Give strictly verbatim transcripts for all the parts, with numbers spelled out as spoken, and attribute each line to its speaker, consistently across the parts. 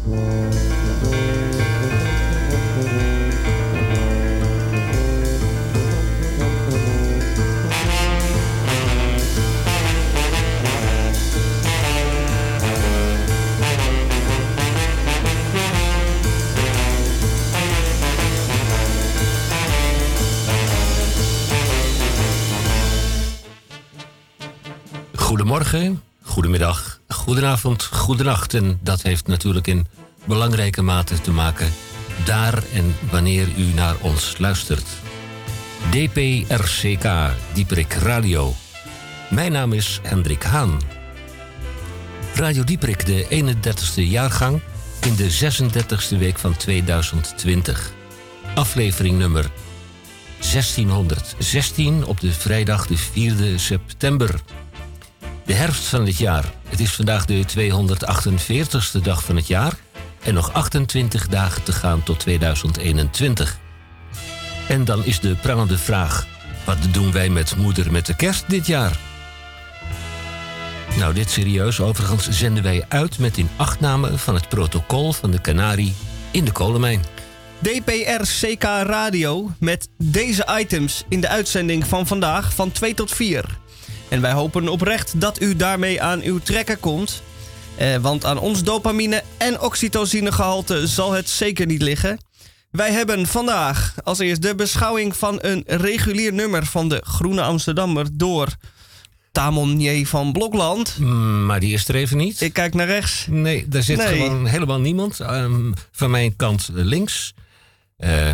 Speaker 1: Goedemorgen, goedemiddag, goedenavond, goedenacht. En dat heeft natuurlijk in belangrijke mate te maken daar en wanneer u naar ons luistert. D P R C K, Dieprik Radio. Mijn naam is Hendrik Haan. Radio Dieprik, de eenendertigste jaargang in de zesendertigste week van tweeduizend twintig. Aflevering nummer zestienhonderdzestien op de vrijdag de vierde september. De herfst van het jaar. Het is vandaag de tweehonderdachtenveertigste dag van het jaar en nog achtentwintig dagen te gaan tot tweeduizend eenentwintig. En dan is de prangende vraag: wat doen wij met moeder met de kerst dit jaar? Nou, dit serieus. Overigens zenden wij uit met inachtname van het protocol van de Canarie in de kolenmijn.
Speaker 2: D P R C K Radio met deze items in de uitzending van vandaag van twee tot vier. En wij hopen oprecht dat u daarmee aan uw trekken komt. Eh, want aan ons dopamine- en oxytocinegehalte zal het zeker niet liggen. Wij hebben vandaag als eerst de beschouwing van een regulier nummer van de Groene Amsterdammer door Tamon J. van Blokland.
Speaker 1: Mm, maar die is er even niet.
Speaker 2: Ik kijk naar rechts.
Speaker 1: Nee, daar zit
Speaker 2: Nee.
Speaker 1: gewoon helemaal niemand. Um, van mijn kant links. Uh,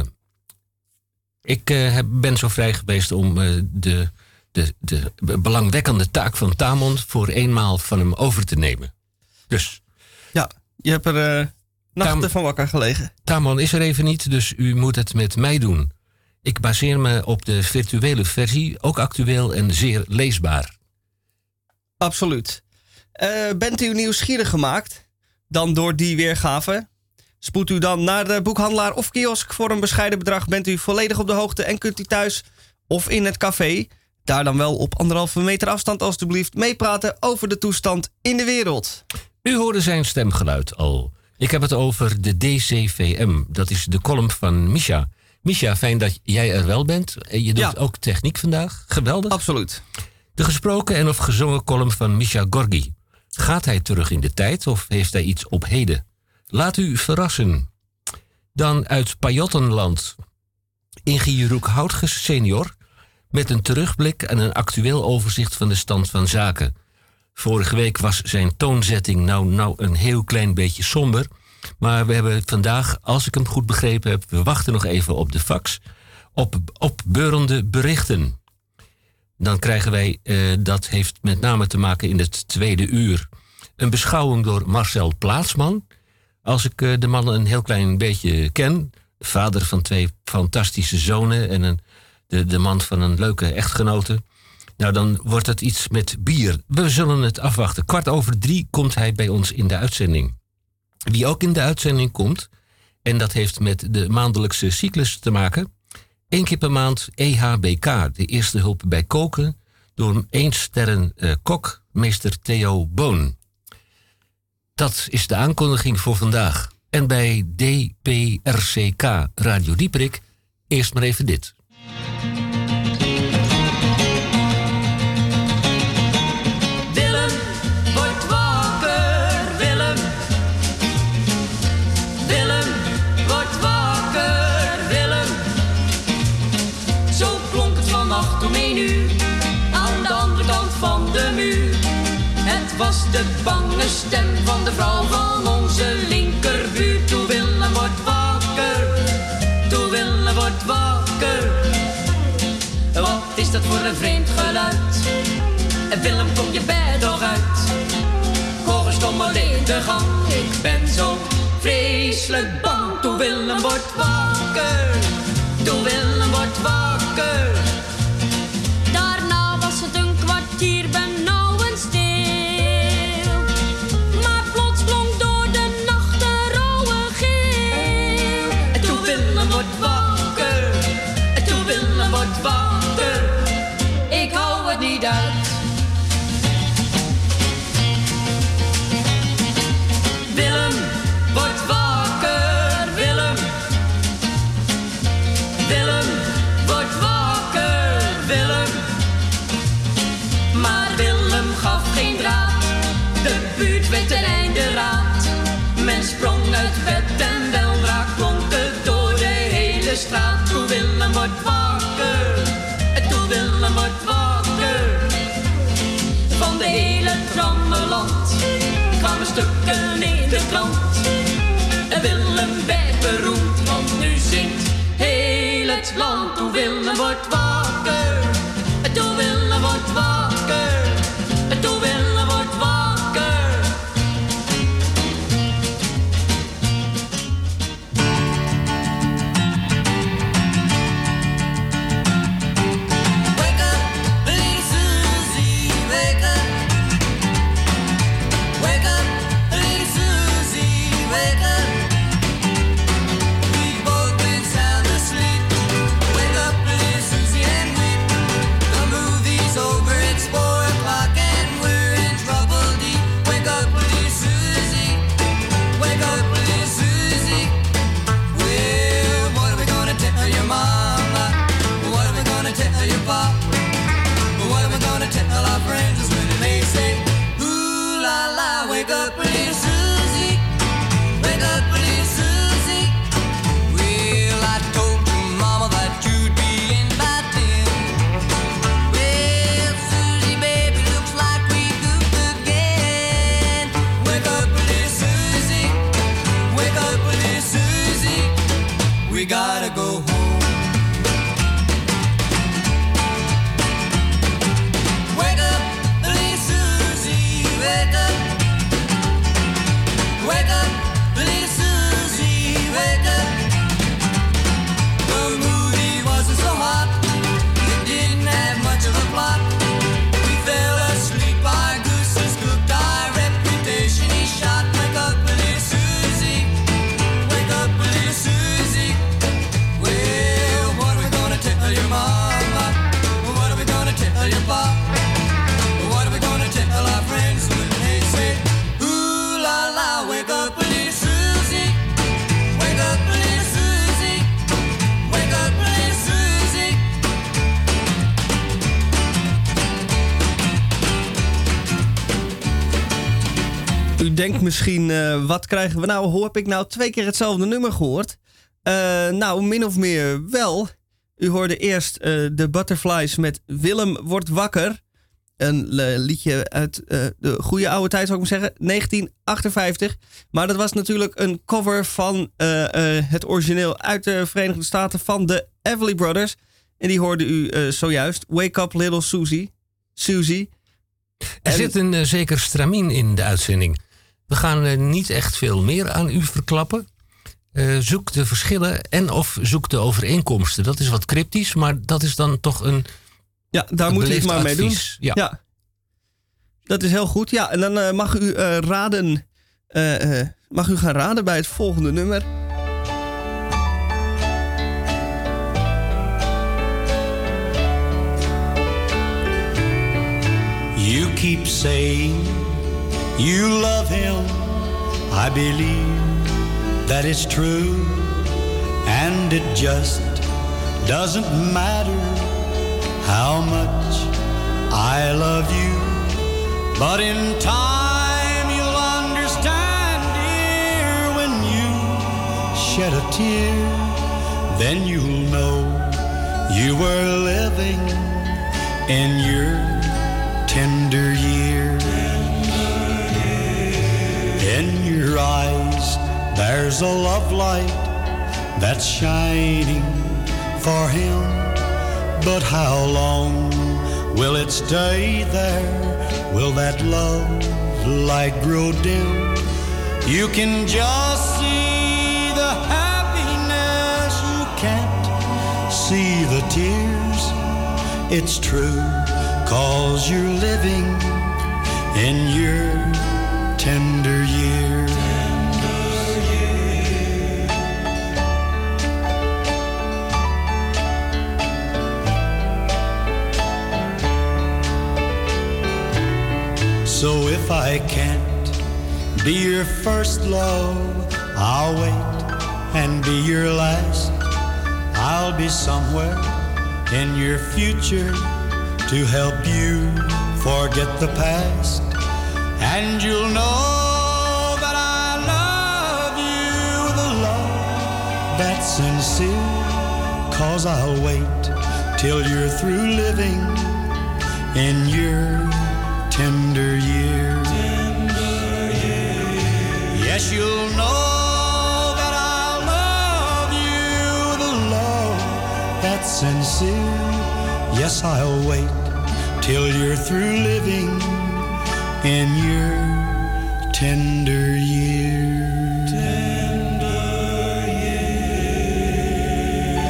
Speaker 1: ik uh, heb, ben zo vrij geweest om uh, de... De, de belangwekkende taak van Tamon voor eenmaal van hem over te nemen. Dus.
Speaker 2: Ja, je hebt er uh, nachten
Speaker 1: Tam-
Speaker 2: van wakker gelegen.
Speaker 1: Tamon is er even niet, dus u moet het met mij doen. Ik baseer me op de virtuele versie, ook actueel en zeer leesbaar.
Speaker 2: Absoluut. Uh, bent u nieuwsgierig gemaakt? Dan door die weergave. Spoed u dan naar de boekhandelaar of kiosk. Voor een bescheiden bedrag bent u volledig op de hoogte en kunt u thuis of in het café, daar dan wel op anderhalve meter afstand alstublieft, meepraten over de toestand in de wereld.
Speaker 1: U hoorde zijn stemgeluid al. Ik heb het over de D C V M. Dat is de column van Misha. Misha, fijn dat jij er wel bent. Je doet
Speaker 2: Ja.
Speaker 1: ook techniek vandaag. Geweldig.
Speaker 2: Absoluut.
Speaker 1: De gesproken en of gezongen column van Misha Gorgi. Gaat hij terug in de tijd of heeft hij iets op heden? Laat u verrassen. Dan uit Pajottenland. Inge Roek Houtges senior met een terugblik en een actueel overzicht van de stand van zaken. Vorige week was zijn toonzetting nou, nou een heel klein beetje somber. Maar we hebben vandaag, als ik hem goed begrepen heb, we wachten nog even op de fax, op opbeurende berichten. Dan krijgen wij, uh, dat heeft met name te maken in het tweede uur, een beschouwing door Marcel Plaatsman. Als ik uh, de man een heel klein beetje ken, vader van twee fantastische zonen en een, de, de man van een leuke echtgenote, nou dan wordt het iets met bier. We zullen het afwachten. Kwart over drie komt hij bij ons in de uitzending. Wie ook in de uitzending komt, en dat heeft met de maandelijkse cyclus te maken, één keer per maand E H B K, de eerste hulp bij koken, door een één-sterren uh, kok, meester Theo Boon. Dat is de aankondiging voor vandaag. En bij D P R C K Radio Dieprik eerst maar even dit.
Speaker 3: Willem, word wakker, Willem. Willem, word wakker, Willem. Zo klonk het vannacht om één uur, aan de andere kant van de muur. Het was de bange stem van de vrouw van onze linkerbuur. Toe Willem, word wakker, toe Willem, word wakker. Wat is dat voor een vreemd geluid? En Willem, kom je bed toch uit? Hoor eens, kom maar in de gang. Ik ben zo vreselijk bang. Toe Willem, word wakker, toe Willem, word wakker. Daarna was het een kwartier benauwend stil. Maar plots klonk door de nacht een rauwe gil. En toe Willem, word wakker, en toe Willem, word wakker. Ik hou het niet uit. Willem, word Willem werd beroemd, want nu zingt heel het land. Toe Willem wordt wakker, toe Willem wordt wakker, toe Willem wordt wakker. Wake up, little Susie, wake up. Wake up, little Susie, wake up. We've both been sound asleep. Wake up, little Susie, and weep. The movie's over, it's four o'clock and we're in trouble deep. Wake up, little Susie, wake up, little Susie. Well, what are we gonna tell your mama? What are we gonna tell your pop? What are we gonna tell our friends when they say, ooh la la, wake up, little Susie, wake up, little Susie. Well, I told your mama that you'd be in by ten. Well, Susie, baby, looks like we goofed again. Wake up, little Susie, wake up, little Susie. We gotta go home. Wake up, little Susie, wake up. Wake up, little Susie, wake up. The movie wasn't so hot, it didn't have much of a plot. We fell asleep, our gooses cooked, our reputation he shot. Wake up, little Susie, wake up, little Susie. Well, what are we gonna tell your mama? What are we gonna tell your pop? What are we gonna tell our friends when they say, ooh la la, wake up, little Susie, wake up, little Susie, wake up, little Susie.
Speaker 2: U denkt misschien, uh, wat krijgen we nou? Hoe heb ik nou twee keer hetzelfde nummer gehoord? Uh, nou, min of meer wel. U hoorde eerst uh, de Butterflies met Willem wordt wakker. Een uh, liedje uit uh, de goede oude tijd, zou ik maar zeggen. negentien achtenvijftig. Maar dat was natuurlijk een cover van uh, uh, het origineel uit de Verenigde Staten van de Everly Brothers. En die hoorde u uh, zojuist. Wake up, little Susie. Susie.
Speaker 1: Er
Speaker 2: En-
Speaker 1: zit een uh, zeker stramien in de uitzending. We gaan uh, niet echt veel meer aan u verklappen. Uh, zoek de verschillen en of zoek de overeenkomsten. Dat is wat cryptisch, maar dat is dan toch een
Speaker 2: Ja, daar
Speaker 1: een
Speaker 2: moet u het
Speaker 1: beleefd
Speaker 2: maar mee doen.
Speaker 1: advies. Ja.
Speaker 2: Ja. Dat is heel goed. Ja, en dan uh, mag u uh, raden. Uh, uh, mag u gaan raden bij het volgende nummer.
Speaker 4: You keep saying you love him. I believe that it's true. And it just doesn't matter how much I love you. But in time you'll understand, dear, when you shed a tear, then you'll know you were living in your tender years. In your eyes there's a love light that's shining for him. But how long will it stay there? Will that love light grow dim? You can just see the happiness, you can't see the tears. It's true, 'cause you're living in your tender years. So if I can't be your first love, I'll wait and be your last. I'll be somewhere in your future to help you forget the past. And you'll know that I love you with a love that's sincere. 'Cause I'll wait till you're through living in your tender years. Yes, you'll know sincere. Yes, I'll wait till you're through living in your tender years. Tender years.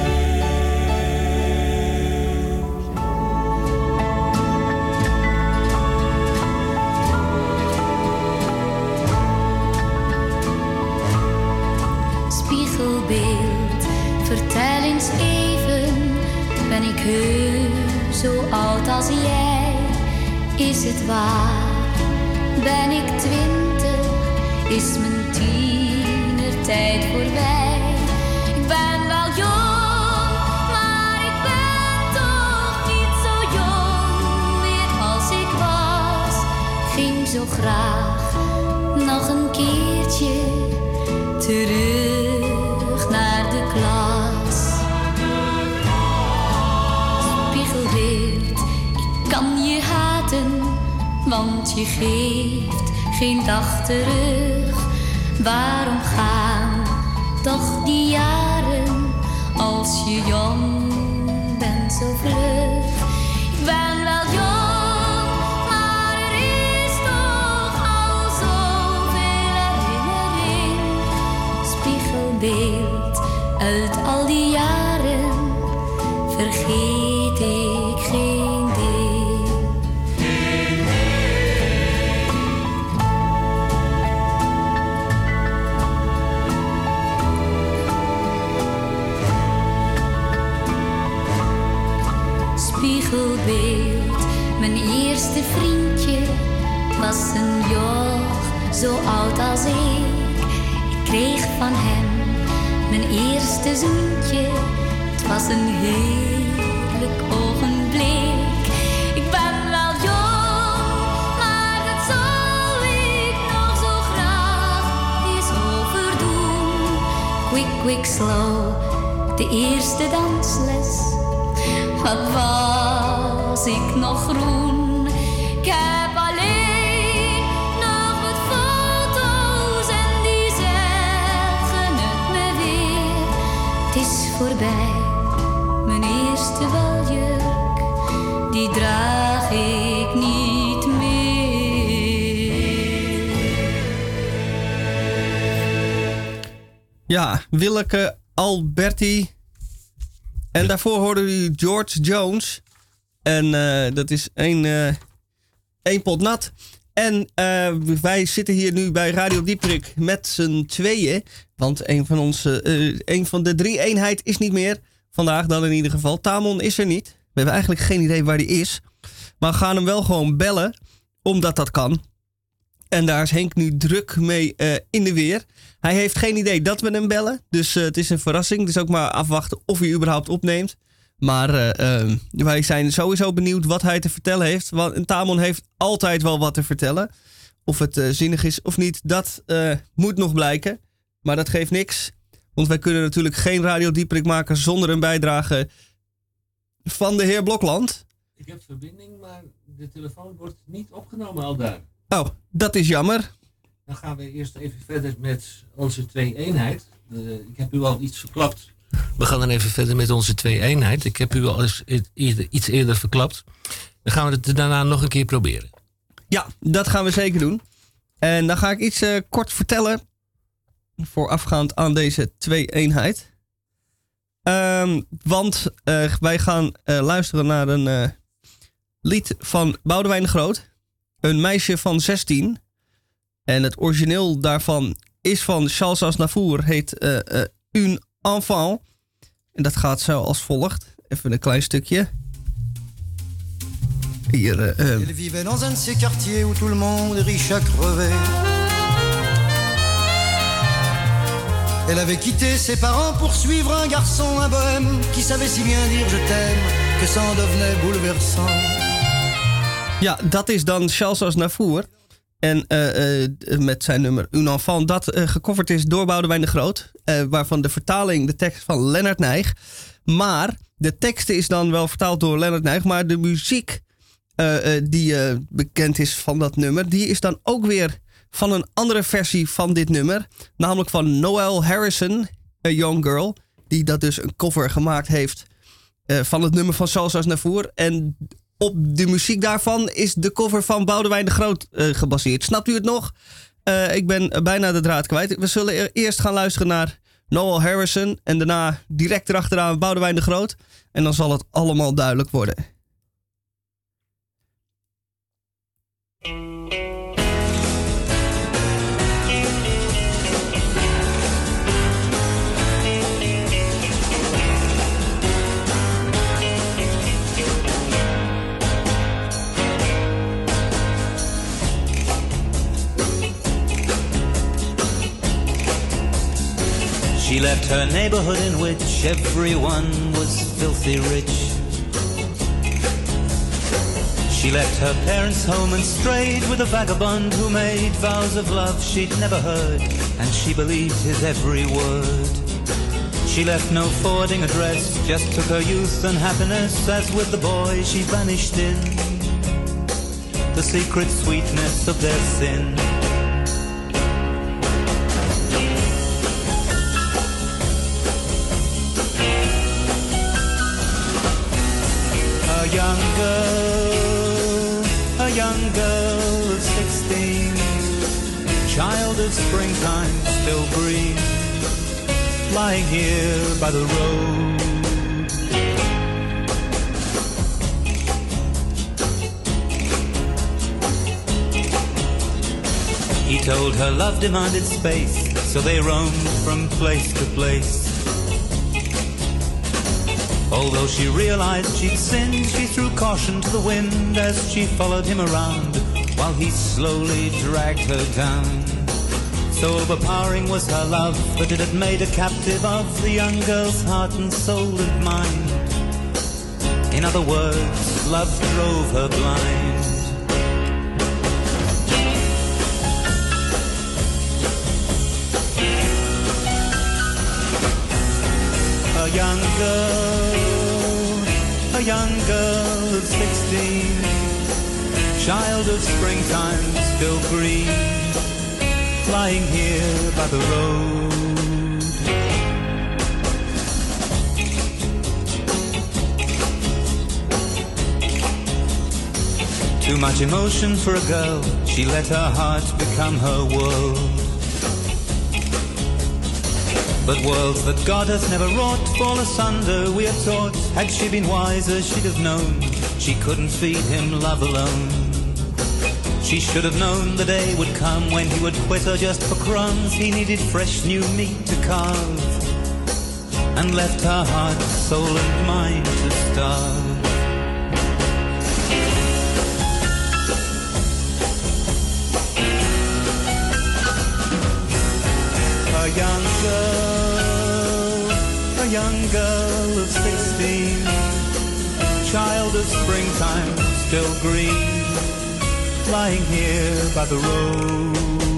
Speaker 5: Spiegelbeeld, vertel eens even, ben ik heus zo oud als jij? Is het waar? Ben ik twintig? Is mijn tienertijd voorbij? Ik ben wel jong, maar ik ben toch niet zo jong meer als ik was. Ging zo graag nog een keertje terug naar de klas. Spiegelbeeld, ik kan je haten, want je geeft geen dag terug. Waarom gaan toch die jaren als je jong bent zo vlug? Ik ben wel jong, maar er is toch al zoveel herinnering. Spiegelbeeld, uit al die jaren vergeet ik geen deel. Spiegelbeeld, mijn eerste vriendje was een joch zo oud als ik. Ik kreeg van hem mijn eerste zoentje. Het was een heerlijk ogenblik. Ik ben wel jong, maar dat zal ik nog zo graag eens overdoen. Quick, quick, slow, de eerste dansles. Wat was ik nog groen? Ik heb alleen nog wat foto's en die zeggen het me weer. Het is voorbij, mijn eerste baljurk, die draag ik niet meer.
Speaker 2: Ja, Willeke Alberti. En daarvoor hoorden u George Jones. En uh, dat is één, uh, één pot nat. En uh, wij zitten hier nu bij Radio Dieprik met z'n tweeën. Want een van, onze, uh, een van de drie eenheid is niet meer. Vandaag dan in ieder geval. Tamon is er niet. We hebben eigenlijk geen idee waar hij is. Maar we gaan hem wel gewoon bellen. Omdat dat kan. En daar is Henk nu druk mee uh, in de weer. Hij heeft geen idee dat we hem bellen. Dus uh, het is een verrassing. Dus ook maar afwachten of hij überhaupt opneemt. Maar uh, uh, wij zijn sowieso benieuwd wat hij te vertellen heeft. Want Tamon heeft altijd wel wat te vertellen. Of het uh, zinnig is of niet, dat uh, moet nog blijken. Maar dat geeft niks. Want wij kunnen natuurlijk geen Radio Dieprik maken zonder een bijdrage van de heer Blokland.
Speaker 1: Ik heb verbinding, maar de telefoon wordt niet opgenomen al daar.
Speaker 2: Oh, dat is jammer.
Speaker 1: Dan gaan we eerst even verder met onze twee-eenheid. Uh, ik heb u al iets verklapt. We gaan dan even verder met onze twee-eenheid. Ik heb u al eens eerder, iets eerder verklapt. Dan gaan we het daarna nog een keer proberen.
Speaker 2: Ja, dat gaan we zeker doen. En dan ga ik iets uh, kort vertellen. Voorafgaand aan deze twee-eenheid. Um, want uh, wij gaan uh, luisteren naar een uh, lied van Boudewijn de Groot. Een meisje van zestien. En het origineel daarvan is van Charles Aznavour. Heet uh, uh, Un Enfant. En dat gaat zo als volgt. Even een klein stukje. Hier. Uh, uh.
Speaker 6: Elle vivait dans un de ces quartiers où tout le monde riche à crever. Elle avait quitté ses parents pour suivre un garçon, un bohème, qui savait si bien dire je t'aime, que ça en devenait bouleversant.
Speaker 2: Ja, dat is dan Charles Aznavour. En uh, uh, met zijn nummer Un Enfant, dat uh, gecoverd is door Boudewijn de Groot. Uh, waarvan de vertaling, de tekst van Lennart Nijg. Maar de tekst is dan wel vertaald door Lennart Nijg. Maar de muziek uh, uh, die uh, bekend is van dat nummer, die is dan ook weer van een andere versie van dit nummer. Namelijk van Noel Harrison, A Young Girl. Die dat dus een cover gemaakt heeft uh, van het nummer van Salsa's Navour. En op de muziek daarvan is de cover van Boudewijn de Groot uh, gebaseerd. Snapt u het nog? Uh, ik ben bijna de draad kwijt. We zullen eerst gaan luisteren naar Noel Harrison. En daarna direct erachteraan Boudewijn de Groot. En dan zal het allemaal duidelijk worden.
Speaker 7: She left her neighborhood in which everyone was filthy rich. She left her parents' home and strayed with a vagabond who made vows of love she'd never heard, and she believed his every word. She left no forwarding address, just took her youth and happiness, as with the boy she vanished in the secret sweetness of their sin. A young girl, a young girl of sixteen, child of springtime, still green, lying here by the road. He told her love demanded space, so they roamed from place to place. Although she realized she'd sinned, she threw caution to the wind as she followed him around while he slowly dragged her down. So overpowering was her love that it had made a captive of the young girl's heart and soul and mind. In other words, love drove her blind. A young girl, a young girl of sixteen, child of springtime, still green, lying here by the road. Too much emotion for a girl, she let her heart become her world. But worlds that God hath never wrought fall asunder, we are taught. Had she been wiser, she'd have known she couldn't feed him love alone. She should have known the day would come when he would quit her just for crumbs. He needed fresh new meat to carve, and left her heart, soul and mind to starve. A young girl, a young girl of sixteen, child of springtime, still green, lying here by the road.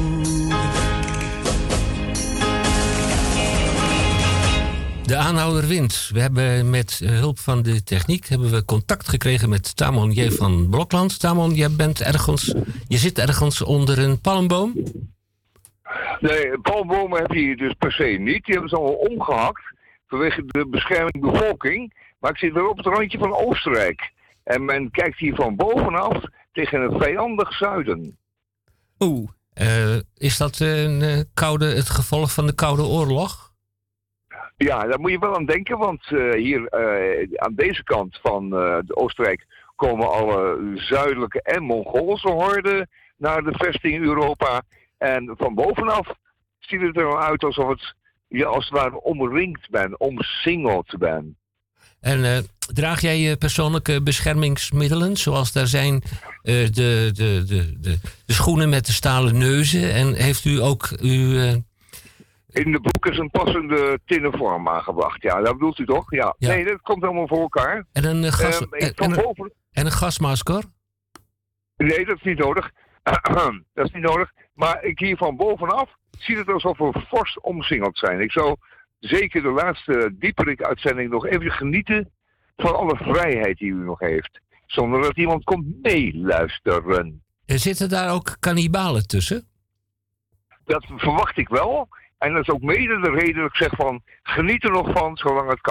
Speaker 1: De aanhouder wint. We hebben met hulp van de techniek hebben we contact gekregen met Tamon J. van Blokland. Tamon, jij bent ergens, je zit ergens onder een palmboom?
Speaker 8: Nee, palmbomen heb je hier dus per se niet. Die hebben ze allemaal omgehakt vanwege de bescherming bevolking. Maar ik zit weer op het randje van Oostenrijk. En men kijkt hier van bovenaf tegen een vijandig zuiden.
Speaker 1: Oeh. Uh, is dat een uh, koude, het gevolg van de Koude Oorlog?
Speaker 8: Ja, daar moet je wel aan denken. Want uh, hier uh, aan deze kant van uh, de Oostenrijk komen alle zuidelijke en Mongoolse horden naar de vesting Europa. En van bovenaf ziet het er uit alsof het, je als het ware omringd bent, omsingeld bent.
Speaker 1: En uh, draag jij je persoonlijke beschermingsmiddelen? Zoals daar zijn uh, de, de, de, de, de schoenen met de stalen neuzen. En heeft u ook uw... Uh...
Speaker 8: In de broek is een passende tinnen vorm aangebracht. Ja, dat bedoelt u toch? Ja. ja. Nee, dat komt allemaal voor elkaar.
Speaker 1: En een, uh, gas...
Speaker 8: um,
Speaker 1: en,
Speaker 8: van
Speaker 1: en,
Speaker 8: boven...
Speaker 1: en een gasmasker?
Speaker 8: Nee, dat is niet nodig. dat is niet nodig. Maar ik hier van bovenaf ziet het alsof we fors omsingeld zijn. Ik zou zeker de laatste dieperik-uitzending nog even genieten van alle vrijheid die u nog heeft. Zonder dat iemand komt meeluisteren.
Speaker 1: Er zitten daar ook kannibalen tussen?
Speaker 8: Dat verwacht ik wel. En dat is ook mede de reden dat ik zeg van, geniet er nog van zolang het kan.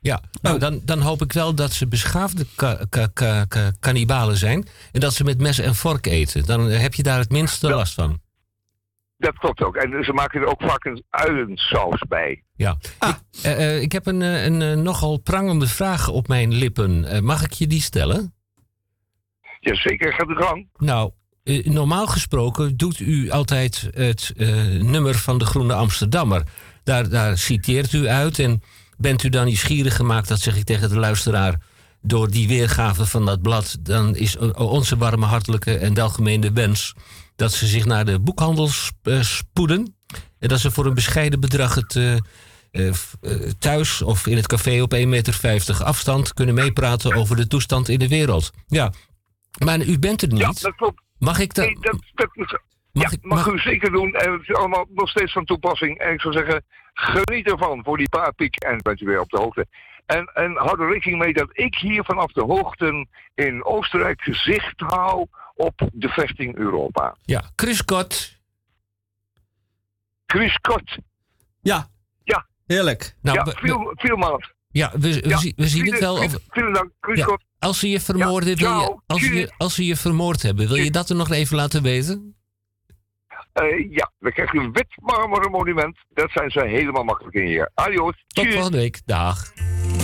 Speaker 1: Ja, nou, dan, dan hoop ik wel dat ze beschaafde ka- ka- ka- ka- kannibalen zijn. En dat ze met mes en vork eten. Dan heb je daar het minste
Speaker 8: Ja.
Speaker 1: last van.
Speaker 8: Dat klopt ook. En ze maken er ook vaak een uilensaus bij.
Speaker 1: Ja.
Speaker 2: Ah.
Speaker 1: Ik, uh, uh, ik heb een, uh, een uh, nogal prangende vraag op mijn lippen. Uh, mag ik je die stellen?
Speaker 8: Jazeker, gaat de gang.
Speaker 1: Nou, uh, normaal gesproken doet u altijd het uh, nummer van de Groene Amsterdammer. Daar, daar citeert u uit en bent u dan nieuwsgierig gemaakt, dat zeg ik tegen de luisteraar, door die weergave van dat blad, dan is onze warme, hartelijke en welgemeende wens dat ze zich naar de boekhandel sp- uh, spoeden. En dat ze voor een bescheiden bedrag het uh, uh, thuis of in het café op één meter vijftig afstand kunnen meepraten over de toestand in de wereld. Ja, maar u bent er niet.
Speaker 8: Ja, dat klopt.
Speaker 1: Mag ik dat?
Speaker 8: Nee, dat, dat is,
Speaker 1: Mag
Speaker 8: ja,
Speaker 1: ik-
Speaker 8: mag,
Speaker 1: mag-
Speaker 8: u zeker doen. En het is allemaal nog steeds van toepassing. En ik zou zeggen, geniet ervan voor die paar piek en bent u weer op de hoogte. En, en houd er rekening mee dat ik hier vanaf de hoogten in Oostenrijk zicht hou op de vesting Europa.
Speaker 1: Ja, Chris Kort.
Speaker 8: Chris Kort.
Speaker 2: Ja.
Speaker 8: Ja.
Speaker 2: Heerlijk.
Speaker 1: Nou,
Speaker 8: ja,
Speaker 1: we- we-
Speaker 8: veel, veel maat.
Speaker 1: ja, we, we,
Speaker 8: Ja,
Speaker 1: zien- we zien het wel.
Speaker 8: Vielen,
Speaker 1: Over,
Speaker 8: vielen dank, Chris
Speaker 1: ja,
Speaker 8: Kort.
Speaker 1: als ze je vermoorden,
Speaker 8: Ja,
Speaker 1: wil je,
Speaker 8: ciao.
Speaker 1: als, ze je,
Speaker 8: Tjus.
Speaker 1: als ze je vermoord hebben, wil je dat er nog even laten weten?
Speaker 8: Uh, ja, dan krijg je een wit marmeren monument. Dat zijn ze helemaal makkelijk in hier. Adios.
Speaker 1: Tot
Speaker 8: Tjus.
Speaker 1: volgende week. Dag.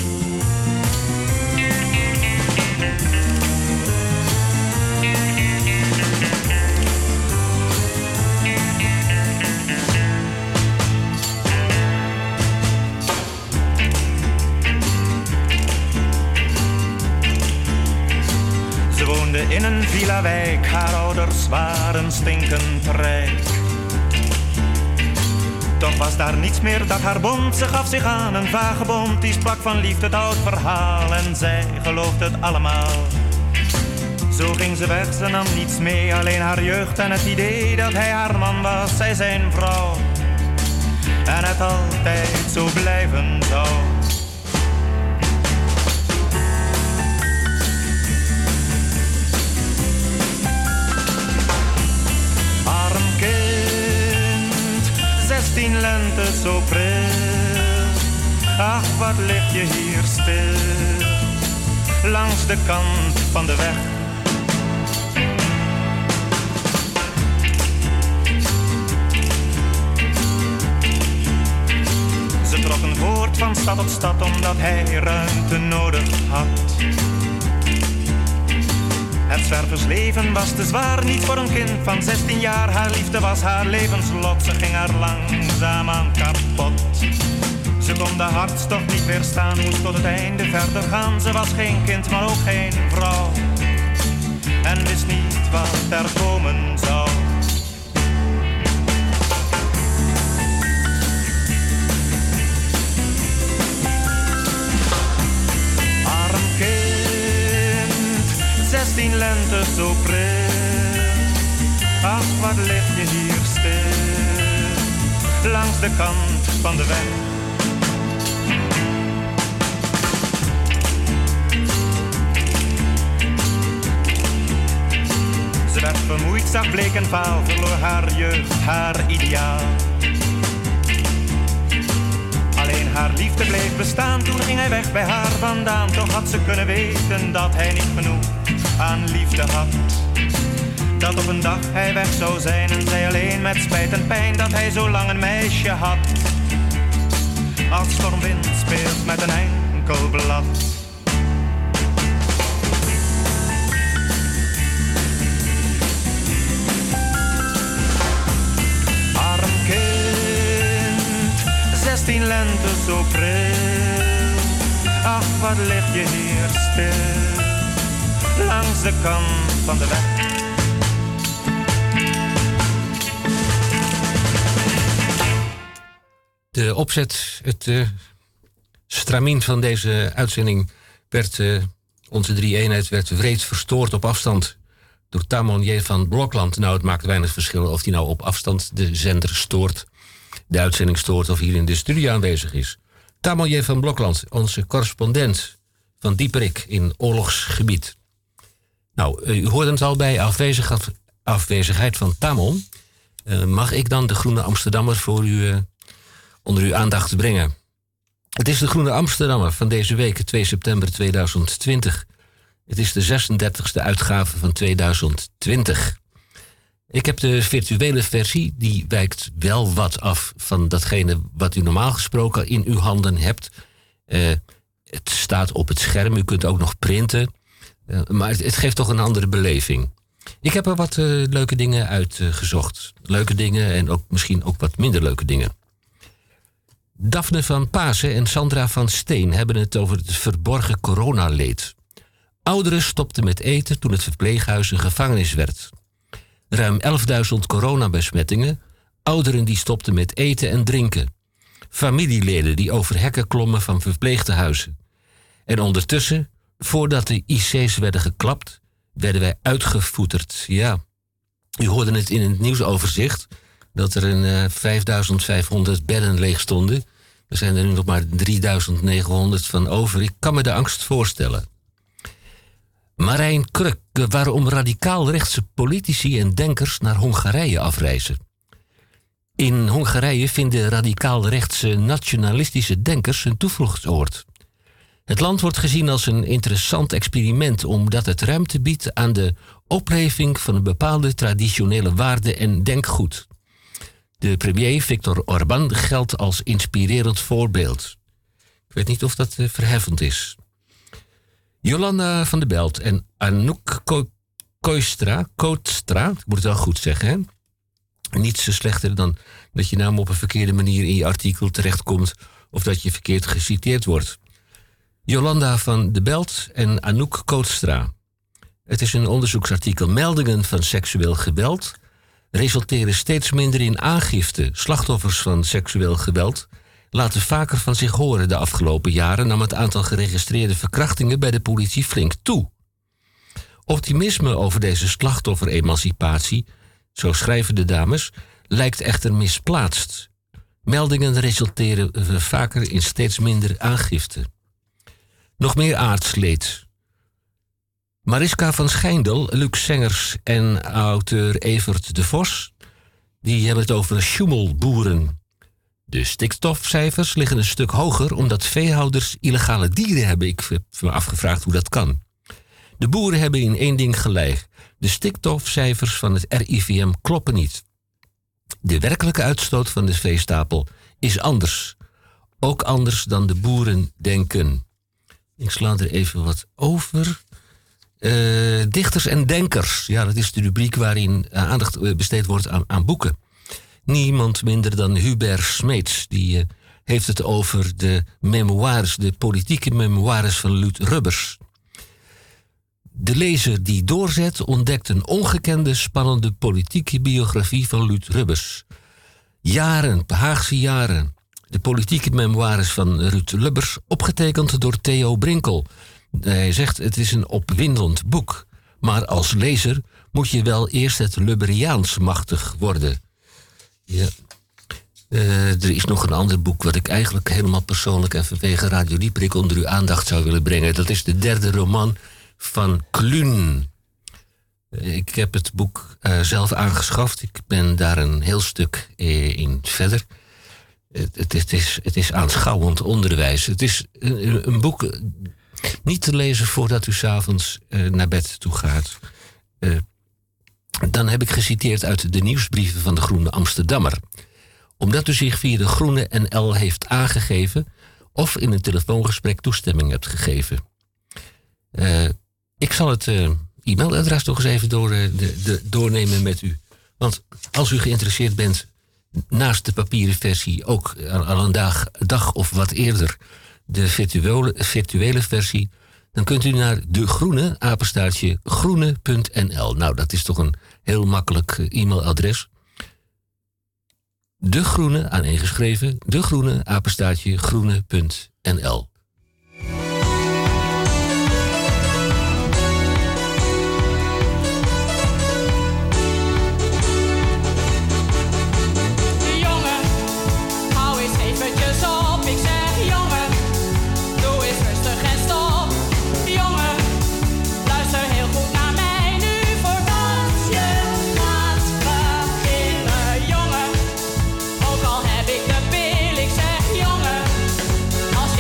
Speaker 7: Ze woonde in een villa-wijk, haar ouders waren stinkend rijk. Toch was daar niets meer dat haar bond, ze gaf zich aan een vagebond. Die sprak van liefde, het oud verhaal en zij geloofde het allemaal. Zo ging ze weg, ze nam niets mee, alleen haar jeugd en het idee dat hij haar man was, zij zijn vrouw. En het altijd zo blijven zou. Arm kind, zestien lente zo pril. Ach, wat lig je hier stil, langs de kant van de weg. Ze trokken voort van stad tot stad omdat hij ruimte nodig had. Het zwerversleven was te zwaar, niet voor een kind van zestien jaar. Haar liefde was haar levenslot, ze ging haar langzaamaan kapot. Ze kon de hartstocht niet weerstaan, moest tot het einde verder gaan. Ze was geen kind, maar ook geen vrouw. En wist niet wat er komen zou. Arm kind, zestien lente zo pril. Ach, wat lig je hier stil, langs de kant van de weg. Ze werd vermoeid, zag bleek en vaal, verloor haar jeugd, haar ideaal. Alleen haar liefde bleef bestaan, toen ging hij weg bij haar vandaan. Toch had ze kunnen weten dat hij niet genoeg aan liefde had. Dat op een dag hij weg zou zijn en zij alleen met spijt en pijn dat hij zo lang een meisje had. Als stormwind speelt met een enkel blad. Arm kind, zestien lente zo pril. Ach, wat lig je hier stil, langs de kant van de weg.
Speaker 1: De opzet, het uh, stramien van deze uitzending werd, uh, onze drie-eenheid werd wreed verstoord op afstand door Tamon J. van Blokland. Nou, het maakt weinig verschil of hij nou op afstand de zender stoort, de uitzending stoort of hier in de studio aanwezig is. Tamon J. van Blokland, onze correspondent van Dieperik in oorlogsgebied. Nou, uh, u hoorde het al bij afwezig, afwezigheid van Tamon. Uh, mag ik dan de Groene Amsterdammer voor u uh, onder uw aandacht brengen? Het is de Groene Amsterdammer van deze week, twee september tweeduizend twintig. Het is de zesendertigste uitgave van tweeduizend twintig. Ik heb de virtuele versie, die wijkt wel wat af van datgene wat u normaal gesproken in uw handen hebt. Uh, het staat op het scherm, u kunt ook nog printen. Uh, maar het, het geeft toch een andere beleving. Ik heb er wat uh, leuke dingen uitgezocht. Uh, leuke dingen en ook misschien ook wat minder leuke dingen. Daphne van Pasen en Sandra van Steen hebben het over het verborgen coronaleed. Ouderen stopten met eten toen het verpleeghuis een gevangenis werd. Ruim elfduizend coronabesmettingen. Ouderen die stopten met eten en drinken. Familieleden die over hekken klommen van verpleegtehuizen. En ondertussen, voordat de I C's werden geklapt, werden wij uitgevoeterd. Ja, u hoorde het in het nieuwsoverzicht dat er een uh, vijfduizend vijfhonderd bedden leeg stonden. Er zijn er nu nog maar drieduizend negenhonderd van over. Ik kan me de angst voorstellen. Marijn Kruk, waarom radicaal-rechtse politici en denkers naar Hongarije afreizen. In Hongarije vinden radicaal-rechtse nationalistische denkers een toevluchtsoord. Het land wordt gezien als een interessant experiment omdat het ruimte biedt aan de opleving van een bepaalde traditionele waarde en denkgoed. De premier Viktor Orbán geldt als inspirerend voorbeeld. Ik weet niet of dat uh, verheffend is. Jolanda van der Belt en Anouk Ko- Koistra, Kootstra, ik moet het wel goed zeggen, hè? Niets zo slechter dan dat je naam op een verkeerde manier in je artikel terechtkomt of dat je verkeerd geciteerd wordt. Jolanda van der Belt en Anouk Kootstra. Het is een onderzoeksartikel. Meldingen van seksueel geweld resulteren steeds minder in aangifte. Slachtoffers van seksueel geweld laten vaker van zich horen. De afgelopen jaren nam het aantal geregistreerde verkrachtingen bij de politie flink toe. Optimisme over deze slachtofferemancipatie, zo schrijven de dames, lijkt echter misplaatst. Meldingen resulteren vaker in steeds minder aangifte. Nog meer aardsleed. Mariska van Schijndel, Luc Sengers en auteur Evert de Vos, die hebben het over sjoemelboeren. De stikstofcijfers liggen een stuk hoger omdat veehouders illegale dieren hebben. Ik heb me afgevraagd hoe dat kan. De boeren hebben in één ding gelijk. De stikstofcijfers van het R I V M kloppen niet. De werkelijke uitstoot van de veestapel is anders. Ook anders dan de boeren denken. Ik sla er even wat over. Uh, dichters en denkers. Ja, dat is de rubriek waarin uh, aandacht besteed wordt aan, aan boeken. Niemand minder dan Hubert Smeets. Die uh, heeft het over de memoires, de politieke memoires van Luut Rubbers. De lezer die doorzet ontdekt een ongekende, spannende politieke biografie van Luut Rubbers. Jaren, Haagse jaren. De politieke memoires van Ruud Lubbers, opgetekend door Theo Brinkel. Hij zegt, het is een opwindend boek. Maar als lezer moet je wel eerst het Lubberiaans machtig worden. Ja. Uh, er is nog een ander boek wat ik eigenlijk helemaal persoonlijk en vanwege Radio Dieprik onder uw aandacht zou willen brengen. Dat is de derde roman van Kluun. Uh, ik heb het boek uh, zelf aangeschaft. Ik ben daar een heel stuk uh, in verder. Het, het, het, is, het is aanschouwend onderwijs. Het is een, een boek uh, niet te lezen voordat u 's avonds uh, naar bed toe gaat. Uh, dan heb ik geciteerd uit de nieuwsbrieven van de Groene Amsterdammer. Omdat u zich via de Groene N L heeft aangegeven of in een telefoongesprek toestemming hebt gegeven. Uh, ik zal het uh, e-mailadres nog eens even door, uh, de, de, doornemen met u. Want als u geïnteresseerd bent, naast de papieren versie ook al een dag, dag of wat eerder de virtuele, virtuele versie, dan kunt u naar De Groene, apenstaartje groene punt n l. Nou, dat is toch een heel makkelijk e-mailadres. De Groene, aaneengeschreven, De Groene, apenstaartje groene punt n l.
Speaker 9: Als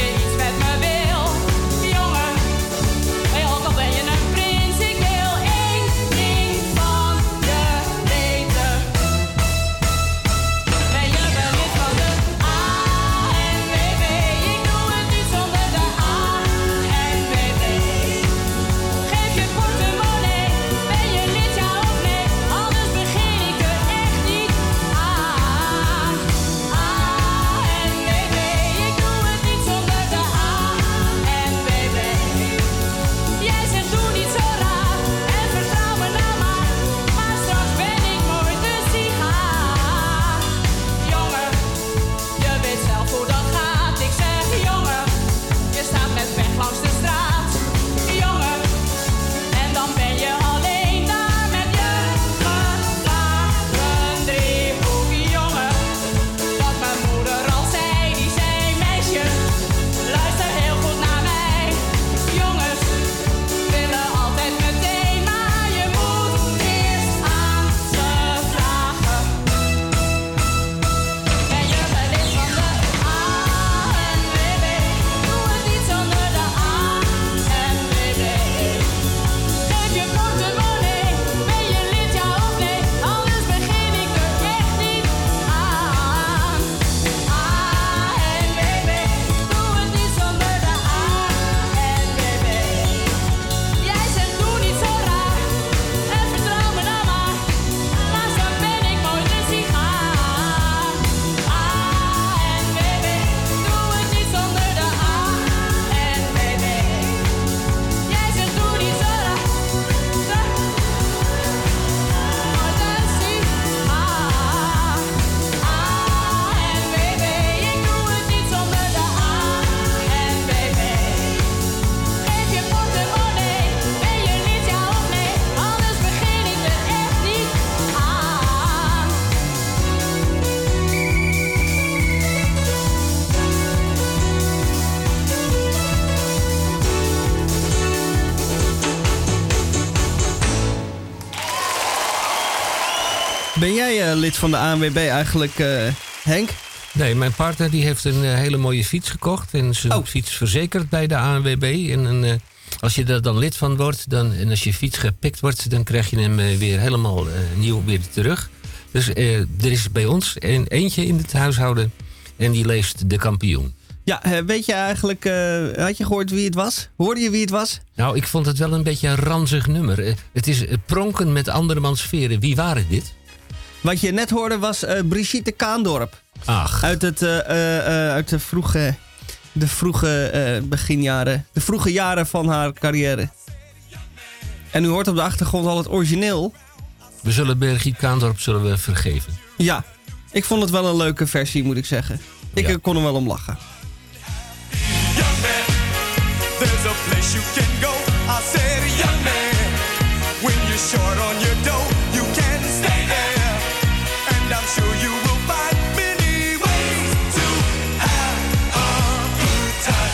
Speaker 2: Ben jij uh, lid van de A N W B eigenlijk, uh, Henk?
Speaker 1: Nee, mijn partner die heeft een uh, hele mooie fiets gekocht. En zijn oh. fiets verzekerd bij de A N W B. En een, uh, als je er dan lid van wordt, dan, en als je fiets gepikt wordt, dan krijg je hem uh, weer helemaal uh, nieuw weer terug. Dus uh, er is bij ons een, eentje in het huishouden en die leest De Kampioen.
Speaker 2: Ja, uh, weet je eigenlijk, uh, had je gehoord wie het was? Hoorde je wie het was?
Speaker 1: Nou, ik vond het wel een beetje een ranzig nummer. Uh, het is uh, pronken met andermans veren. Wie waren dit?
Speaker 2: Wat je net hoorde was uh, Brigitte Kaandorp.
Speaker 1: Ach.
Speaker 2: Uit, het, uh, uh, uh, uit de vroege, de vroege uh, beginjaren, de vroege jaren van haar carrière. En u hoort op de achtergrond al het origineel.
Speaker 1: We zullen Brigitte Kaandorp zullen we vergeven.
Speaker 2: Ja, ik vond het wel een leuke versie, moet ik zeggen. Ik ja. kon er wel om lachen.
Speaker 9: Young man, there's a place you can go. I said, young man, when you're short on your dough, you can stay there. And I'm sure you will find many ways to have a good time.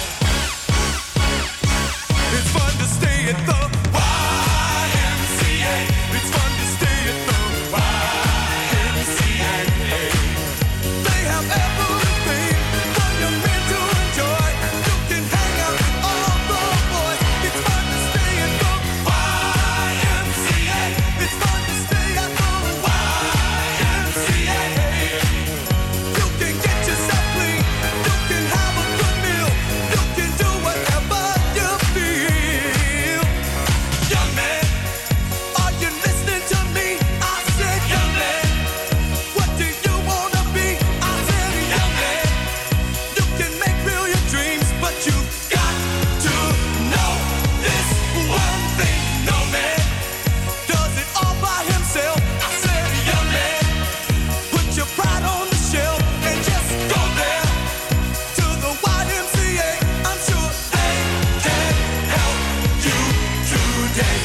Speaker 9: It's fun to stay at the Y M C A. It's fun to stay at the Y M C A. They have everything for young men to enjoy. You can hang out with all the boys. It's fun to stay at the Y M C A. It's fun to stay at the Y M C A. You can get yourself clean. You can have a good meal. You can do whatever you feel. Young man, are you listening to me? I said, young man, what do you wanna be? I said, young man, you can make real your dreams, but you got to know this one thing. No man does it all by himself. I said, young man, put your pride on the shelf and just go there to the Y M C A. I'm sure they can help you today.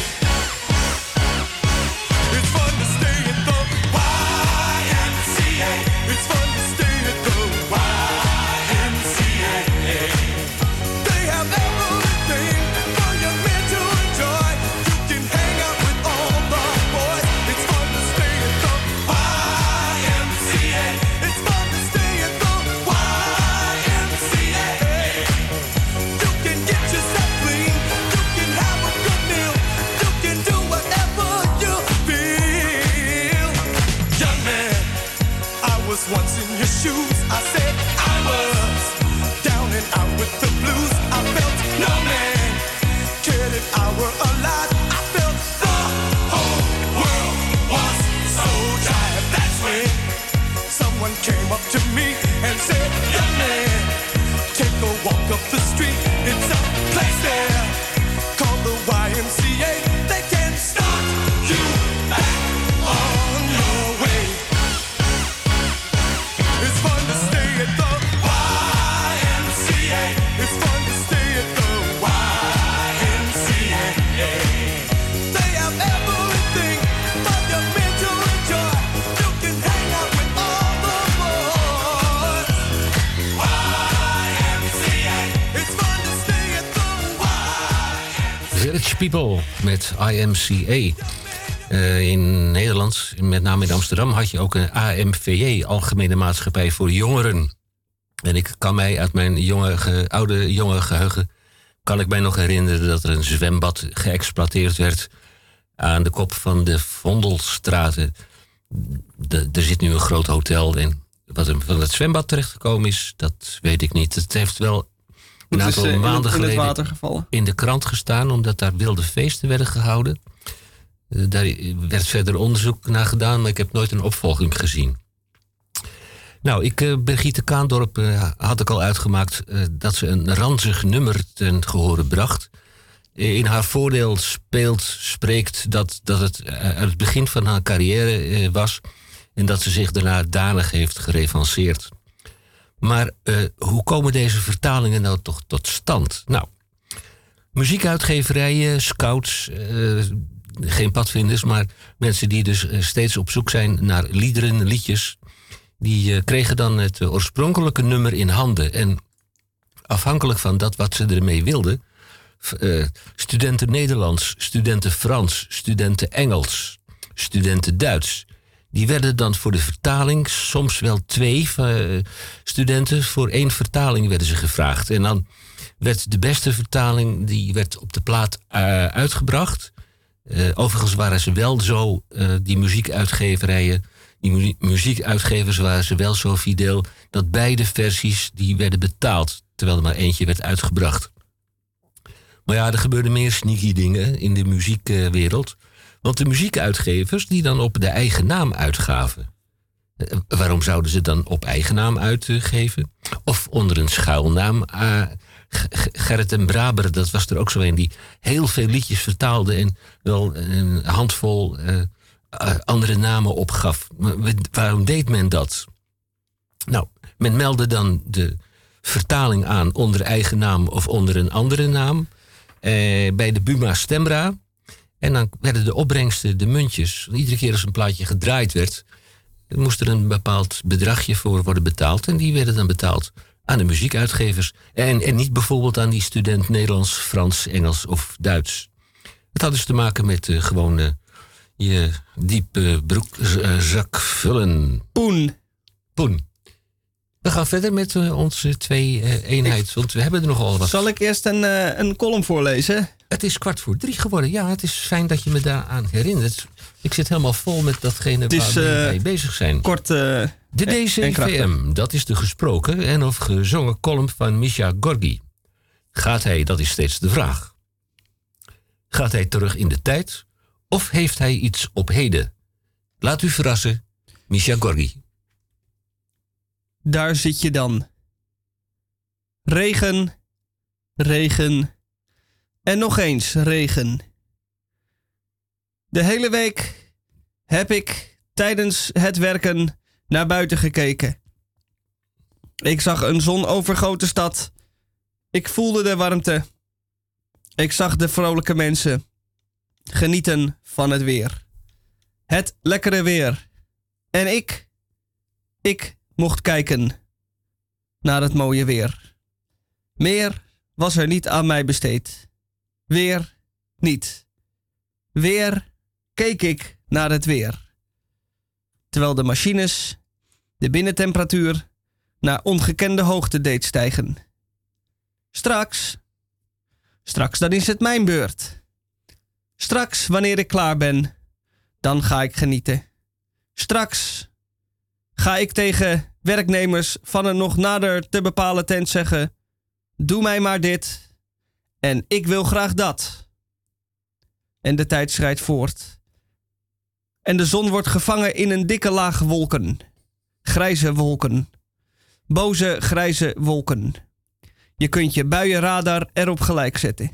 Speaker 9: It's fun to stay at the Y M C A. It's fun to stay at the Y M C A. They have everything for young men to enjoy. You can hang out with all the boys. It's fun to stay at the Y M C A. It's fun to stay at the Y M C A. You can get yourself clean. You can have a good meal. You can do whatever you feel. Young man, I was once in your shoes. I said I was down and out with the blues. I felt no man cared if I were alive. I felt the whole world was so tired. That's when someone came up to me and said, young man, take a walk up the street. It's a place there called the Y M C A. They can start you back on your way. It's fun to stay at the Y M C A. It's fun to stay at the Y M C A. They have everything for young men to enjoy. You can hang out with all the boys. Y M C A. It's fun to stay at the Y M C A.
Speaker 1: Village People met I M C A. Uh, in Nederland, met name in Amsterdam, had je ook een A M V J, Algemene Maatschappij voor Jongeren. En ik kan mij uit mijn jonge, ge, oude jonge geheugen, kan ik mij nog herinneren dat er een zwembad geëxploiteerd werd aan de kop van de Vondelstraten. De, er zit nu een groot hotel en wat er van het zwembad terechtgekomen is, dat weet ik niet. Het heeft wel een aantal
Speaker 2: is, uh,
Speaker 1: maanden
Speaker 2: in het, in het
Speaker 1: geleden
Speaker 2: water
Speaker 1: in de krant gestaan, omdat daar wilde feesten werden gehouden. Uh, daar werd verder onderzoek naar gedaan, maar ik heb nooit een opvolging gezien. Nou, ik, uh, Brigitte Kaandorp uh, had ik al uitgemaakt uh, dat ze een ranzig nummer ten gehore bracht. Uh, in haar voordeel speelt, spreekt dat, dat het uh, uit het begin van haar carrière uh, was en dat ze zich daarna danig heeft gerevanceerd. Maar uh, hoe komen deze vertalingen nou toch tot stand? Nou, muziekuitgeverijen, scouts, uh, geen padvinders, maar mensen die dus uh, steeds op zoek zijn naar liederen, liedjes, die uh, kregen dan het uh, oorspronkelijke nummer in handen. En afhankelijk van dat wat ze ermee wilden, uh, studenten Nederlands, studenten Frans, studenten Engels, studenten Duits, Die werden dan voor de vertaling, soms wel twee uh, studenten, voor één vertaling werden ze gevraagd. En dan werd de beste vertaling, die werd op de plaat uh, uitgebracht. Uh, overigens waren ze wel zo, uh, die muziekuitgeverijen, die mu- muziekuitgevers waren ze wel zo fideel dat beide versies die werden betaald, terwijl er maar eentje werd uitgebracht. Maar ja, er gebeurden meer sneaky dingen in de muziekwereld. Want de muziekuitgevers die dan op de eigen naam uitgaven. Uh, waarom zouden ze dan op eigen naam uitgeven? Of onder een schuilnaam? Uh, Gerrit en Braber, dat was er ook zo een die heel veel liedjes vertaalde en wel een handvol uh, uh, andere namen opgaf. Maar waarom deed men dat? Nou, men meldde dan de vertaling aan onder eigen naam of onder een andere naam uh, bij de Buma Stemra. En dan werden de opbrengsten, de muntjes, iedere keer als een plaatje gedraaid werd, moest er een bepaald bedragje voor worden betaald. En die werden dan betaald aan de muziekuitgevers. En, en niet bijvoorbeeld aan die student Nederlands, Frans, Engels of Duits. Het had dus te maken met uh, gewoon uh, je diepe broekzak uh, vullen.
Speaker 2: Poen.
Speaker 1: Poen. We gaan verder met uh, onze twee uh, eenheid, want we hebben er nogal wat.
Speaker 2: Zal ik eerst een, uh, een column voorlezen?
Speaker 1: Het is kwart voor drie geworden. Ja, het is fijn dat je me daaraan herinnert. Ik zit helemaal vol met datgene waar
Speaker 2: uh,
Speaker 1: we mee bezig zijn.
Speaker 2: Kort uh,
Speaker 1: De D C V M, dat is de gesproken en of gezongen column van Misha Gorgi. Gaat hij, dat is steeds de vraag. Gaat hij terug in de tijd of heeft hij iets op heden? Laat u verrassen, Misha Gorgi.
Speaker 2: Daar zit je dan. Regen, regen en nog eens regen. De hele week heb ik tijdens het werken naar buiten gekeken. Ik zag een zonovergoten stad. Ik voelde de warmte. Ik zag de vrolijke mensen genieten van het weer. Het lekkere weer. En ik, ik mocht kijken naar het mooie weer. Meer was er niet aan mij besteed. Weer niet. Weer keek ik naar het weer. Terwijl de machines de binnentemperatuur naar ongekende hoogte deed stijgen. Straks, straks dan is het mijn beurt. Straks, wanneer ik klaar ben, dan ga ik genieten. Straks ga ik tegen werknemers van een nog nader te bepalen tent zeggen: doe mij maar dit en ik wil graag dat. En de tijd schrijdt voort. En de zon wordt gevangen in een dikke laag wolken. Grijze wolken. Boze grijze wolken. Je kunt je buienradar erop gelijk zetten.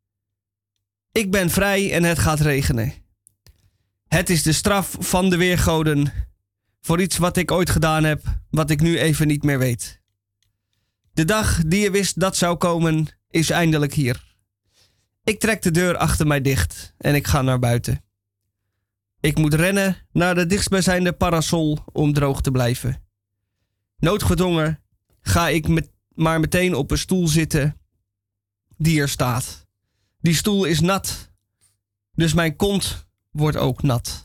Speaker 2: Ik ben vrij en het gaat regenen. Het is de straf van de weergoden voor iets wat ik ooit gedaan heb, wat ik nu even niet meer weet. De dag die je wist dat zou komen, is eindelijk hier. Ik trek de deur achter mij dicht en ik ga naar buiten. Ik moet rennen naar de dichtstbijzijnde parasol om droog te blijven. Noodgedwongen ga ik met, maar meteen op een stoel zitten die er staat. Die stoel is nat, dus mijn kont wordt ook nat.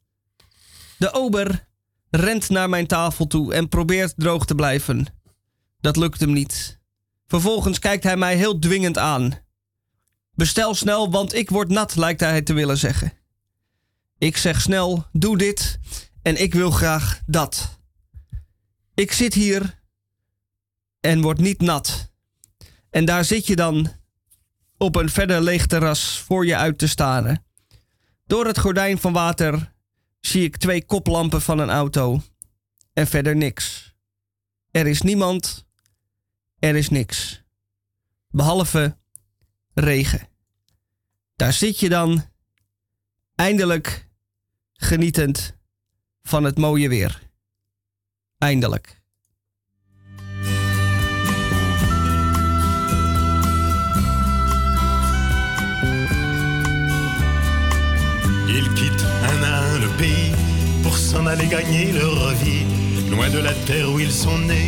Speaker 2: De ober rent naar mijn tafel toe en probeert droog te blijven. Dat lukt hem niet. Vervolgens kijkt hij mij heel dwingend aan. Bestel snel, want ik word nat, lijkt hij te willen zeggen. Ik zeg snel, doe dit en ik wil graag dat. Ik zit hier en word niet nat. En daar zit je dan op een verder leeg terras voor je uit te staren. Door het gordijn van water zie ik twee koplampen van een auto en verder niks. Er is niemand, er is niks. Behalve regen. Daar zit je dan, eindelijk genietend van het mooie weer. Eindelijk.
Speaker 10: Ils quittent un à un le pays pour s'en aller gagner leur vie, loin de la terre où ils sont nés.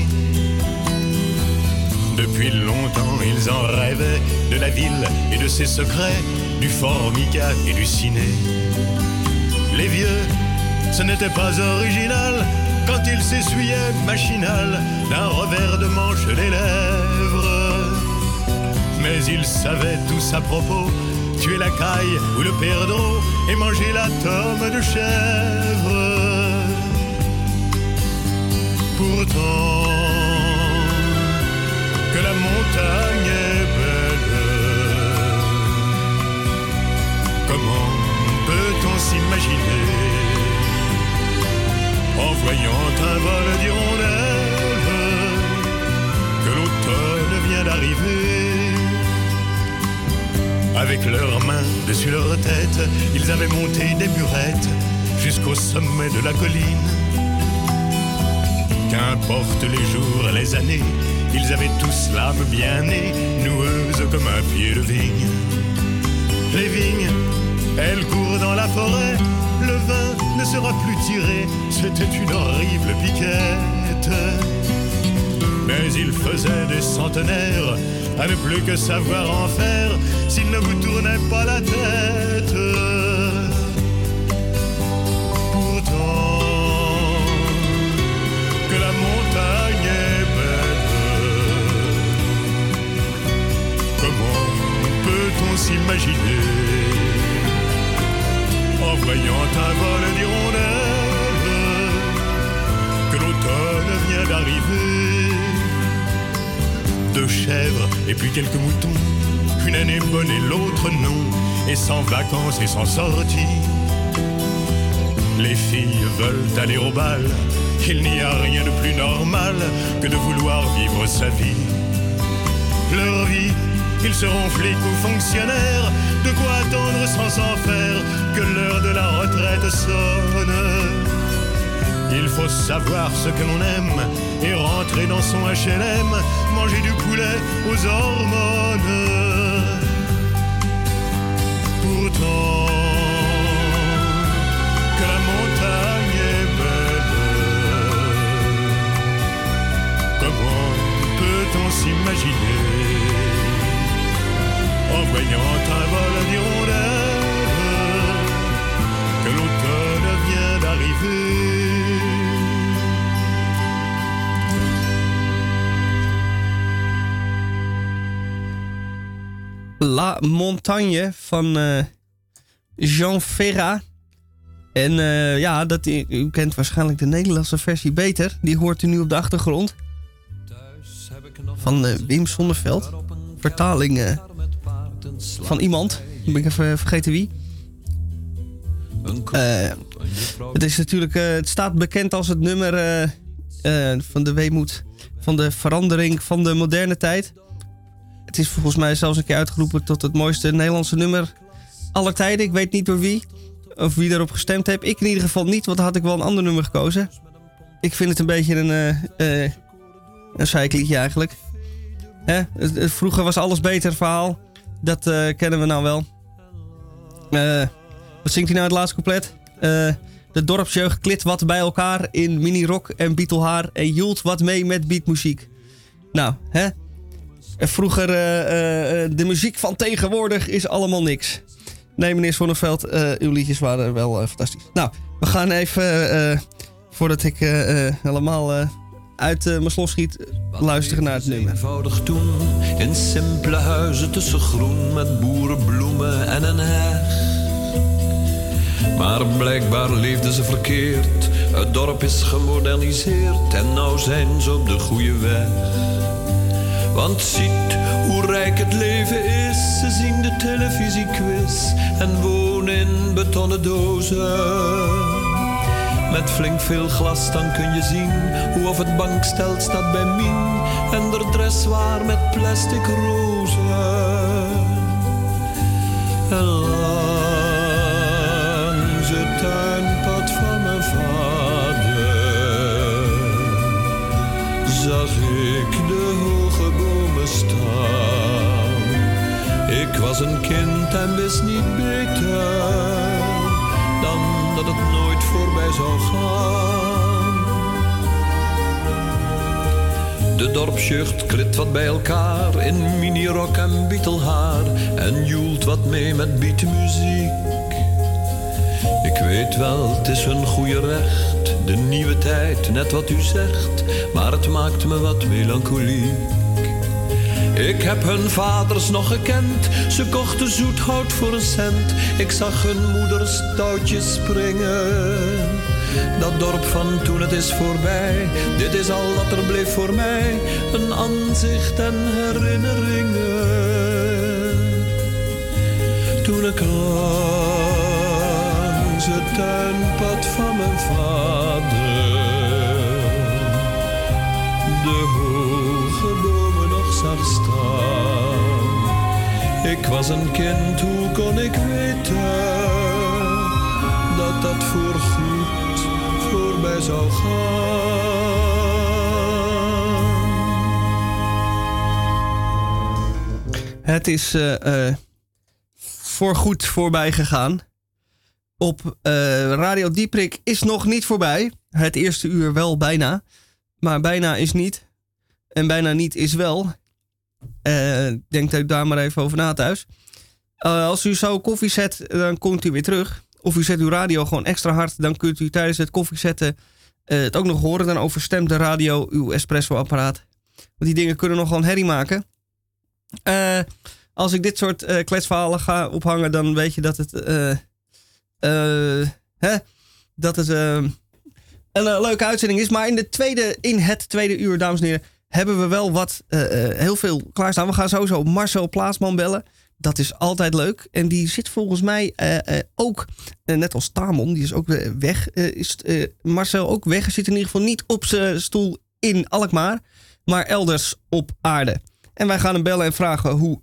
Speaker 10: Depuis longtemps, ils en rêvaient de la ville et de ses secrets, du formica et du ciné. Les vieux ce n'était pas original quand il s'essuyait machinal d'un revers de manche les lèvres. Mais il savait tous à propos, tuer la caille ou le perdreau et manger la tome de chèvre. Pourtant, que la montagne est belle, comment peut-on s'imaginer en voyant un vol d'hirondelles que l'automne vient d'arriver? Avec leurs mains dessus leur tête, ils avaient monté des burettes jusqu'au sommet de la colline. Qu'importe les jours, les années, ils avaient tous l'âme bien née, noueuse comme un pied de vigne. Les vignes, elles courent dans la forêt, le vin ne sera plus tiré, c'était une horrible piquette. Mais il faisait des centenaires à ne plus que savoir en faire s'il ne vous tournait pas la tête. Pourtant, que la montagne est belle, comment peut-on s'imaginer en voyant un vol d'hirondelles que l'automne vient d'arriver? Deux chèvres et puis quelques moutons, une année bonne et l'autre non, et sans vacances et sans sortie. Les filles veulent aller au bal, il n'y a rien de plus normal que de vouloir vivre sa vie. Leur vie, ils seront flics ou fonctionnaires, de quoi attendre sans s'en faire que l'heure de la retraite sonne. Il faut savoir ce que l'on aime et rentrer dans son H L M, manger du poulet aux hormones. Pourtant, que la montagne est belle, comment peut-on s'imaginer en voyant un vol d'hirondelles que l'automne vient d'arriver?
Speaker 2: La Montagne van uh, Jean Ferrat. En uh, ja, dat, u kent waarschijnlijk de Nederlandse versie beter. Die hoort u nu op de achtergrond. Van uh, Wim Sonneveld. Vertaling uh, van iemand. Ik ben even vergeten wie. Uh, het is natuurlijk, uh, het staat bekend als het nummer uh, uh, van de weemoed. Van de verandering van de moderne tijd. Het is volgens mij zelfs een keer uitgeroepen tot het mooiste Nederlandse nummer aller tijden. Ik weet niet door wie. Of wie daarop gestemd heeft. Ik in ieder geval niet, want dan had ik wel een ander nummer gekozen. Ik vind het een beetje een, uh, uh, een zeikliedje eigenlijk. Hè? Vroeger was alles beter verhaal. Dat uh, kennen we nou wel. Uh, wat zingt hij nou het laatste couplet? Uh, de dorpsjeugd klit wat bij elkaar in mini-rock en Beatlehaar en joelt wat mee met beatmuziek. Nou, hè? En vroeger, uh, uh, de muziek van tegenwoordig is allemaal niks. Nee, meneer Sonneveld, uh, uw liedjes waren wel uh, fantastisch. Nou, we gaan even, uh, voordat ik uh, uh, helemaal uh, uit uh, mijn slof schiet, luisteren naar het nummer.
Speaker 11: Eenvoudig toen, in simpele huizen tussen groen met boerenbloemen en een heg. Maar blijkbaar leefden ze verkeerd. Het dorp is gemoderniseerd en nou zijn ze op de goede weg. Want ziet hoe rijk het leven is. Ze zien de televisiequiz en wonen in betonnen dozen. Met flink veel glas dan kun je zien hoe of het bankstel staat bij Mien en de dressoir met plastic rozen. En langs het tuinpad van mijn vader zag ik de hoge bomen staan. Ik was een kind en wist niet beter dan dat het nooit voorbij zou gaan. De dorpsjeugd klit wat bij elkaar in minirok en Beatlehaar en joelt wat mee met beatmuziek. Ik weet wel, het is een goede recht, de nieuwe tijd, net wat u zegt, maar het maakt me wat melancholiek. Ik heb hun vaders nog gekend, ze kochten zoethout voor een cent. Ik zag hun moeders touwtjes springen. Dat dorp van toen, het is voorbij, dit is al wat er bleef voor mij. Een aanzicht en herinneringen. Toen ik langs het tuinpad van mijn vader de hoge bomen nog zag staan. Ik was een kind, hoe kon ik weten dat dat voorgoed voorbij zou gaan?
Speaker 2: Het is uh, uh, voorgoed voorbij gegaan. Op uh, Radio Dieprik is nog niet voorbij. Het eerste uur wel bijna. Maar bijna is niet. En bijna niet is wel. Uh, denk dat ik daar maar even over na thuis. Uh, als u zo koffie zet, dan komt u weer terug. Of u zet uw radio gewoon extra hard. Dan kunt u tijdens het koffiezetten uh, het ook nog horen. Dan overstemt de radio uw espresso-apparaat. Want die dingen kunnen nog gewoon herrie maken. Uh, als ik dit soort uh, kletsverhalen ga ophangen, dan weet je dat het... Uh, uh, hè, dat het uh, een uh, leuke uitzending is. Maar in, de tweede, in het tweede uur, dames en heren, hebben we wel wat uh, uh, heel veel klaarstaan. We gaan sowieso Marcel Plaatsman bellen. Dat is altijd leuk. En die zit volgens mij uh, uh, ook, uh, net als Tamon, die is ook uh, weg. Uh, is uh, Marcel ook weg? Hij zit in ieder geval niet op zijn stoel in Alkmaar, maar elders op aarde. En wij gaan hem bellen en vragen hoe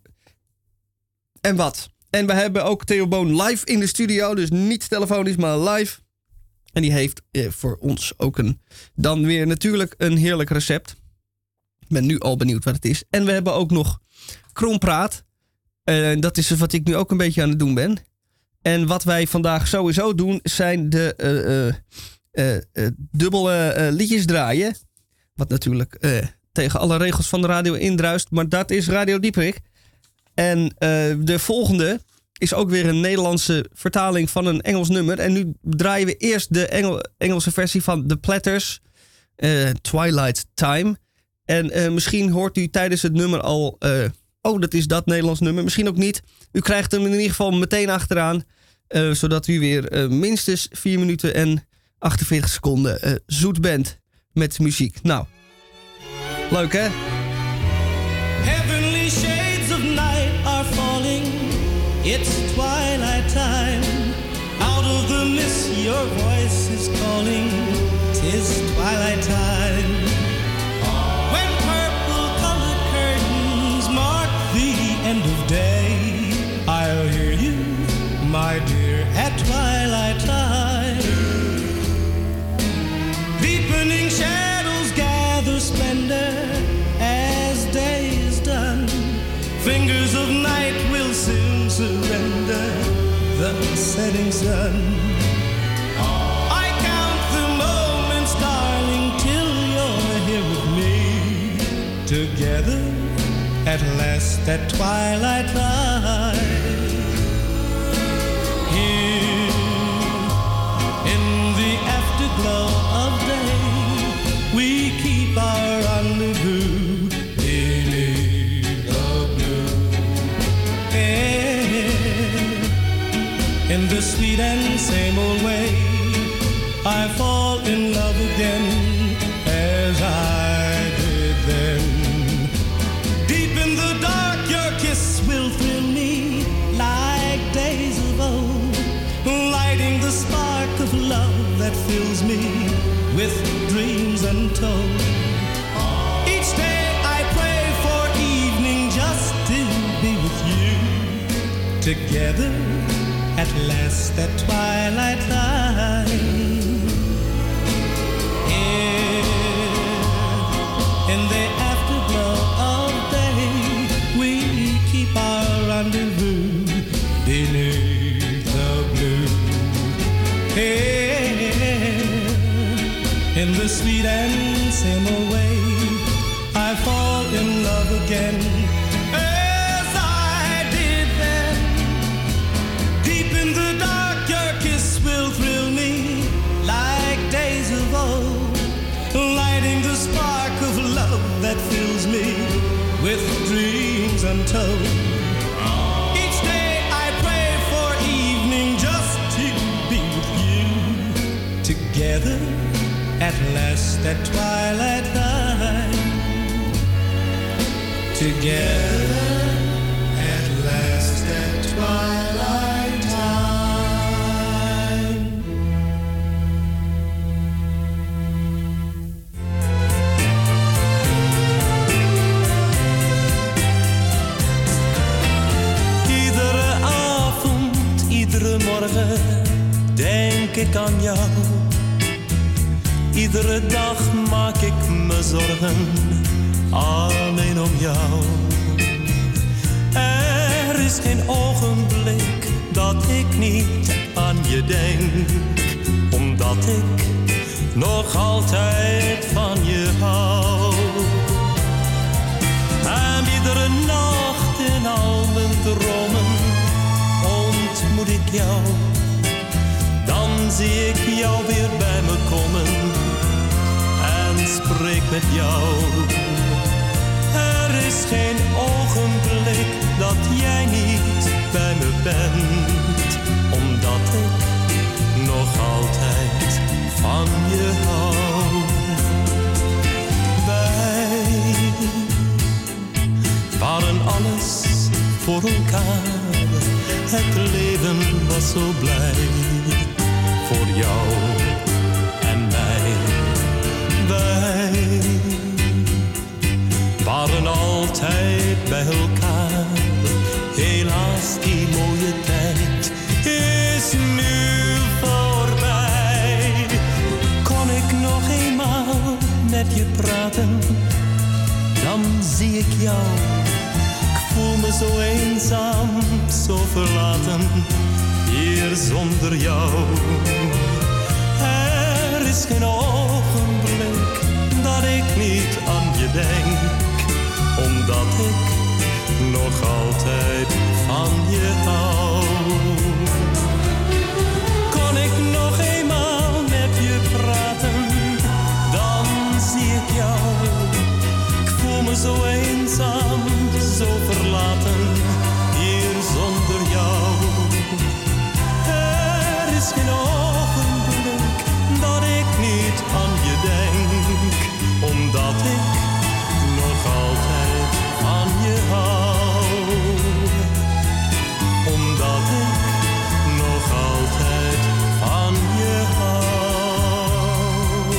Speaker 2: en wat. En we hebben ook Theo Boon live in de studio. Dus niet telefonisch, maar live. En die heeft uh, voor ons ook een, dan weer natuurlijk een heerlijk recept. Ik ben nu al benieuwd wat het is. En we hebben ook nog Krompraat. Uh, dat is wat ik nu ook een beetje aan het doen ben. En wat wij vandaag sowieso doen, zijn de uh, uh, uh, uh, dubbele uh, liedjes draaien. Wat natuurlijk uh, tegen alle regels van de radio indruist. Maar dat is Radio Dieprik. En uh, de volgende is ook weer een Nederlandse vertaling van een Engels nummer. En nu draaien we eerst de Engel, Engelse versie van The Platters. Uh, Twilight Time. En uh, misschien hoort u tijdens het nummer al... Uh, oh, dat is dat Nederlands nummer. Misschien ook niet. U krijgt hem in ieder geval meteen achteraan. Uh, zodat u weer uh, minstens vier minuten en achtenveertig seconden uh, zoet bent met muziek. Nou, leuk hè?
Speaker 12: Heavenly shades of night are falling. It's twilight time. Out of the mist your voice is calling. 'Tis twilight time. When purple colored curtains mark the end of day, I'll hear you, my dear, at twilight time. Deepening shadows gather splendor as day is done. Fingers of night will soon surrender the setting sun. I count the moments, darling, till you're here with me. Together at last at twilight time. Here in the afterglow of day, we keep our rendezvous beneath the blue. Yeah. In the sweet and same old way, I fall in love again as I did then. Deep in the dark, your kiss will thrill me like days of old, lighting the spark of love that fills me with dreams untold. Each day I pray for evening just to be with you. Together at last at twilight time. Yeah. In the afterglow of day, we keep our rendezvous beneath the blue. Yeah. In the sweet and same old way, I fall in love again as I did then. Deep in the dark, your kiss will thrill untold. Each day I pray for evening just to be with you. Together at last at twilight time. Together at last at twilight time. Iedere avond, iedere morgen denk ik aan jou. Iedere dag maak ik me zorgen, alleen om jou. Er is geen ogenblik dat ik niet aan je denk, omdat ik nog altijd van je hou. En iedere nacht in al mijn dromen ontmoet ik jou. Dan zie ik jou weer bij me komen en spreek met jou. Er is geen ogenblik dat jij niet bij me bent, omdat ik nog altijd van je hou. Wij waren alles voor elkaar, het leven was zo blij. Voor jou en mij. Wij waren altijd bij elkaar. Helaas, die mooie tijd is nu voorbij. Kon ik nog eenmaal met je praten, dan zie ik jou. Ik voel me zo eenzaam, zo verlaten. Hier zonder jou. Er is geen ogenblik dat ik niet aan je denk, omdat ik nog altijd van je hou. Kon ik nog eenmaal met je praten, dan zie ik jou. Ik voel me zo eenzaam, zo verlaten, hier zonder jou. Er is geen ogenblik dat ik niet aan je denk, omdat ik nog altijd van je hou. Omdat ik nog altijd van je hou.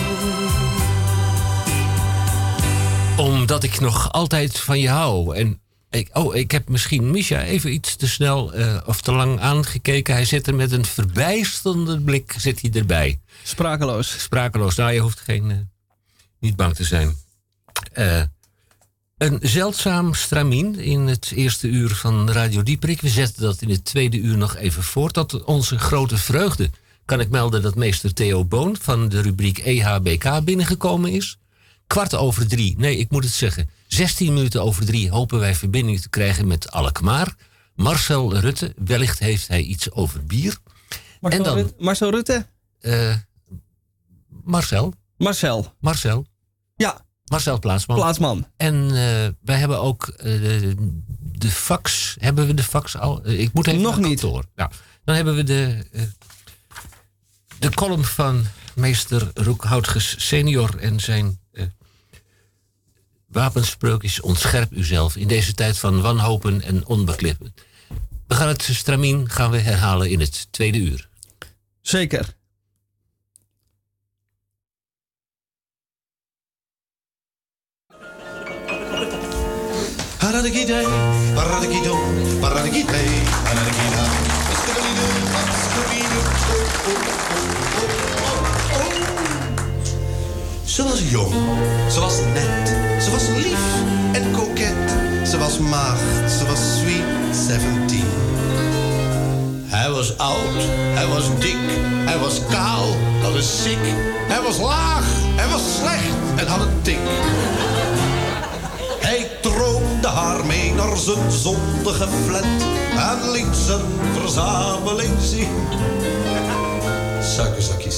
Speaker 1: Omdat ik nog altijd van je hou. En ik, oh, ik heb misschien Misha even iets te snel uh, of te lang aangekeken. Hij zit er met een verbijsterende blik zit hij erbij.
Speaker 2: Sprakeloos.
Speaker 1: Sprakeloos. Nou, je hoeft geen, uh, niet bang te zijn. Uh, een zeldzaam stramien in het eerste uur van Radio Dieperik. We zetten dat in het tweede uur nog even voort. Tot onze grote vreugde kan ik melden dat meester Theo Boon van de rubriek E H B K binnengekomen is. Kwart over drie, nee, ik moet het zeggen. zestien minuten over drie hopen wij verbinding te krijgen met Alkmaar. Marcel Rutte, wellicht heeft hij iets over bier.
Speaker 2: Marcel,
Speaker 1: en dan,
Speaker 2: Rutte, Marcel Rutte?
Speaker 1: Uh, Marcel.
Speaker 2: Marcel.
Speaker 1: Marcel.
Speaker 2: Ja.
Speaker 1: Marcel Plaatsman.
Speaker 2: Plaatsman.
Speaker 1: En uh, wij hebben ook uh, de fax. Hebben we de fax al? Uh, ik moet even
Speaker 2: nog niet.
Speaker 1: Nou, dan hebben we de, uh, de column van meester Roek Houtges senior en zijn uh, wapenspreukjes ontscherp uzelf in deze tijd van wanhopen en onbeklippen. We gaan het stramien gaan we herhalen in het tweede uur.
Speaker 2: Zeker.
Speaker 13: Paradikidee, paradikidoo, paradikidee, paradikida. Ze was jong, ze was net, ze was lief en koket. Ze was maagd, ze was sweet seventeen. Hij was oud, hij was dik, hij was kaal, dat is ziek. Hij was laag, hij was slecht en had een tik. Hij droomde haar mee naar zijn zondige flat en liet zijn verzameling zien. Zakkezakjes.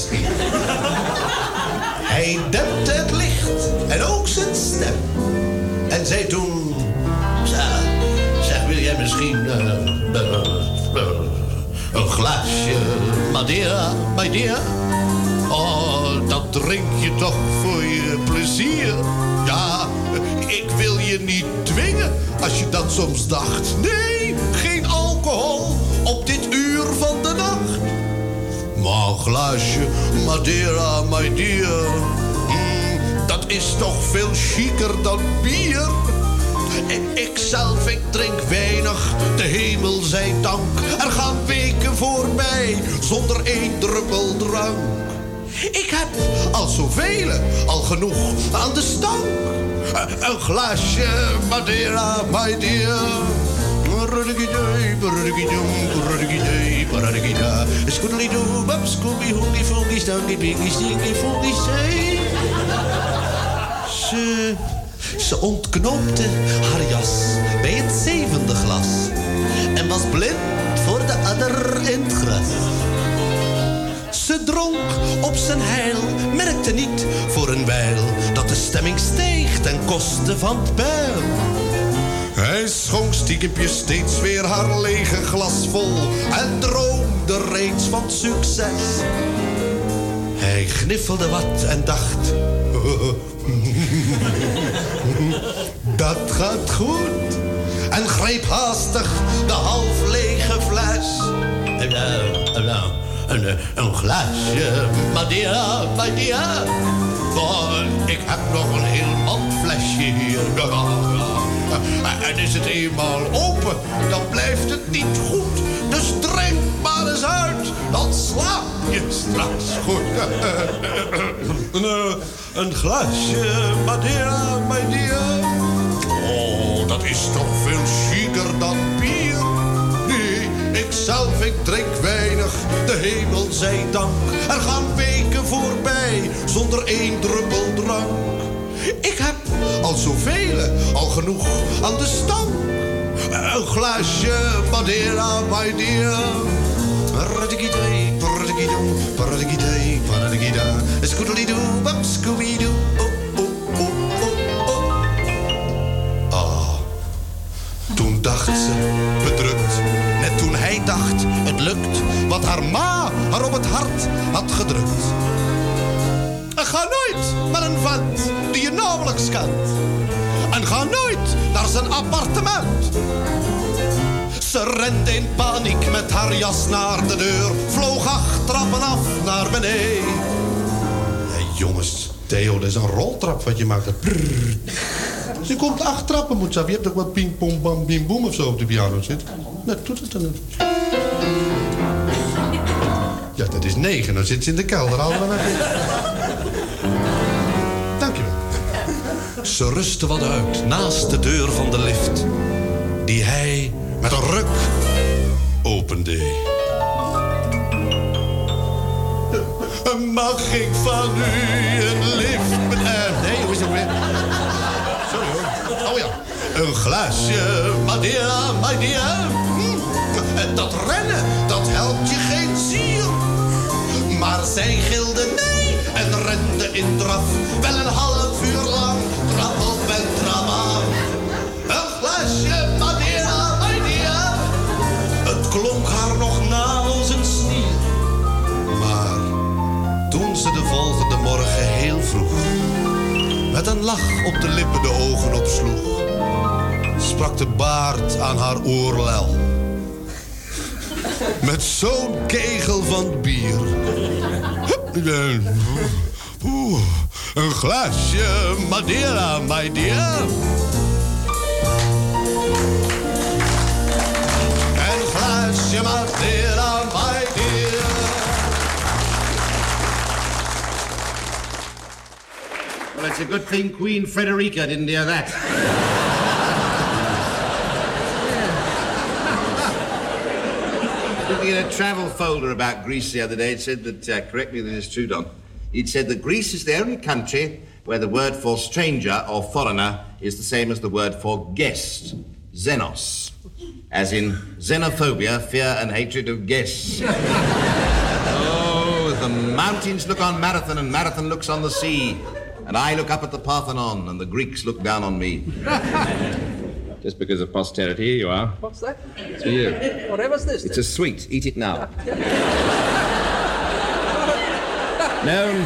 Speaker 13: Hij dempte het licht en ook zijn stem. En zei toen, wil jij misschien uh, uh, uh, een glaasje Madeira, my dear? Oh, dat drink je toch voor je plezier? Ja, ik wil je niet dwingen als je dat soms dacht. Nee, geen alcohol op dit uur van de nacht. Maar een glaasje Madeira, my dear, mm, dat is toch veel chiquer dan bier. Ik zelf, ik drink weinig, de hemel zij dank. Er gaan weken voorbij, zonder één druppel drank. Ik heb al zoveel, al genoeg aan de stank. Een glaasje Madeira, my dear. Ze, ze ontknoopte haar jas bij het zevende glas en was blind voor de adder in het gras. Ze dronk op zijn heil, merkte niet voor een wijl dat de stemming steeg ten koste van het pijl. Hij schonk stiekempjes steeds weer haar lege glas vol en droomde reeds van succes. Hij gniffelde wat en dacht, dat gaat goed. En greep haastig de half lege fles. En nou, nou, een, een glaasje Madeira, Madeira. Want ik heb nog een heel handflesje hier. En is het eenmaal open, dan blijft het niet goed. Dus drink maar eens uit, dan slaap je straks goed. een, een glaasje Madeira, my dear. Oh, dat is toch veel chiquer dan bier. Nee, ik zelf, ik drink weinig, de hemel zij dank. Er gaan weken voorbij, zonder één druppel drank. Ik heb al zoveel, al genoeg aan de stank. Een glaasje Madeira, my dear. Paradigidee, paradigidoo, paradigidee, paradigida. Scoodalidoo, bap, scooby-doo. Oh, oh, oh, oh, oh. Ah, toen dacht ze, bedrukt, net toen hij dacht, het lukt, wat haar ma haar op het hart had gedrukt. Ga nooit met een vent die je nauwelijks kent. En ga nooit naar zijn appartement. Ze rende in paniek met haar jas naar de deur. Vloog acht trappen af naar beneden. Hey, jongens, Theo, dat is een roltrap wat je maakt. Ze komt acht trappen, moet ze af. Je hebt ook wat ping, pong, bam, bim, boem of zo op de piano zitten. Dat doet het dan niet. Ja, dat is negen. Dan zit ze in de kelder. Allemaal weg. Dankjewel. Ze rustte wat uit naast de deur van de lift, die hij met een ruk opende. Mag ik van u een lift met... Uh, nee, hoe is het weer? Sorry hoor. Oh ja. Een glaasje Madeira, my dear. Hm. Dat rennen, dat helpt je geen zier. Maar zij gilde nee en rende in draf. Wel een half uur lang, trap op en trap aan. Een glaasje Madeira, my dear. Het klonk haar nog na als een snier. Maar toen ze de volgende morgen heel vroeg met een lach op de lippen de ogen opsloeg, sprak de baard aan haar oorlel met zo'n kegel van bier. Oeh, een glaasje Madeira, my dear. Een glaasje Madeira, my dear.
Speaker 14: Well, it's a good thing Queen Frederica didn't hear that. Looking at a travel folder about Greece the other day, it said that, uh, correct me if this is true, Don, it said that Greece is the only country where the word for stranger or foreigner is the same as the word for guest, xenos, as in xenophobia, fear and hatred of guests. Oh, the mountains look on Marathon and Marathon looks on the sea, and I look up at the Parthenon and the Greeks look down on me. just because of posterity. Here you are.
Speaker 15: What's that?
Speaker 14: It's for you.
Speaker 15: Whatever's this?
Speaker 14: It's a sweet. Eat it now. Known...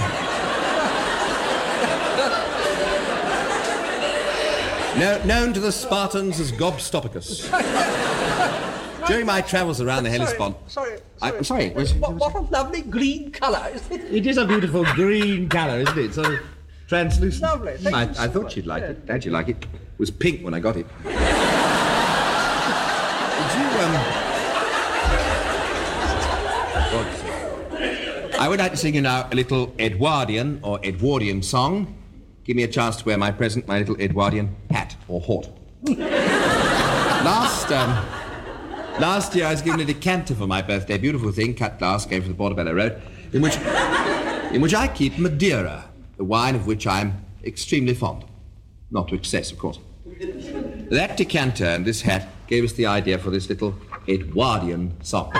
Speaker 14: No, known to the Spartans as Gobstoppicus. During my travels around the Hellespont...
Speaker 15: Sorry,
Speaker 14: I, I'm sorry. Was,
Speaker 15: What, what a lovely green colour, isn't it?
Speaker 14: it is a beautiful green colour, isn't it? Sort of translucent.
Speaker 15: Lovely. Thank
Speaker 14: I,
Speaker 15: you so
Speaker 14: I thought
Speaker 15: much.
Speaker 14: you'd like
Speaker 15: Yeah.
Speaker 14: it. Glad you like it. It was pink when I got it. Did you, um... I would like to sing you now a little Edwardian or Edwardian song. Give me a chance to wear my present, my little Edwardian hat or hort. Last, um... Last year I was given a decanter for my birthday. Beautiful thing, cut glass, came from the Portobello Road, in which, in which I keep Madeira, the wine of which I'm extremely fond. Not to excess, of course. That decanter and this hat gave us the idea for this little Edwardian song.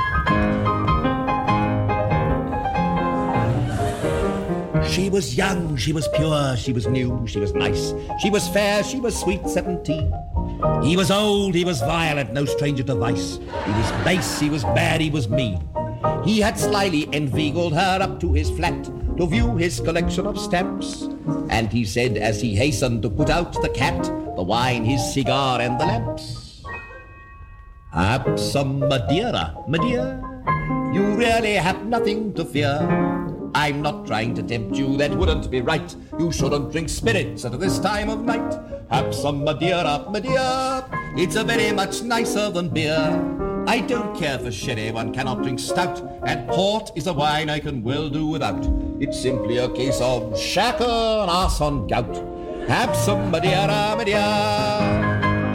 Speaker 14: She was young, she was pure, she was new, she was nice. She was fair, she was sweet, seventeen. He was old, he was violent, no stranger to vice. He was base, he was bad, he was mean. He had slyly inveigled her up to his flat to view his collection of stamps. And he said as he hastened to put out the cat, the wine, his cigar, and the lamps, "Have some Madeira, Madeira. You really have nothing to fear. I'm not trying to tempt you, that wouldn't be right. You shouldn't drink spirits at this time of night. Have some Madeira, Madeira. It's a very much nicer than beer. I don't care for sherry, one cannot drink stout, and port is a wine I can well do without. It's simply a case of shaker and arse on gout. Have some Madeira, Madeira."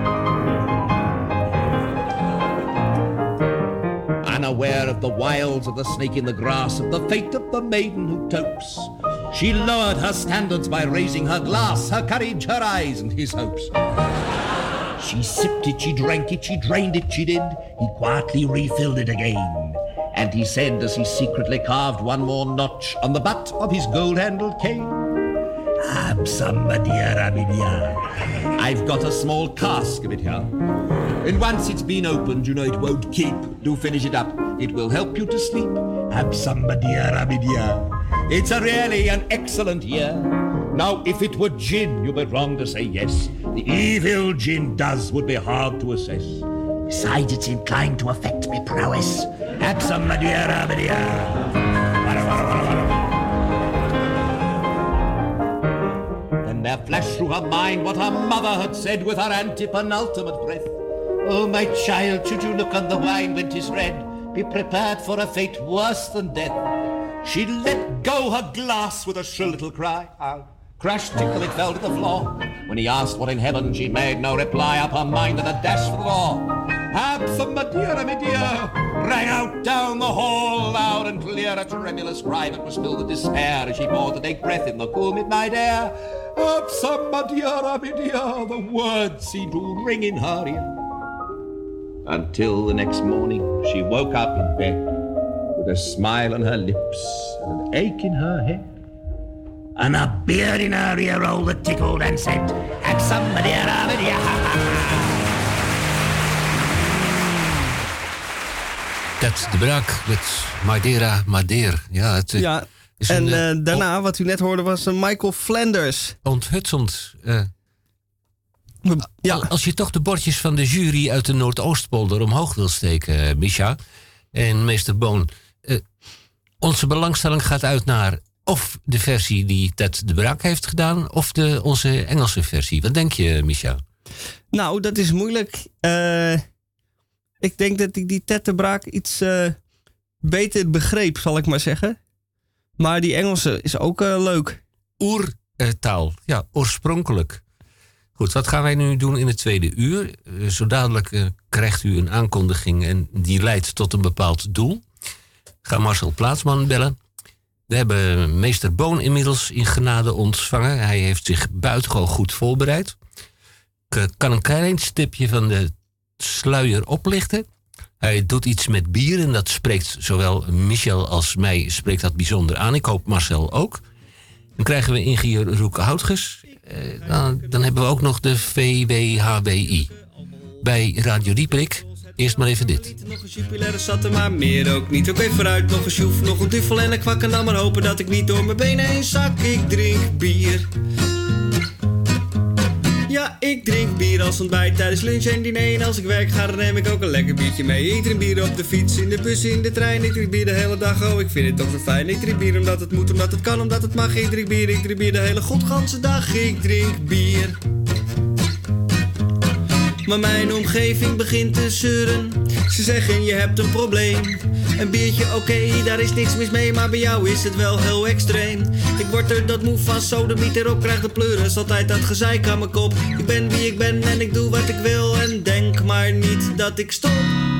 Speaker 14: Unaware of the wiles of the snake in the grass, of the fate of the maiden who topes, she lowered her standards by raising her glass, her courage, her eyes, and his hopes. She sipped it, she drank it, she drained it, she did. He quietly refilled it again. And he said as he secretly carved one more notch on the butt of his gold-handled cane, "Have some Madeira, Madeira. I've got a small cask of it here. And once it's been opened, you know it won't keep. Do finish it up. It will help you to sleep. Have some Madeira, Madeira. It's a really an excellent year. Now, if it were gin, you'd be wrong to say yes. The evil gin does would be hard to assess. Besides, it's inclined to affect me prowess. Have some Madeira, Madeira." Wada, wada, wada, wada. Then there flashed through her mind what her mother had said with her antepenultimate breath. "Oh, my child, should you look on the wine when 'tis red, be prepared for a fate worse than death." She let go her glass with a shrill little cry. Crash, tinkle, it fell to the floor. When he asked what in heaven, she made no reply. Up her mind and a dash for the door. "Have some Madeira, Madeira," rang out down the hall, loud and clear. A tremulous cry that was filled with despair as she paused to take breath in the cool midnight air. "Have some Madeira, Madeira," the words seemed to ring in her ear. Until the next morning she woke up in bed with a smile on her lips and an ache in her head, and a beard in her ear roll that tickled and said, "Have some Madeira, Madeira."
Speaker 1: Ted de Braak met Madeira, Madeira. Ja, het, eh,
Speaker 2: Ja,
Speaker 1: is
Speaker 2: en
Speaker 1: een,
Speaker 2: eh,
Speaker 1: eh,
Speaker 2: daarna, wat u net hoorde, was uh, Michael Flanders.
Speaker 1: Onthutsend. eh.
Speaker 2: Ja.
Speaker 1: Als je toch de bordjes van de jury uit de Noordoostpolder omhoog wil steken, eh, Misha en meester Boon. eh, onze belangstelling gaat uit naar of de versie die Ted de Braak heeft gedaan, of de, onze Engelse versie. Wat denk je, Misha?
Speaker 2: Nou, dat is moeilijk. Eh, ik denk dat ik die Ted de Braak iets eh, beter begreep, zal ik maar zeggen. Maar die Engelse is ook eh, leuk.
Speaker 1: Oertaal, ja, oorspronkelijk. Goed, wat gaan wij nu doen in het tweede uur? Uh, zo dadelijk uh, krijgt u een aankondiging en die leidt tot een bepaald doel. Ga Marcel Plaatsman bellen. We hebben meester Boon inmiddels in genade ontvangen. Hij heeft zich buitengewoon goed voorbereid. Ik kan een klein stipje van de sluier oplichten. Hij doet iets met bier en dat spreekt zowel Michel als mij spreekt dat bijzonder aan. Ik hoop Marcel ook. Dan krijgen we ingenieur Roek Houtges. Uh, dan, dan hebben we ook nog de V W H B I. bij Radio Dieperik. Eerst maar even dit.
Speaker 2: Nog een jupiler zat er maar meer ook niet. Oké, vooruit, nog een sjoef, nog een duvel en een kwak. En dan maar hopen dat ik niet door mijn benen heen zak. Ik drink bier. Ja, ik drink bier als ontbijt tijdens lunch en diner. En als ik werk ga, dan neem ik ook een lekker biertje mee. Ik drink bier op de fiets, in de bus, in de trein. Ik drink bier de hele dag, oh, ik vind het toch zo fijn. Ik drink bier omdat het moet, omdat het kan, omdat het mag. Ik drink bier, ik drink bier de hele godganse dag. Ik drink bier. Maar mijn omgeving begint te zeuren. Ze zeggen je hebt een probleem. Een biertje, oké, okay, daar is niks mis mee. Maar bij jou is het wel heel extreem. Ik word er dat moe van, sodemiet erop, krijg de pleuren. Is altijd dat gezeik aan mijn kop. Ik ben wie ik ben en ik doe wat ik wil. En denk maar niet dat ik stop.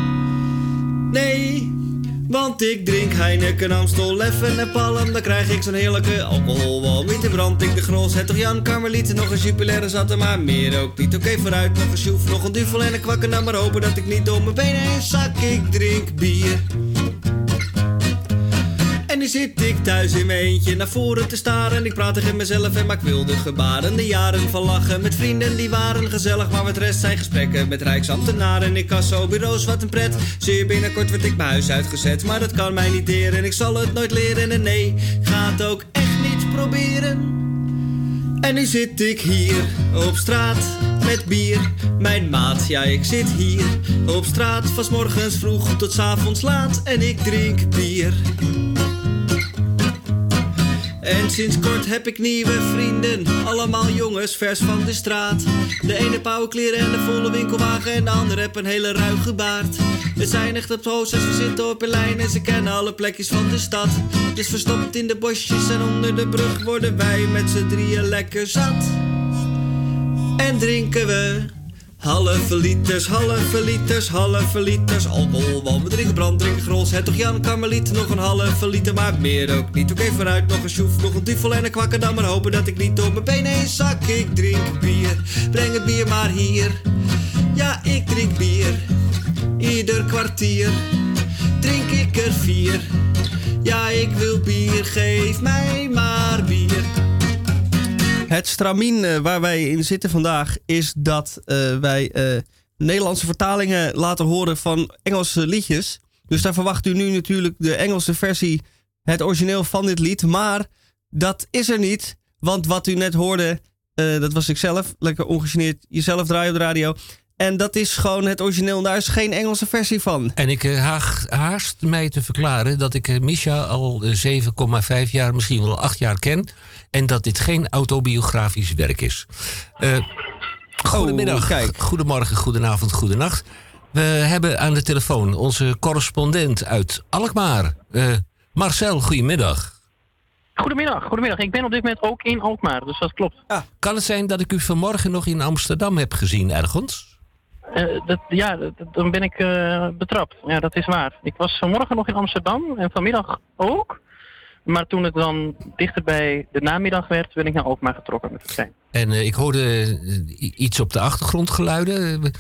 Speaker 2: Nee, want ik drink Heineken, Amstel, Leffen en Palm. Dan krijg ik zo'n heerlijke alcoholwalm. Niet de brand, ik de gros, het toch Jan Karmeliet. Nog een jupiler zat er maar meer ook niet. Oké, okay, vooruit, nog een sjoef, nog een duvel en een kwak. En dan maar hopen dat ik niet door mijn benen heen zak. Ik drink bier. En nu zit ik thuis in mijn eentje naar voren te staren. Ik praat tegen mezelf en maak wilde gebaren. De jaren van lachen met vrienden die waren gezellig. Maar met rest zijn gesprekken met rijksambtenaren. Ik kasso bureaus, wat een pret. Zeer binnenkort word ik mijn huis uitgezet. Maar dat kan mij niet deren, ik zal het nooit leren. En nee, ga het ook echt niet proberen. En nu zit ik hier op straat met bier. Mijn maat, ja ik zit hier op straat. Van 's morgens vroeg tot 's avonds laat. En ik drink bier. En sinds kort heb ik nieuwe vrienden. Allemaal jongens vers van de straat. De ene pauwen kleren en een volle winkelwagen. En de andere heb een hele ruige baard. Het zijn echt op de hoogst, ze zitten op een lijn. En ze kennen alle plekjes van de stad. Dus verstopt in de bosjes en onder de brug worden wij met z'n drieën lekker zat. En drinken we halve liters, halve liters, halve liters alcohol. Want we drinken brand, drinken gros, het toch Jan Karmeliet. Nog een halve liter, maar meer ook niet. Oké, okay, vooruit, nog een sjoef, nog een duvel en een kwak. En dan maar hopen dat ik niet door mijn benen heen zak. Ik drink bier, breng het bier maar hier. Ja, ik drink bier, ieder kwartier drink ik er vier. Ja, ik wil bier, geef mij maar bier. Het stramien uh, waar wij in zitten vandaag is dat uh, wij uh, Nederlandse vertalingen laten horen van Engelse liedjes. Dus daar verwacht u nu natuurlijk de Engelse versie, het origineel van dit lied. Maar dat is er niet, want wat u net hoorde, uh, dat was ik zelf. Lekker ongegeneerd jezelf draaien op de radio. En dat is gewoon het origineel, daar is geen Engelse versie van.
Speaker 1: En ik uh, haag, haast mij te verklaren dat ik uh, Misha al uh, zeven komma vijf jaar, misschien wel acht jaar ken. En dat dit geen autobiografisch werk is. Uh, goedemiddag, oh, kijk. Goedemorgen, goedenavond, goedenacht. We hebben aan de telefoon onze correspondent uit Alkmaar. Uh, Marcel, goedemiddag.
Speaker 16: Goedemiddag, goedemiddag. Ik ben op dit moment ook in Alkmaar, dus dat klopt.
Speaker 1: Ah, kan het zijn dat ik u vanmorgen nog in Amsterdam heb gezien ergens?
Speaker 16: Uh, dat, ja, dat, dan ben ik uh, betrapt. Ja, dat is waar. Ik was vanmorgen nog in Amsterdam en vanmiddag ook. Maar toen het dan dichter bij de namiddag werd, ben ik naar Alkmaar getrokken met de trein.
Speaker 1: En uh, ik hoorde uh, iets op de achtergrond geluiden. Uh,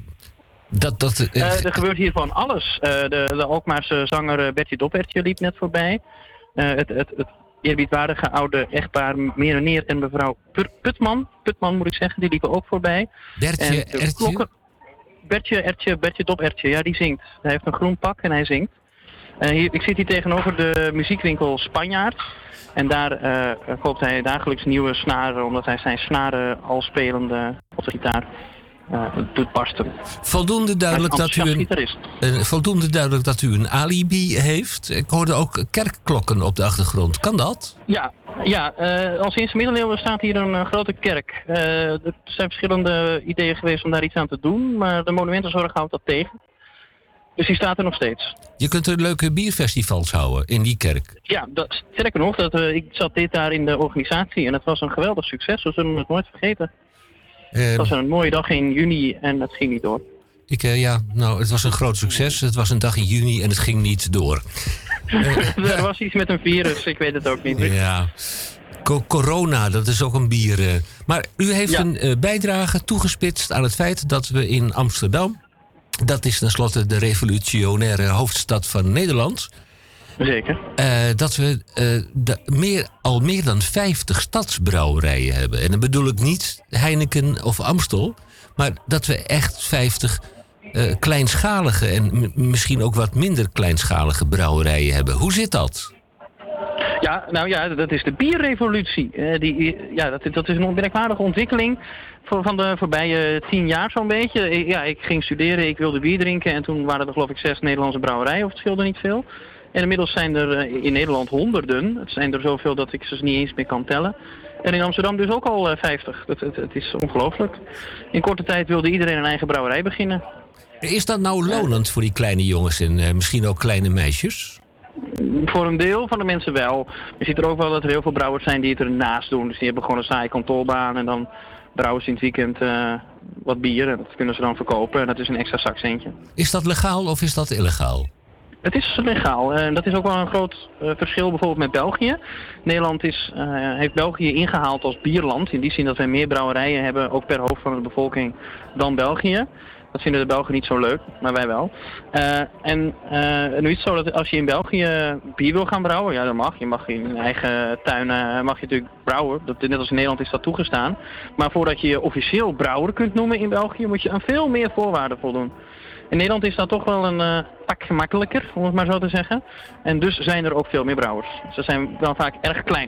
Speaker 1: dat, dat, uh,
Speaker 16: uh, er gebeurt hier van alles. Uh, de, de Alkmaarse zanger uh, Bertje Dopertje liep net voorbij. Uh, het, het, het eerbiedwaardige oude echtpaar meneer en mevrouw Putman. Putman moet ik zeggen, die liepen ook voorbij.
Speaker 1: Bertje, Ertje?
Speaker 16: Klokken... Bertje, Ertje, Bertje Dopertje, ja die zingt. Hij heeft een groen pak en hij zingt. Uh, hier, ik zit hier tegenover de muziekwinkel Spanjaard. En daar uh, koopt hij dagelijks nieuwe snaren, omdat hij zijn snaren al spelende op de gitaar uh, doet barsten.
Speaker 1: Voldoende duidelijk, dat u een, een, voldoende duidelijk dat u een alibi heeft. Ik hoorde ook kerkklokken op de achtergrond. Kan dat?
Speaker 16: Ja, ja uh, al sinds de middeleeuwen staat hier een uh, grote kerk. Uh, er zijn verschillende ideeën geweest om daar iets aan te doen, maar de monumentenzorg houdt dat tegen. Dus die staat er nog steeds.
Speaker 1: Je kunt er leuke bierfestivals houden in die kerk.
Speaker 16: Ja, dat, sterker nog, dat, uh, ik zat dit daar in de organisatie en het was een geweldig succes. We zullen het nooit vergeten. Uh, het was een mooie dag in juni en het ging niet door.
Speaker 1: Ik, uh, ja, nou, het was een groot succes. Het was een dag in juni en het ging niet door.
Speaker 16: uh, er was iets met een virus, ik weet het ook niet.
Speaker 1: Ja, Co- corona, dat is ook een bier. Uh. Maar u heeft ja. een uh, bijdrage toegespitst aan het feit dat we in Amsterdam... Dat is tenslotte de revolutionaire hoofdstad van Nederland.
Speaker 16: Zeker.
Speaker 1: Uh, dat we uh, de, meer, al meer dan vijftig stadsbrouwerijen hebben. En dan bedoel ik niet Heineken of Amstel, Maar dat we echt vijftig uh, kleinschalige en m- misschien ook wat minder kleinschalige brouwerijen hebben. Hoe zit dat?
Speaker 16: Ja, nou ja, dat is de bierrevolutie. Uh, die, ja, dat, dat is een onmerkwaardige ontwikkeling voor, van de voorbije tien jaar zo'n beetje. Ik, ja, ik ging studeren, ik wilde bier drinken en toen waren er geloof ik zes Nederlandse brouwerijen, of het scheelde niet veel. En inmiddels zijn er uh, in Nederland honderden. Het zijn er zoveel dat ik ze niet eens meer kan tellen. En in Amsterdam dus ook al uh, vijftig. Het, het, het is ongelooflijk. In korte tijd wilde iedereen een eigen brouwerij beginnen.
Speaker 1: Is dat nou lonend voor die kleine jongens en uh, misschien ook kleine meisjes?
Speaker 16: Voor een deel van de mensen wel. Je ziet er ook wel dat er heel veel brouwers zijn die het ernaast doen. Dus die hebben gewoon een saaie kantoorbaan en dan brouwen ze in het weekend uh, wat bier. En dat kunnen ze dan verkopen en dat is een extra zakcentje.
Speaker 1: Is dat legaal of is dat illegaal?
Speaker 16: Het is legaal en dat is ook wel een groot uh, verschil bijvoorbeeld met België. Nederland is, uh, heeft België ingehaald als bierland. In die zin dat wij meer brouwerijen hebben, ook per hoofd van de bevolking, dan België. Dat vinden de Belgen niet zo leuk, maar wij wel. Uh, en uh, nu is het zo dat als je in België bier wil gaan brouwen, ja dat mag. Je mag in je eigen tuin uh, mag je natuurlijk brouwen. Dat, net als in Nederland is dat toegestaan. Maar voordat je je officieel brouwer kunt noemen in België, moet je aan veel meer voorwaarden voldoen. In Nederland is dat toch wel een uh, pak gemakkelijker, om het maar zo te zeggen. En dus zijn er ook veel meer brouwers. Ze zijn dan vaak erg klein.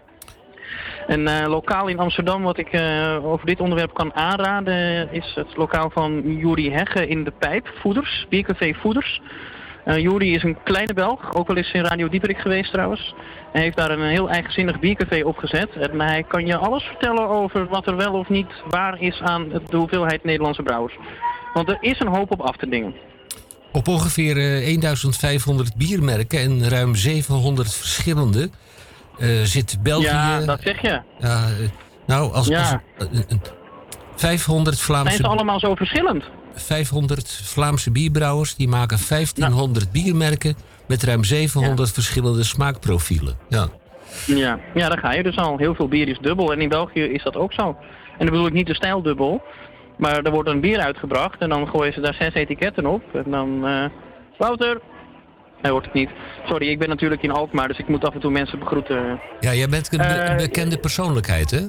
Speaker 16: En uh, lokaal in Amsterdam, wat ik uh, over dit onderwerp kan aanraden, is het lokaal van Juri Hegge in de Pijp, Voeders, Biercafé Voeders. Uh, Juri is een kleine Belg, ook wel eens in Radio Dieperik geweest trouwens. Hij heeft daar een heel eigenzinnig biercafé opgezet. En hij kan je alles vertellen over wat er wel of niet waar is aan de hoeveelheid Nederlandse brouwers. Want er is een hoop op af te dingen.
Speaker 1: Op ongeveer uh, vijftienhonderd biermerken en ruim zevenhonderd verschillende uh, zit België...
Speaker 16: Ja, dat zeg je.
Speaker 1: Uh, nou, als,
Speaker 16: ja.
Speaker 1: als uh, uh, vijfhonderd Vlaamse...
Speaker 16: Zijn ze allemaal zo verschillend?
Speaker 1: vijfhonderd Vlaamse bierbrouwers, die maken vijftienhonderd nou. biermerken met ruim zevenhonderd ja. verschillende smaakprofielen. Ja.
Speaker 16: Ja. ja, daar ga je dus al. Heel veel bier is dubbel en in België is dat ook zo. En dan bedoel ik niet de stijl dubbel. Maar er wordt een bier uitgebracht en dan gooien ze daar zes etiketten op. En dan... Uh, Wouter! Hij hoort het niet. Sorry, ik ben natuurlijk in Alkmaar, dus ik moet af en toe mensen begroeten.
Speaker 1: Ja, jij bent een, be- een bekende persoonlijkheid, hè?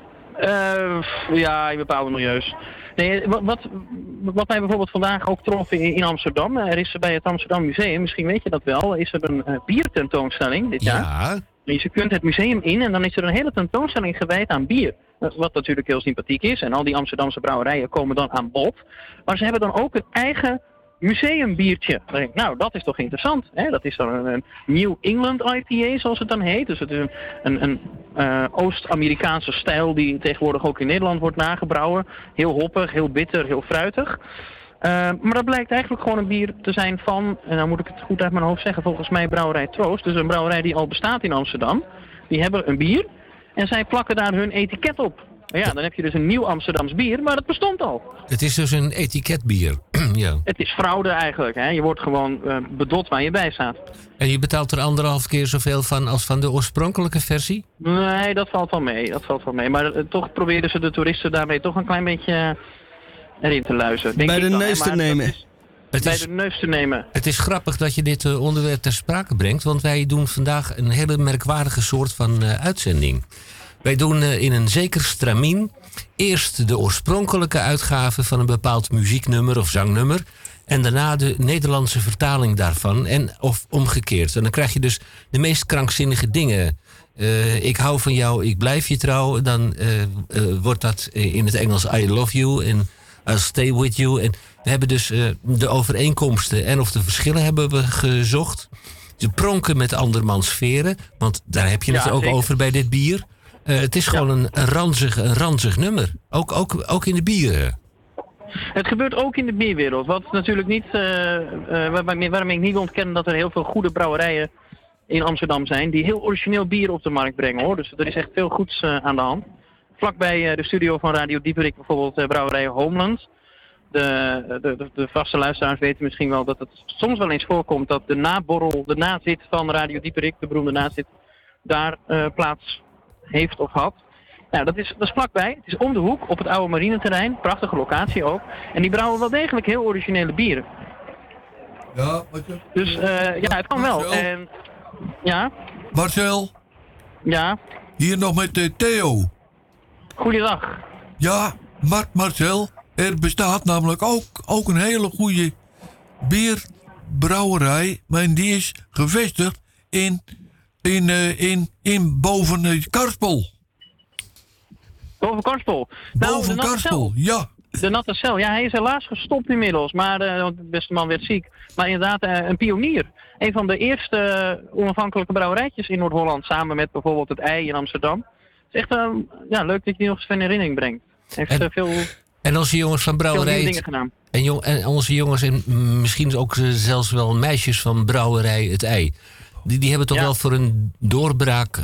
Speaker 16: Uh, ja, in bepaalde milieus. Nee, wat, wat, wat mij bijvoorbeeld vandaag ook trof in, in Amsterdam. Er is bij het Amsterdam Museum, misschien weet je dat wel, is er een uh, biertentoonstelling dit jaar.
Speaker 1: Ja.
Speaker 16: Dus je kunt het museum in en dan is er een hele tentoonstelling gewijd aan bier. Wat natuurlijk heel sympathiek is. En al die Amsterdamse brouwerijen komen dan aan bod. Maar ze hebben dan ook een eigen museumbiertje. Dan denk ik, nou, dat is toch interessant. Hè? Dat is dan een, een New England I P A, zoals het dan heet. Dus het is een, een, een uh, Oost-Amerikaanse stijl die tegenwoordig ook in Nederland wordt nagebrouwen. Heel hoppig, heel bitter, heel fruitig. Uh, maar dat blijkt eigenlijk gewoon een bier te zijn van, en dan moet ik het goed uit mijn hoofd zeggen, volgens mij brouwerij Troost. Dus een brouwerij die al bestaat in Amsterdam. Die hebben een bier en zij plakken daar hun etiket op. Ja, dan heb je dus een nieuw Amsterdams bier, maar dat bestond al.
Speaker 1: Het is dus een etiketbier. Ja.
Speaker 16: Het is fraude eigenlijk. Hè? Je wordt gewoon uh, bedot waar je bij staat.
Speaker 1: En je betaalt er anderhalf keer zoveel van als van de oorspronkelijke versie?
Speaker 16: Nee, dat valt wel mee. Dat valt wel mee. Maar uh, toch probeerden ze de toeristen daarmee toch een klein beetje uh, erin te luizen. Denk
Speaker 2: bij de
Speaker 16: dan,
Speaker 2: neus te nemen.
Speaker 16: Is,
Speaker 1: het
Speaker 16: bij
Speaker 1: is,
Speaker 16: de neus te nemen.
Speaker 1: Het is grappig dat je dit uh, onderwerp ter sprake brengt, want wij doen vandaag een hele merkwaardige soort van uh, uitzending. Wij doen uh, in een zeker stramien eerst de oorspronkelijke uitgave van een bepaald muzieknummer of zangnummer en daarna de Nederlandse vertaling daarvan en of omgekeerd. En dan krijg je dus de meest krankzinnige dingen. Uh, ik hou van jou, ik blijf je trouw. Dan uh, uh, wordt dat in het Engels I love you en I'll stay with you. En we hebben dus uh, de overeenkomsten en of de verschillen hebben we gezocht. Ze pronken met andermans veren, want daar heb je het
Speaker 16: ja,
Speaker 1: ook
Speaker 16: zeker.
Speaker 1: over bij dit bier. Uh, het is gewoon ja. een, een, ranzig, een ranzig nummer. Ook, ook, ook in de bieren.
Speaker 16: Het gebeurt ook in de bierwereld. Wat natuurlijk niet, uh, uh, waar, waarom ik niet ontken dat er heel veel goede brouwerijen in Amsterdam zijn die heel origineel bier op de markt brengen, hoor. Dus er is echt veel goeds uh, aan de hand. Vlakbij uh, de studio van Radio Dieperik bijvoorbeeld uh, brouwerij Homeland. De, de, de, de vaste luisteraars weten misschien wel dat het soms wel eens voorkomt dat de naborrel, de nazit van Radio Dieperik, de beroemde nazit, daar uh, plaats heeft of had. Nou, dat is, dat is vlakbij. Het is om de hoek op het oude marineterrein. Prachtige locatie ook. En die brouwen wel degelijk heel originele bieren.
Speaker 17: Ja, wat je...
Speaker 16: Dus uh, ja, het kan
Speaker 17: Marcel?
Speaker 16: wel. En, ja?
Speaker 17: Marcel?
Speaker 16: Ja?
Speaker 17: Hier nog met uh, Theo.
Speaker 16: Goeiedag.
Speaker 17: Ja, Mart Marcel. Er bestaat namelijk ook, ook een hele goede bierbrouwerij. Maar die is gevestigd in, in, uh, in, in boven uh, Karspel.
Speaker 16: Boven Karspel? Nou,
Speaker 17: Boven Karspel, ja.
Speaker 16: De Natte Cel, ja, hij is helaas gestopt inmiddels. Maar uh, want de beste man werd ziek. Maar inderdaad, uh, een pionier. Een van de eerste uh, onafhankelijke brouwerijtjes in Noord-Holland. Samen met bijvoorbeeld het Ei in Amsterdam. Het is echt uh, ja, leuk dat je die nog eens in herinnering brengt. Heeft
Speaker 1: En-
Speaker 16: uh, veel,
Speaker 1: En onze jongens van
Speaker 16: veel nieuwe
Speaker 1: brouwerij...
Speaker 16: dingen gedaan.
Speaker 1: En, jong, en onze jongens en mm, misschien ook eh, zelfs wel meisjes van brouwerij Het Ei. Die, die hebben toch wel voor een doorbraak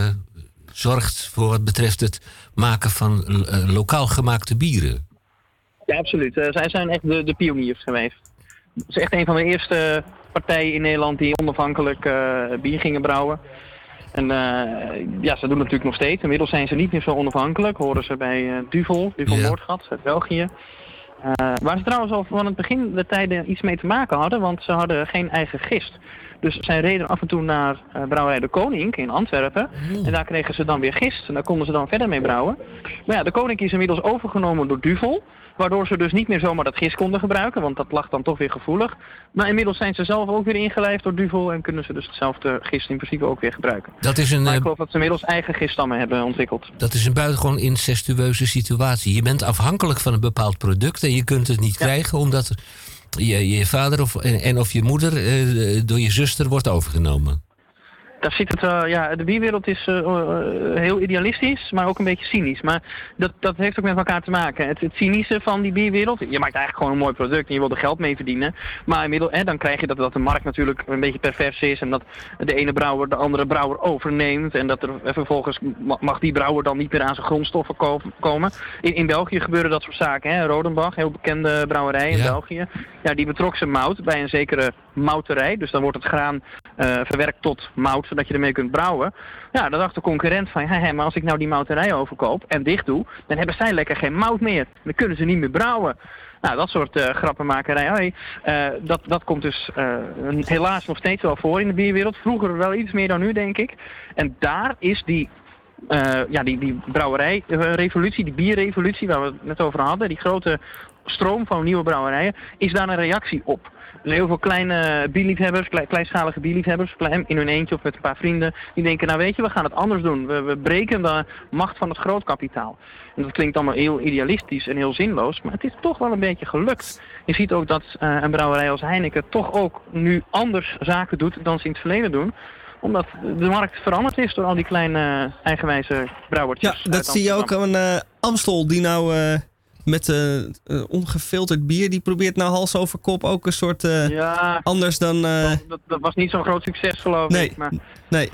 Speaker 1: gezorgd voor wat betreft het maken van eh, lokaal gemaakte bieren.
Speaker 16: Ja, absoluut. Uh, zij zijn echt de, de pioniers geweest. Het is echt een van de eerste partijen in Nederland die onafhankelijk uh, bier gingen brouwen. En uh, ja, ze doen het natuurlijk nog steeds. Inmiddels zijn ze niet meer zo onafhankelijk. Horen ze bij uh, Duvel, Duvel
Speaker 1: Ja.
Speaker 16: Noordgat uit België. Uh, waar ze trouwens al van het begin de tijden iets mee te maken hadden, want ze hadden geen eigen gist. Dus zij reden af en toe naar uh, brouwerij De Koning in Antwerpen. En daar kregen ze dan weer gist en daar konden ze dan verder mee brouwen. Maar ja, De Koning is inmiddels overgenomen door Duvel. Waardoor ze dus niet meer zomaar dat gist konden gebruiken, want dat lag dan toch weer gevoelig. Maar inmiddels zijn ze zelf ook weer ingelijfd door Duvel en kunnen ze dus hetzelfde gist in principe ook weer gebruiken.
Speaker 1: Dat is een,
Speaker 16: Maar ik
Speaker 1: eh,
Speaker 16: geloof dat ze inmiddels eigen giststammen hebben ontwikkeld.
Speaker 1: Dat is een buitengewoon incestueuze situatie. Je bent afhankelijk van een bepaald product en je kunt het niet krijgen omdat je, je vader of, en, en of je moeder eh, door je zuster wordt overgenomen.
Speaker 16: Daar zit het, uh, ja, de bierwereld is uh, uh, heel idealistisch, maar ook een beetje cynisch. Maar dat, dat heeft ook met elkaar te maken. Het, het cynische van die bierwereld, je maakt eigenlijk gewoon een mooi product en je wil er geld mee verdienen. Maar inmiddels, hè, dan krijg je dat, dat de markt natuurlijk een beetje pervers is en dat de ene brouwer de andere brouwer overneemt. En dat er vervolgens mag die brouwer dan niet meer aan zijn grondstoffen ko- komen. In, in België gebeuren dat soort zaken. Hè. Rodenbach, heel bekende brouwerij in
Speaker 1: Ja.
Speaker 16: België. Ja, die betrok zijn mout bij een zekere mouterij. Dus dan wordt het graan uh, verwerkt tot mout, zodat je ermee kunt brouwen. Ja, dan dacht de concurrent van, hé, hé, maar als ik nou die mouterij overkoop en dicht doe, dan hebben zij lekker geen mout meer. Dan kunnen ze niet meer brouwen. Nou, dat soort uh, grappenmakerij, hey, uh, dat, dat komt dus uh, helaas nog steeds wel voor in de bierwereld. Vroeger wel iets meer dan nu, denk ik. En daar is die, uh, ja, die, die brouwerijrevolutie, die bierrevolutie waar we het net over hadden, die grote stroom van nieuwe brouwerijen, is daar een reactie op. Dus heel veel kleine bierliefhebbers, klei, kleinschalige bierliefhebbers, klein, in hun eentje of met een paar vrienden, die denken, nou weet je, we gaan het anders doen. We, we breken de macht van het grootkapitaal. En dat klinkt allemaal heel idealistisch en heel zinloos, maar het is toch wel een beetje gelukt. Je ziet ook dat uh, een brouwerij als Heineken toch ook nu anders zaken doet dan ze in het verleden doen. Omdat de markt veranderd is door al die kleine eigenwijze brouwertjes.
Speaker 2: Ja, dat zie je ook aan uh, Amstel, die nou uh, met uh, uh, ongefilterd bier, die probeert nou hals over kop ook een soort uh,
Speaker 16: ja,
Speaker 2: anders dan... Uh,
Speaker 16: dat, dat was niet zo'n groot succes, geloof
Speaker 2: nee,
Speaker 16: ik. Maar...
Speaker 2: nee.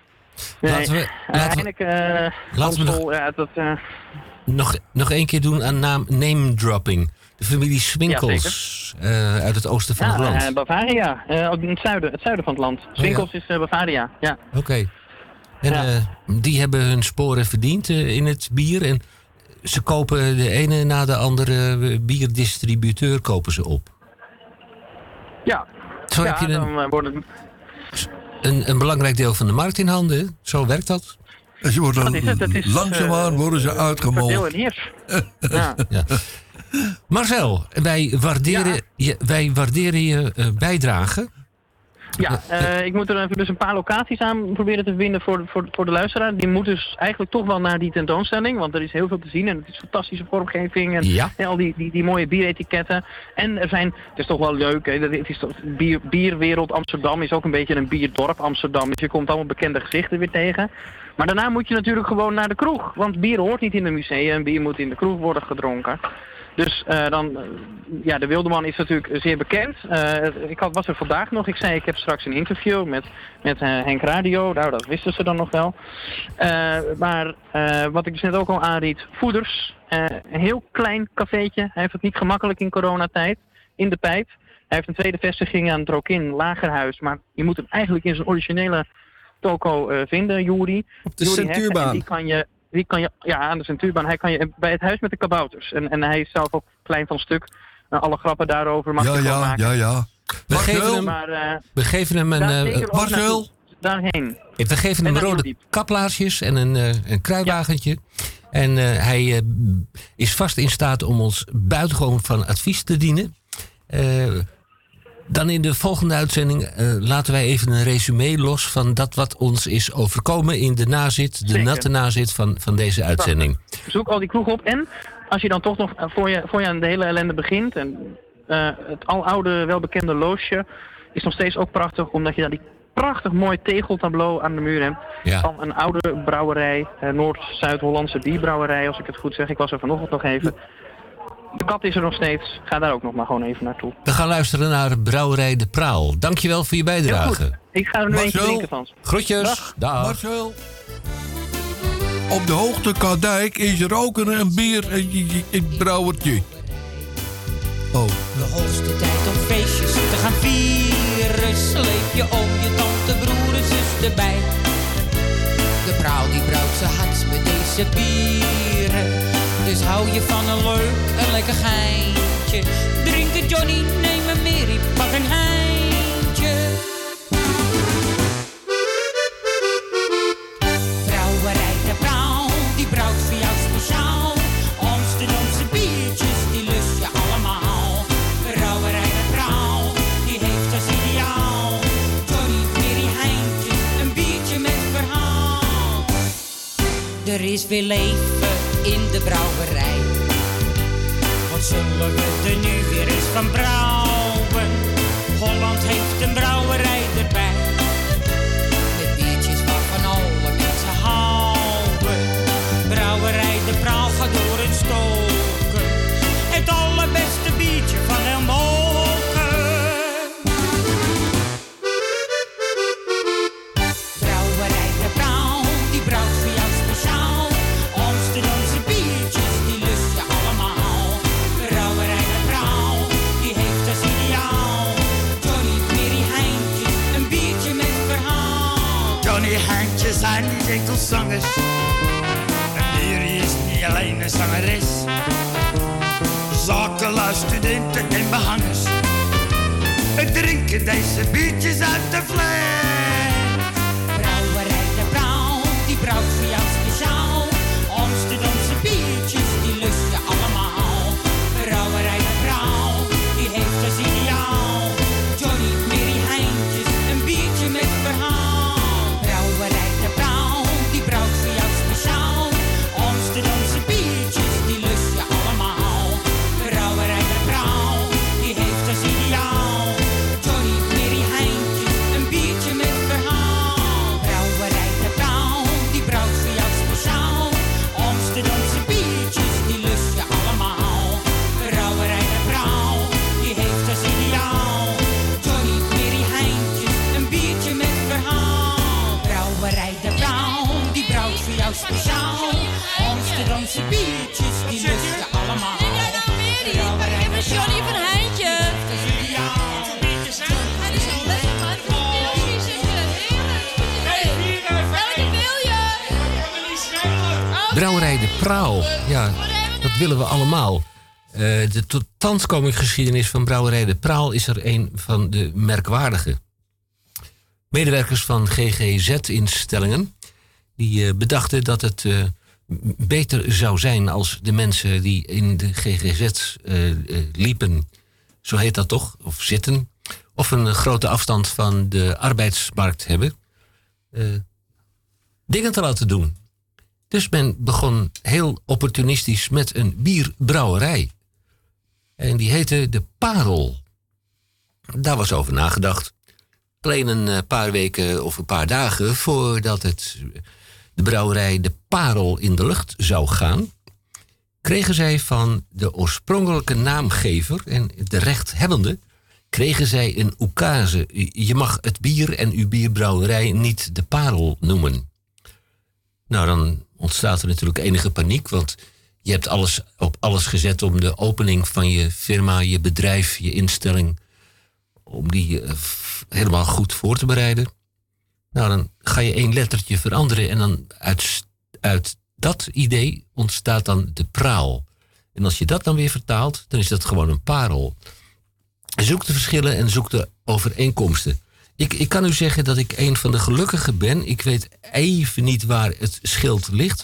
Speaker 16: Nee,
Speaker 1: Laten we,
Speaker 16: uh,
Speaker 1: laten we,
Speaker 16: Heineken, uh,
Speaker 1: laten we
Speaker 16: Amstel,
Speaker 1: nog,
Speaker 16: ja, dat... Uh,
Speaker 1: nog, nog één keer doen aan naam name dropping. De familie Swinkels
Speaker 16: Ja,
Speaker 1: uh, uit het oosten van
Speaker 16: ja,
Speaker 1: het land.
Speaker 16: Uh, Bavaria, uh, in het zuiden, het zuiden van het land. Swinkels is uh, Bavaria, ja.
Speaker 1: Oké. Okay. En
Speaker 16: Ja.
Speaker 1: uh, die hebben hun sporen verdiend uh, in het bier. En ze kopen de ene na de andere uh, bierdistributeur kopen ze op.
Speaker 16: Ja,
Speaker 1: Zo
Speaker 16: ja
Speaker 1: heb je een,
Speaker 16: dan uh, wordt het...
Speaker 1: een, een belangrijk deel van de markt in handen. Hè? Zo werkt dat.
Speaker 17: En ze worden
Speaker 16: Dat is het, dat is,
Speaker 17: langzaamaan
Speaker 16: uh,
Speaker 17: worden ze uitgemold.
Speaker 16: Verdeel en heers. Ja.
Speaker 1: Ja. Marcel, wij waarderen,
Speaker 16: Ja.
Speaker 1: je, wij waarderen je uh, bijdrage.
Speaker 16: Ja, uh, ik moet er even dus een paar locaties aan proberen te vinden voor, voor, voor de luisteraar. Die moet dus eigenlijk toch wel naar die tentoonstelling, want er is heel veel te zien en het is fantastische vormgeving en,
Speaker 1: Ja.
Speaker 16: en al die, die, die mooie bieretiketten. En er zijn, het is toch wel leuk, hè, het is toch, bier, bierwereld Amsterdam is ook een beetje een bierdorp Amsterdam, dus je komt allemaal bekende gezichten weer tegen. Maar daarna moet je natuurlijk gewoon naar de kroeg, want bier hoort niet in een museum, bier moet in de kroeg worden gedronken. Dus uh, dan, uh, ja, de Wildeman is natuurlijk zeer bekend. Uh, ik had, was er vandaag nog, ik zei ik heb straks een interview met, met uh, Henk Radio, nou dat wisten ze dan nog wel. Uh, maar uh, wat ik dus net ook al aanried, Voeders, uh, een heel klein cafeetje, hij heeft het niet gemakkelijk in coronatijd, in de pijp. Hij heeft een tweede vestiging aan het Rokin, Lagerhuis, maar je moet hem eigenlijk in zijn originele toko uh, vinden, Juri.
Speaker 2: Op de
Speaker 16: Juri
Speaker 2: Centuurbaan.
Speaker 16: Heggen, die kan je... Die kan je, ja, aan de Centuurbaan. Hij kan je bij het huis met de kabouters. En, en hij is zelf ook klein van stuk. Uh, alle grappen daarover mag
Speaker 17: Ja,
Speaker 16: je gewoon
Speaker 17: ja,
Speaker 16: maken.
Speaker 17: ja, ja.
Speaker 1: We geven
Speaker 17: Marcel,
Speaker 1: hem,
Speaker 16: Maar uh,
Speaker 1: we geven hem een,
Speaker 16: daar
Speaker 1: uh,
Speaker 16: zeker ook
Speaker 17: Marcel?
Speaker 16: naartoe. Daarheen.
Speaker 1: we geven hem
Speaker 16: En naar
Speaker 1: rode
Speaker 16: Nieuwdiep.
Speaker 1: kaplaarsjes en een, uh, een kruiwagentje. En uh, hij uh, is vast in staat om ons buitengewoon van advies te dienen. Uh, dan in de volgende uitzending uh, laten wij even een resume los van dat wat ons is overkomen in de nazit, de
Speaker 16: Zeker.
Speaker 1: natte nazit van, van deze uitzending.
Speaker 16: Zoek al die kroegen op. En als je dan toch nog, voor je, voor je aan de hele ellende begint... en uh, het aloude, welbekende loosje is nog steeds ook prachtig... omdat je daar die prachtig mooi tegeltableau aan de muur hebt...
Speaker 1: Ja.
Speaker 16: van een oude brouwerij, uh, Noord-Zuid-Hollandse bierbrouwerij... als ik het goed zeg. Ik was er vanochtend nog even. De kat is er nog steeds. Ga daar ook nog maar gewoon even naartoe.
Speaker 1: We gaan luisteren naar Brouwerij De Praal. Dankjewel voor je bijdrage.
Speaker 16: Ik ga er nu eentje drinken van.
Speaker 1: Groetjes.
Speaker 16: Dag.
Speaker 1: Dag.
Speaker 17: Marcel. Op de Hoogte Kadijk is er ook een, een bier, een, een brouwertje. Oh.
Speaker 18: De hoogste tijd om feestjes te gaan vieren. Sleep je oom, je tante, broer en zus erbij. De brouw die brouwt ze hart met deze bieren. Dus hou je van een leuk en lekker geintje. Drink een Johnny, neem een Mary, pak een heintje. Brouwerij De Praal, die brouwt voor jou speciaal. Amsterdamse biertjes, die lust je allemaal. Brouwerij De Praal, die heeft als ideaal. Johnny, Mary, heintjes, een biertje met verhaal. Er is weer leven in de brouwerij. Wat zullen we er nu weer eens van brouwen? Holland heeft een brouwerij erbij. Met biertjes waarvan alle mensen houden. Brouwerij De Praal gaat door het stoken. Het allerbeste biertje van El Moken. Brouwerij De Praal, die brouwt voor jou speciaal. Amsterdamse biertjes, die lust je allemaal. Brouwerij De Praal, die heeft als ideaal. Johnny, Mary, heintjes, een biertje met verhaal.
Speaker 19: Johnny Heintjes zijn niet enkel zangers. En Mary is niet alleen een zangeres. Zakenlui, studenten en behangers. Het drinken deze biertjes uit de fles.
Speaker 18: Brouwerij De Praal, die brouwt voor jou speciaal. Amsterdamse biertjes, die lust je allemaal. Brouwerij De Praal, die heeft als ideaal. Johnny, Mary, heintjes, een biertje met verhaal. Brouwerij De Praal, die brouwt voor jou speciaal. Amsterdamse biertjes, die lust je allemaal. Brouwerij De Praal, die heeft als ideaal. Johnny, Mary, heintjes, een biertje met verhaal. Brouwerij De Praal, die brouwt voor jou speciaal. Amsterdamse biertjes, die lust je allemaal. Brouwerij De Praal, die heeft als ideaal. Johnny, Mary, heintjes, een biertje met verhaal. Brouwerij De Praal, die brouwt voor jou speciaal. Amsterdamse biertjes, die lust je allemaal. Brouwerij De Praal,
Speaker 20: Johnny van Heintje.
Speaker 1: Brouwerij De Praal. Ja, dat willen we allemaal. Uh, de totstandkominggeschiedenis van Brouwerij De Praal is er een van de merkwaardige. Medewerkers van G G Z-instellingen die uh, bedachten dat het uh, beter zou zijn als de mensen die in de G G Z uh, uh, liepen, zo heet dat toch, of zitten, of een grote afstand van de arbeidsmarkt hebben, uh, dingen te laten doen. Dus men begon heel opportunistisch met een bierbrouwerij. En die heette De Parel. Daar was over nagedacht. Alleen een paar weken of een paar dagen voordat het, de brouwerij De Parel in de lucht zou gaan, kregen zij van de oorspronkelijke naamgever en de rechthebbende, kregen zij een oekase. Je mag het bier en uw bierbrouwerij niet De Parel noemen. Nou, dan ontstaat er natuurlijk enige paniek, want je hebt alles op alles gezet om de opening van je firma, je bedrijf, je instelling, om die uh, helemaal goed voor te bereiden. Nou, dan ga je één lettertje veranderen en dan uit, uit dat idee ontstaat dan De Praal. En als je dat dan weer vertaalt, dan is dat gewoon een parel. Zoek de verschillen en zoek de overeenkomsten. Ik, ik kan u zeggen dat ik een van de gelukkigen ben. Ik weet even niet waar het schild ligt.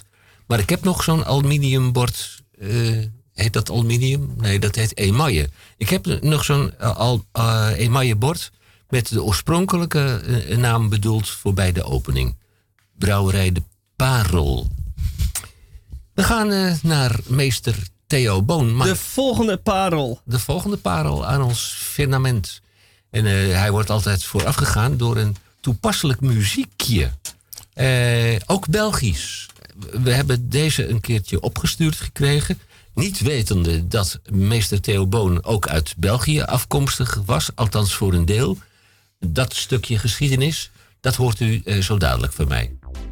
Speaker 1: Maar ik heb nog zo'n aluminiumbord. Uh, heet dat aluminium? Nee, dat heet emaille. Ik heb nog zo'n uh, al, uh, emaille bord met de oorspronkelijke uh, naam bedoeld voor bij de opening. Brouwerij de Parel. We gaan uh, naar meester Theo Boon. Maar
Speaker 2: de volgende parel.
Speaker 1: De volgende parel aan ons firmament. En uh, hij wordt altijd voorafgegaan door een toepasselijk muziekje. Uh, ook Belgisch. We hebben deze een keertje opgestuurd gekregen. Niet wetende dat meester Theo Boon ook uit België afkomstig was. Althans voor een deel. Dat stukje geschiedenis, dat hoort u uh, zo dadelijk van mij.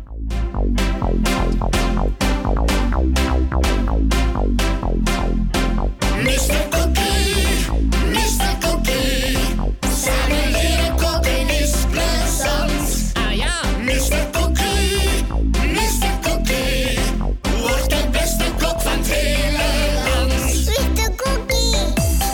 Speaker 9: mister Cookie, mister Cookie, samen leren koken is plezant. Ah ja, mister Cookie, mister Cookie, wordt de beste kok van het hele land. mister Cookie.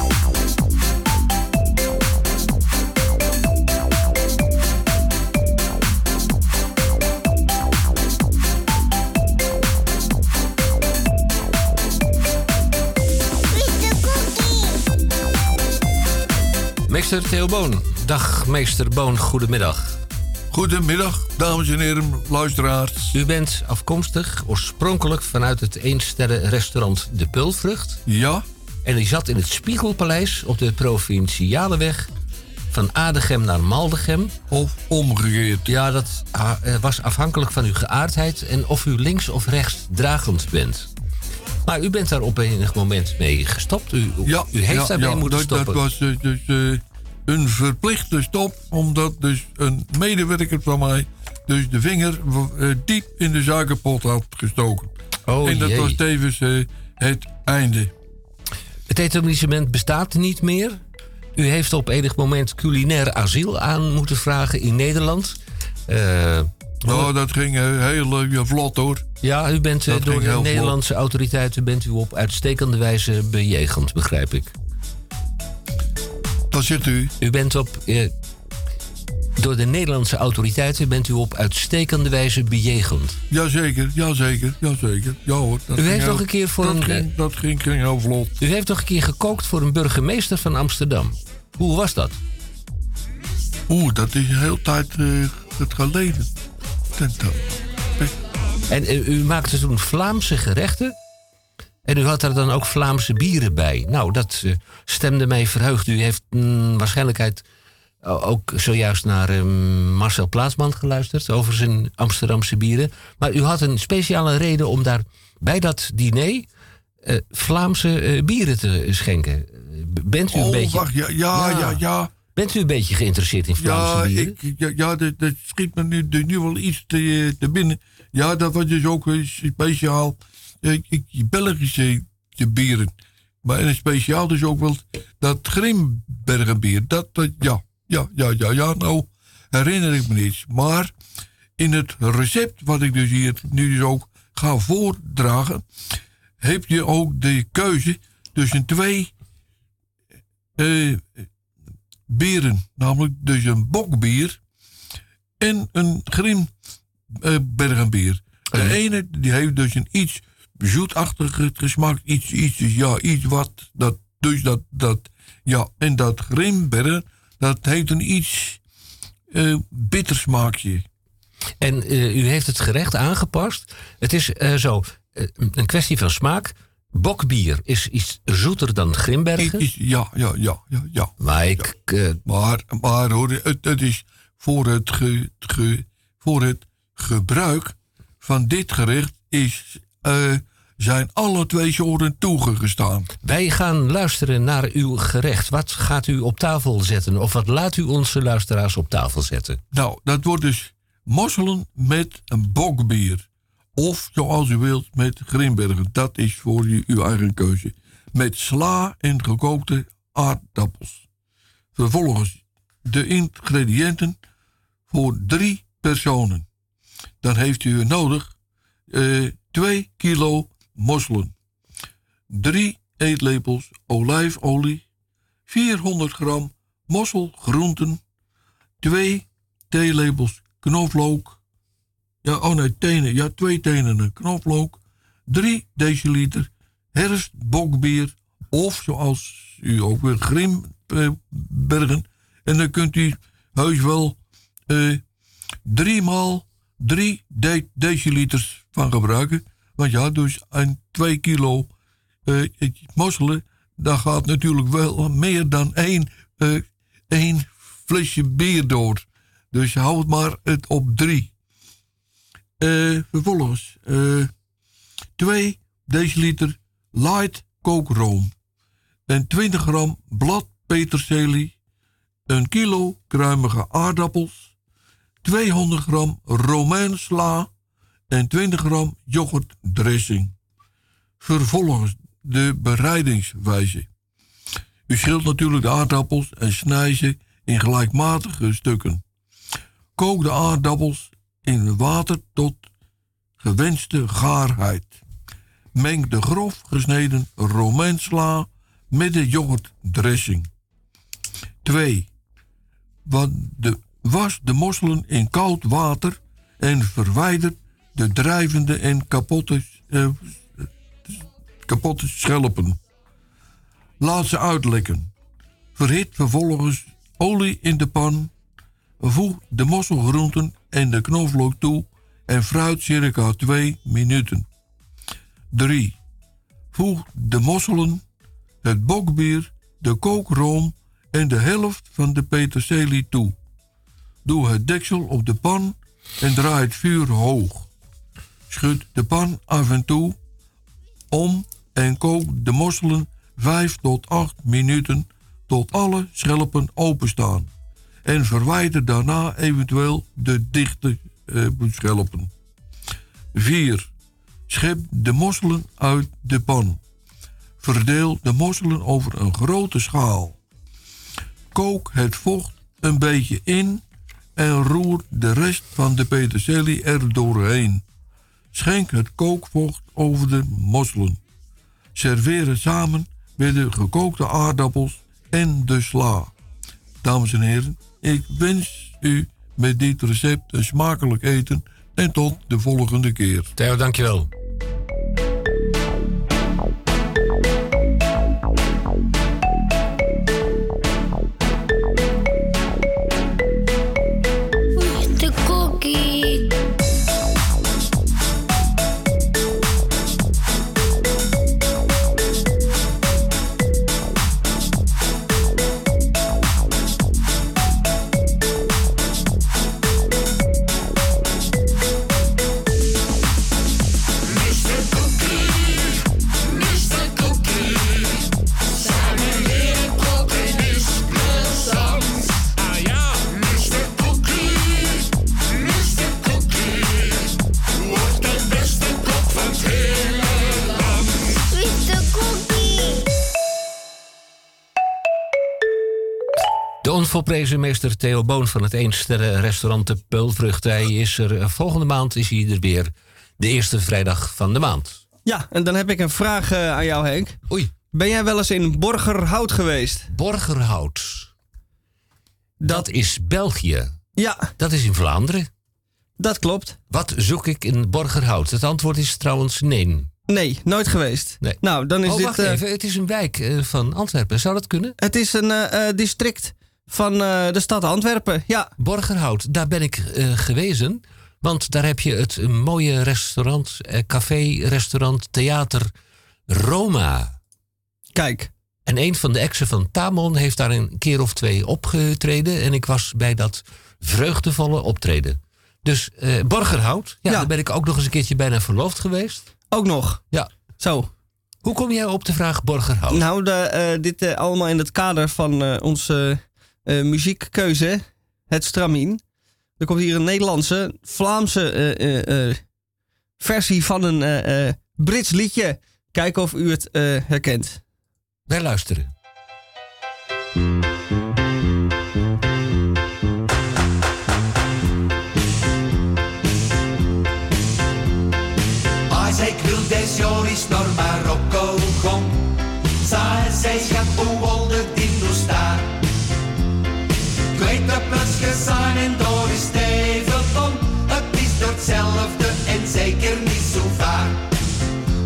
Speaker 1: Meester Theo Boon. Dag, meester Boon. Goedemiddag.
Speaker 17: Goedemiddag, dames en heren, luisteraars.
Speaker 1: U bent afkomstig oorspronkelijk vanuit het eensterrenrestaurant De Pulvrucht.
Speaker 17: Ja.
Speaker 1: En u zat in het Spiegelpaleis op de Provinciale weg van Adegem naar Maldegem.
Speaker 17: Of omgekeerd.
Speaker 1: Ja, dat uh, was afhankelijk van uw geaardheid en of u links of rechts dragend bent. Maar u bent daar op enig moment mee gestopt. U,
Speaker 17: ja,
Speaker 1: u heeft
Speaker 17: ja,
Speaker 1: daarmee
Speaker 17: ja,
Speaker 1: moeten
Speaker 17: dat,
Speaker 1: stoppen.
Speaker 17: Dat was uh, dus uh, een verplichte stop, omdat dus een medewerker van mij dus de vinger uh, diep in de suikerpot had gestoken.
Speaker 1: Oh,
Speaker 17: en dat
Speaker 1: jee.
Speaker 17: was tevens uh, het einde.
Speaker 1: Het etablissement bestaat niet meer. U heeft op enig moment culinair asiel aan moeten vragen in Nederland. Uh,
Speaker 17: Nou, dat ging uh, heel uh, vlot hoor.
Speaker 1: Ja, u bent uh, door de Nederlandse vlot. autoriteiten bent u op uitstekende wijze bejegend, begrijp ik.
Speaker 17: Wat zegt u?
Speaker 1: U bent op... Uh, door de Nederlandse autoriteiten bent u op uitstekende wijze bejegend.
Speaker 17: Jazeker, jazeker, jazeker. Ja hoor. Dat
Speaker 1: u heeft
Speaker 17: heel,
Speaker 1: nog een keer voor
Speaker 17: dat
Speaker 1: een...
Speaker 17: Ging, dat ging, ging heel vlot.
Speaker 1: U heeft nog een keer gekookt voor een burgemeester van Amsterdam. Hoe was dat?
Speaker 17: Oeh, dat is een heel tijd uh, het geleden.
Speaker 1: En uh, u maakte toen Vlaamse gerechten. En u had daar dan ook Vlaamse bieren bij. Nou, dat uh, stemde mij verheugd. U heeft mm, waarschijnlijk ook zojuist naar uh, Marcel Plaatsman geluisterd over zijn Amsterdamse bieren. Maar u had een speciale reden om daar bij dat diner uh, Vlaamse uh, bieren te schenken. Bent u een
Speaker 17: oh,
Speaker 1: beetje...
Speaker 17: wacht, ja, ja, ja, ja, ja.
Speaker 1: Bent u een beetje geïnteresseerd in Vlaamse
Speaker 17: ja,
Speaker 1: bieren?
Speaker 17: Ik, ja, ja dat, dat schiet me nu, nu wel iets te, te binnen. Ja, dat was dus ook speciaal ik, Belgische bieren. Maar en speciaal dus ook wel dat Grimbergenbier. Dat, dat, ja, ja, ja, ja, ja, nou herinner ik me niets. Maar in het recept wat ik dus hier nu dus ook ga voordragen, heb je ook de keuze tussen twee uh, bieren. Namelijk dus een bokbier en een Grimbergenbier. De uh, ene die heeft dus een iets zoetachtig gesmaak, iets, iets, ja, iets wat, dat, dus dat, dat, ja, en dat Grimbergen, dat heeft een iets uh, bitter smaakje.
Speaker 1: En uh, u heeft het gerecht aangepast. Het is uh, zo, uh, een kwestie van smaak. Bokbier is iets zoeter dan Grimbergen.
Speaker 17: Is, ja, ja, ja, ja, ja.
Speaker 1: Maar ik... Uh,
Speaker 17: maar, maar hoor, het, het is voor het, ge, ge, voor het gebruik van dit gerecht is... Uh, zijn alle twee soorten toegestaan.
Speaker 1: Wij gaan luisteren naar uw gerecht. Wat gaat u op tafel zetten? Of wat laat u onze luisteraars op tafel zetten?
Speaker 17: Nou, dat wordt dus mosselen met een bokbier. Of, zoals u wilt, met Grimbergen. Dat is voor u uw eigen keuze. Met sla en gekookte aardappels. Vervolgens de ingrediënten voor drie personen. Dan heeft u nodig uh, twee kilo mosselen, drie eetlepels olijfolie, vierhonderd gram mosselgroenten, twee theelepels knoflook, ja, oh nee, tenen, ja, twee tenen knoflook, drie deciliter herfstbokbier of zoals u ook wil Grimbergen. En dan kunt u heus wel uh, drie maal drie de- deciliters van gebruiken. Want ja, dus een twee kilo uh, mosselen, daar gaat natuurlijk wel meer dan één, uh, één flesje bier door. Dus houd maar het op drie. Uh, vervolgens uh, twee deciliter light kookroom. En twintig gram bladpeterselie. Een kilo kruimige aardappels. tweehonderd gram romijnsla. En twintig gram yoghurtdressing. Vervolgens de bereidingswijze. U schilt natuurlijk de aardappels en snij ze in gelijkmatige stukken. Kook de aardappels in water tot gewenste gaarheid. Meng de grof gesneden romijnsla met de yoghurtdressing. twee. Was de mosselen in koud water en verwijder de drijvende en kapotte, eh, kapotte schelpen. Laat ze uitlekken. Verhit vervolgens olie in de pan. Voeg de mosselgroenten en de knoflook toe en fruit circa twee minuten. drie. Voeg de mosselen, het bokbier, de kookroom en de helft van de peterselie toe. Doe het deksel op de pan en draai het vuur hoog. Schud de pan af en toe om en kook de mosselen vijf tot acht minuten tot alle schelpen openstaan. En verwijder daarna eventueel de dichte eh, schelpen. vier. Schep de mosselen uit de pan. Verdeel de mosselen over een grote schaal. Kook het vocht een beetje in en roer de rest van de peterselie er doorheen. Schenk het kookvocht over de mosselen. Serveer het samen met de gekookte aardappels en de sla. Dames en heren, ik wens u met dit recept een smakelijk eten en tot de volgende keer.
Speaker 1: Theo, dankjewel.
Speaker 5: De cookie.
Speaker 1: De onvolprezen meester Theo Boon van het één-sterren-restaurant De Peulvrucht. Hij is er, volgende maand is hij er weer, de eerste vrijdag van de maand.
Speaker 2: Ja, en dan heb ik een vraag uh, aan jou, Henk.
Speaker 1: Oei.
Speaker 2: Ben jij wel eens in Borgerhout geweest?
Speaker 1: Borgerhout. Dat is België.
Speaker 2: Ja.
Speaker 1: Dat is in Vlaanderen.
Speaker 2: Dat klopt.
Speaker 1: Wat zoek ik in Borgerhout? Het antwoord is trouwens nee.
Speaker 2: Nee, nooit geweest.
Speaker 1: Nee.
Speaker 2: Nou, dan is
Speaker 1: oh,
Speaker 2: dit...
Speaker 1: wacht
Speaker 2: uh,
Speaker 1: even. Het is een wijk uh, van Antwerpen. Zou dat kunnen?
Speaker 2: Het is een uh, uh, district van uh, de stad Antwerpen, ja.
Speaker 1: Borgerhout, daar ben ik uh, gewezen. Want daar heb je het mooie restaurant, uh, café, restaurant, theater Roma.
Speaker 2: Kijk.
Speaker 1: En een van de exen van Tamon heeft daar een keer of twee opgetreden. En ik was bij dat vreugdevolle optreden. Dus uh, Borgerhout, ja, ja, daar ben ik ook nog eens een keertje bijna verloofd geweest.
Speaker 2: Ook nog?
Speaker 1: Ja.
Speaker 2: Zo.
Speaker 1: Hoe kom jij op de vraag Borgerhout?
Speaker 2: Nou, de, uh, dit uh, allemaal in het kader van uh, onze uh, muziekkeuze, het Stramien. Er komt hier een Nederlandse, Vlaamse uh, uh, uh, versie van een uh, uh, Brits liedje. Kijken of u het uh, herkent.
Speaker 1: Wij luisteren.
Speaker 20: Als ik wil des Joris naar Marokko kom, zij zij gaat onder die staan. Ik weet dat plaatsje zijn en door is stevig van. Het is door hetzelfde en zeker niet zo vaak.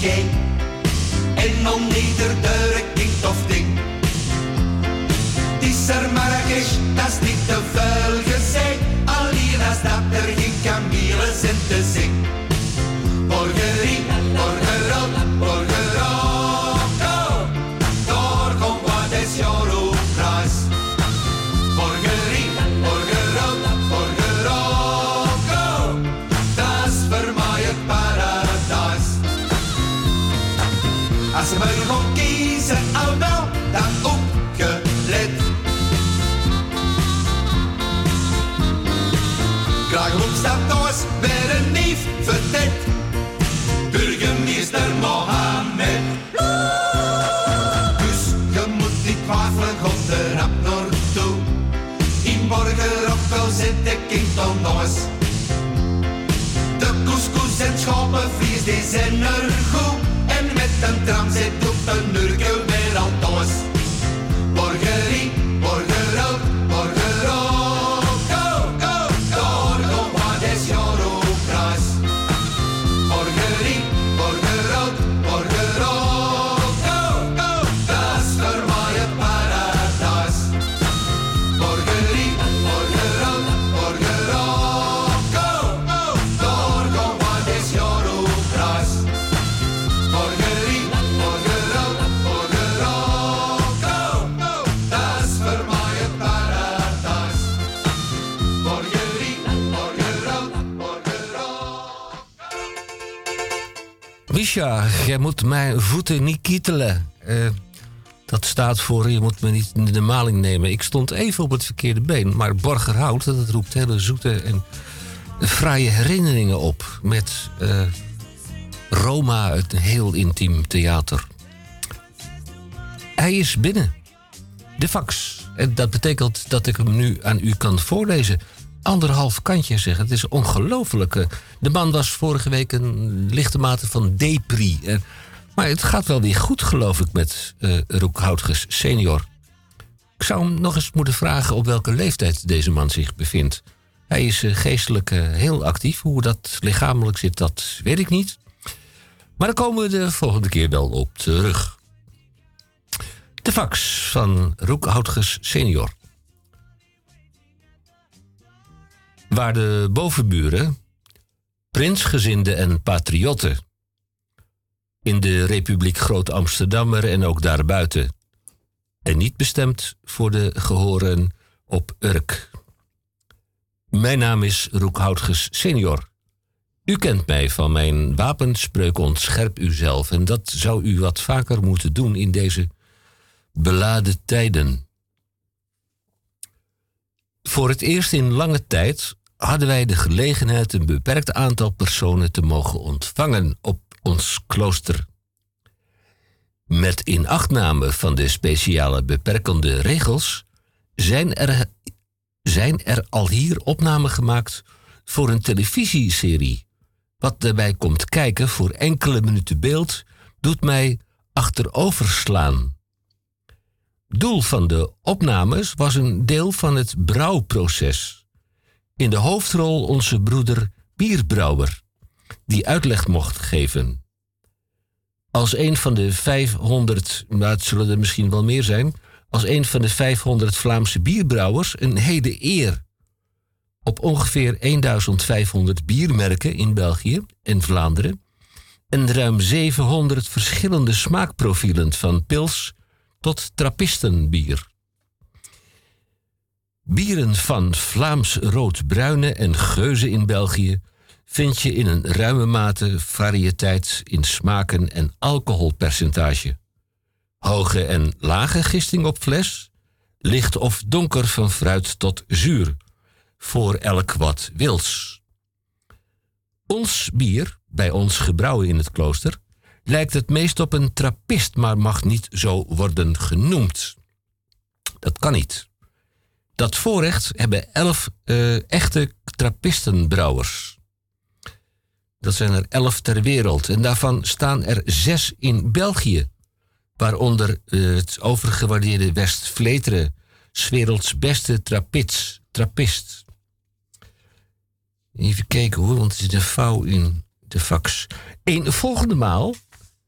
Speaker 20: gij. En om ieder deur kind of ding. Die er Marrakesh, dat is niet te vuil gezegd. Alleen als dat er geen kamelen zijn te zien. Borgerie, borgerot, borgerocco. Door komt wat is jouw prijs. Borgerie, borgerot, borgerocco. Dat is voor mij het paradijs. Als ze me gewoon kiezen, al wel, dan opgelet. Graag op stap thuis, bij een neef vertet. Burgemeester Mohammed. Dus je moet niet twijfelen, komt er rap naartoe. In Borgerocco zit de kind on thuis. De couscous en schapenvlees, die zijn er goed. En met een tram zit op een nurkel weer al thuis. Borgerie, borgerot, borgerocco. Door komt wat is jouw prijs. Borgerie, borgerot, borgerocco. Dat is voor mij het paradijs. Borgerie, borgerot, borgerocco. Door komt wat is jouw prijs. Borgerie, borgerot, borgerocco. Dat is voor mij het paradijs. Borgerie, borgerot, borgerocco.
Speaker 1: Misha, jij moet mijn voeten niet kietelen. Eh, dat staat voor, je moet me niet in de maling nemen. Ik stond even op het verkeerde been, maar Borgerhout, dat roept hele zoete en fraaie herinneringen op. Met eh, Roma, een heel intiem theater. Hij is binnen. De fax. En dat betekent dat ik hem nu aan u kan voorlezen. Anderhalf kantje, zeg. Het is ongelooflijk. Eh, De man was vorige week een lichte mate van depri. Eh, Maar het gaat wel weer goed, geloof ik, met uh, Roek Houtges senior. Ik zou hem nog eens moeten vragen op welke leeftijd deze man zich bevindt. Hij is uh, geestelijk uh, heel actief. Hoe dat lichamelijk zit, dat weet ik niet. Maar daar komen we de volgende keer wel op terug. De fax van Roek Houtges senior. Waar de bovenburen, prinsgezinden en patriotten, in de Republiek Groot-Amsterdammer en ook daarbuiten, en niet bestemd voor de gehoren op Urk. Mijn naam is Roek Houtges senior. U kent mij van mijn wapenspreuk ontscherp uzelf, en dat zou u wat vaker moeten doen in deze beladen tijden. Voor het eerst in lange tijd hadden wij de gelegenheid een beperkt aantal personen te mogen ontvangen op ons klooster. Met inachtname van de speciale beperkende regels zijn er, zijn er al hier opnamen gemaakt voor een televisieserie. Wat daarbij komt kijken voor enkele minuten beeld doet mij achteroverslaan. Doel van de opnames was een deel van het brouwproces. In de hoofdrol onze broeder bierbrouwer, die uitleg mocht geven. Als een van de vijfhonderd, maar het zullen er misschien wel meer zijn, als een van de vijfhonderd Vlaamse bierbrouwers een heden eer. Op ongeveer eenduizendvijfhonderd biermerken in België en Vlaanderen en ruim zevenhonderd verschillende smaakprofielen van pils tot trappistenbier. Bieren van Vlaams rood-bruine en geuze in België vind je in een ruime mate variëteit in smaken en alcoholpercentage. Hoge en lage gisting op fles, licht of donker van fruit tot zuur, voor elk wat wils. Ons bier, bij ons gebrouwen in het klooster, lijkt het meest op een trappist, maar mag niet zo worden genoemd. Dat kan niet. Dat voorrecht hebben elf uh, echte trappistenbrouwers. Dat zijn er elf ter wereld. En daarvan staan er zes in België. Waaronder uh, het overgewaardeerde West Vleteren, 's werelds beste trappits, trappist. Even kijken hoor, want er zit een vouw in de fax. Een volgende maal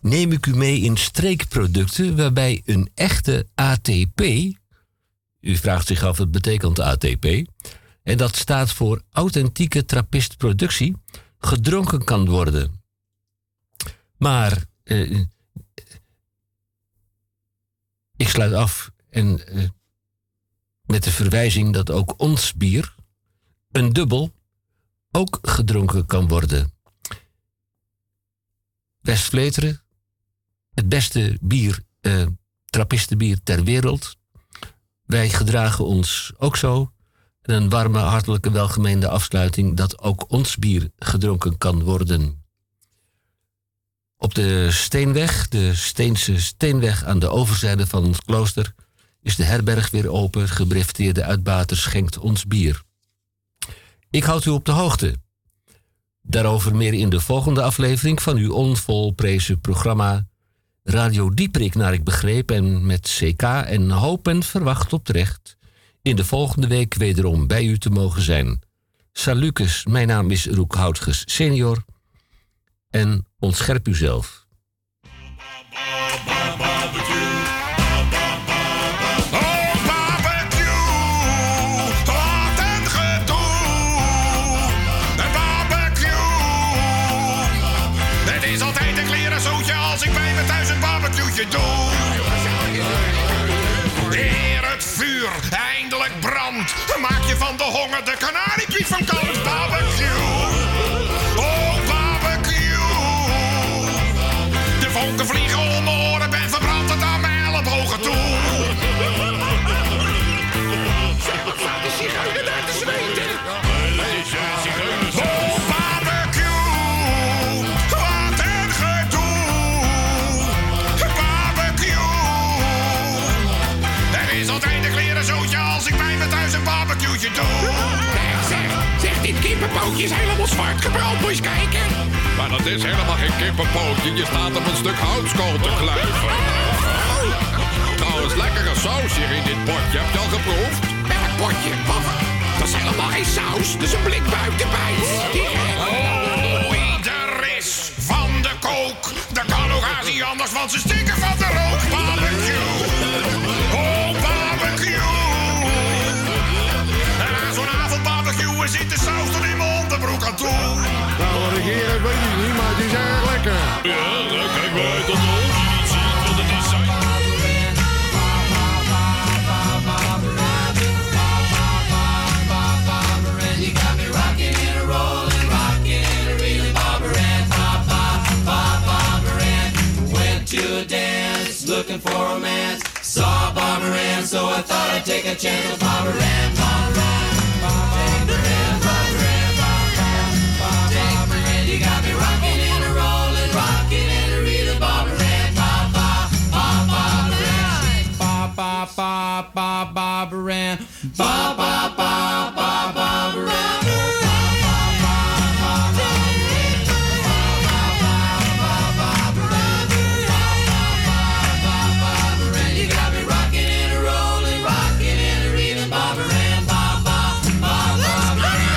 Speaker 1: neem ik u mee in streekproducten waarbij een echte A T P... U vraagt zich af wat betekent A T P... en dat staat voor authentieke trappistproductie... gedronken kan worden. Maar uh, ik sluit af en uh, met de verwijzing dat ook ons bier, een dubbel, ook gedronken kan worden. West-Vleteren, het beste bier, uh, trappistenbier ter wereld. Wij gedragen ons ook zo. En een warme, hartelijke, welgemeende afsluiting dat ook ons bier gedronken kan worden. Op de Steenweg, de Steense Steenweg aan de overzijde van ons klooster, is de herberg weer open. Gebrefteerde uitbater schenkt ons bier. Ik houd u op de hoogte. Daarover meer in de volgende aflevering van uw onvolprezen programma Radio Dieprik, naar ik begreep, en met C K, en hoop en verwacht oprecht in de volgende week wederom bij u te mogen zijn. Salukes, mijn naam is Roek Houtges senior en ontscherp uzelf.
Speaker 9: Doe. Heer, het vuur eindelijk brandt. Maak je van de honger de kanariepiep van kant. Barbecue, oh barbecue. De vonken vliegen om mijn oren, ben verbrand tot aan mijn ellebogen toe. Zeg, wat staat de zigeuner daar te zweten? Oh barbecue, wat een gedoe. Als ik bij me thuis een barbecue'tje doe. Nee, zeg, zeg, dit kippenpootje is helemaal zwart gebrand, moet je eens kijken.
Speaker 11: Maar dat is helemaal geen kippenpootje, je staat op een stuk houtskool te kluiven. Oh. Trouwens, lekkere saus hier in dit potje, heb je al geproefd?
Speaker 9: Welk potje? Wat? Dat is helemaal geen saus, dat is een blik buitenbijs. Oh, ieder is van de kook. Dat kan ook haast niet anders, want ze stikken van de rook. Barbecue, oh barbecue. Zit de saus tot in mijn onderbroek aan toe.
Speaker 21: Nou, wat ik hier heb, weet ik niet, maar het is erg lekker.
Speaker 9: Ja, kijk maar uit dat de ogen niet ziet, want het is zijn. You got me rocking and a rolling, rocking and a reeling, Barbara Ann. Went to a dance, looking for romance. Saw Barbara Ann, so I thought I'd take a chance with Barbara Ann, Barbara Ann. You got me rocking and a rolling, rocking and a reeling, Barbara Ann, ba ba ba Barbara Ann, ba ba ba ba Barbara Ann, ba ba ba ba Barbara Ann. You got me rocking and a rolling, rocking and a reeling, Barbara Ann, ba ba ba Barbara Ann.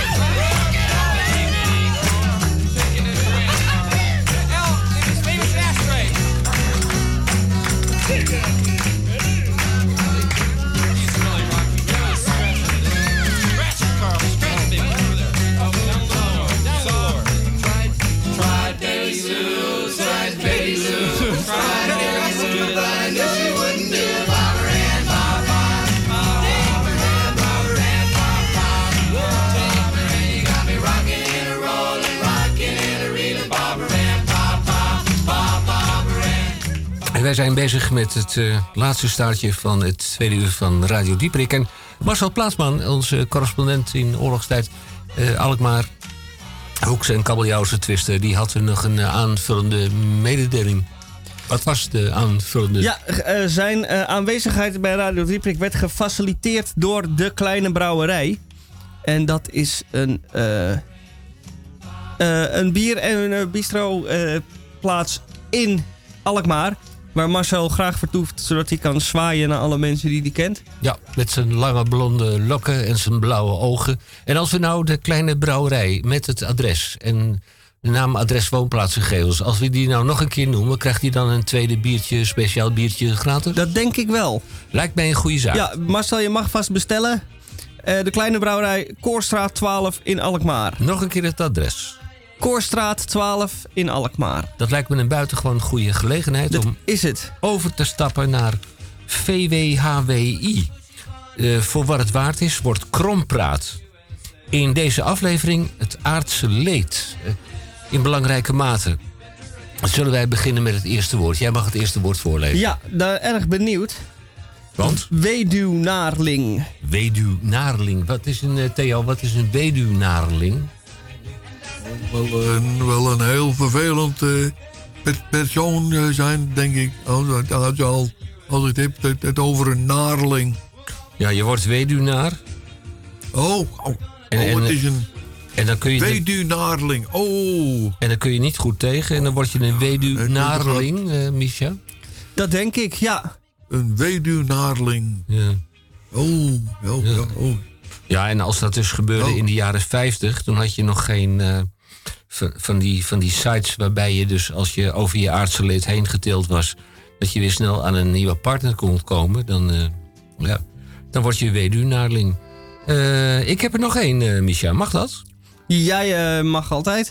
Speaker 1: Wij zijn bezig met het uh, laatste staartje van het tweede uur van Radio Dieprik. En Marcel Plaatsman, onze correspondent in oorlogstijd, uh, Alkmaar, Hoeks en Kabeljauwse twisten, die had nog een uh, aanvullende mededeling. Wat was de aanvullende?
Speaker 2: Ja, uh, zijn uh, aanwezigheid bij Radio Dieprik werd gefaciliteerd door de Kleine Brouwerij. En dat is een, uh, uh, een bier- en een uh, bistro-plaats uh, in Alkmaar. Waar Marcel graag vertoeft, zodat hij kan zwaaien naar alle mensen die hij kent.
Speaker 1: Ja, met zijn lange blonde lokken en zijn blauwe ogen. En als we nou de Kleine Brouwerij met het adres en de naam, adres, woonplaatsgegevens. Als we die nou nog een keer noemen, krijgt hij dan een tweede biertje, speciaal biertje gratis?
Speaker 2: Dat denk ik wel.
Speaker 1: Lijkt mij een goede zaak.
Speaker 2: Ja, Marcel, je mag vast bestellen. Uh, de kleine brouwerij Koorstraat twaalf in Alkmaar.
Speaker 1: Nog een keer het adres.
Speaker 2: Koorstraat twaalf in Alkmaar.
Speaker 1: Dat lijkt me een buitengewoon goede gelegenheid
Speaker 2: dat
Speaker 1: om
Speaker 2: is het.
Speaker 1: over te stappen naar V W H W I. Uh, voor wat het waard is, wordt Krompraat in deze aflevering het aardse leed. Uh, in belangrijke mate. Zullen wij beginnen met het eerste woord? Jij mag het eerste woord voorlezen.
Speaker 2: Ja, daar erg benieuwd.
Speaker 1: Want?
Speaker 2: Weduwnaarling.
Speaker 1: Weduwnaarling. Wat is een, uh, Theo, wat is een weduwnaarling?
Speaker 17: Wel een, wel een heel vervelend uh, persoon uh, zijn, denk ik. Als, als, je al, als ik het heb het, het over een naarling.
Speaker 1: Ja, je wordt weduwnaar.
Speaker 17: Oh, oh, en, oh het is een
Speaker 1: en dan kun je
Speaker 17: weduwnaarling. Oh.
Speaker 1: En dan kun je niet goed tegen en dan word je een weduwnaarling, uh, Misha.
Speaker 2: Dat denk ik, ja.
Speaker 17: Een weduwnaarling.
Speaker 1: Ja.
Speaker 17: Oh, oh, ja. oh.
Speaker 1: Ja, en als dat dus gebeurde
Speaker 17: oh.
Speaker 1: in de jaren vijftig, toen had je nog geen uh, van, van, die, van die sites waarbij je dus als je over je aardse leed heen getild was, dat je weer snel aan een nieuwe partner kon komen, dan, uh, ja, dan word je weduwnaarling. Uh, ik heb er nog één, uh, Misha. Mag dat?
Speaker 2: Jij uh, mag altijd.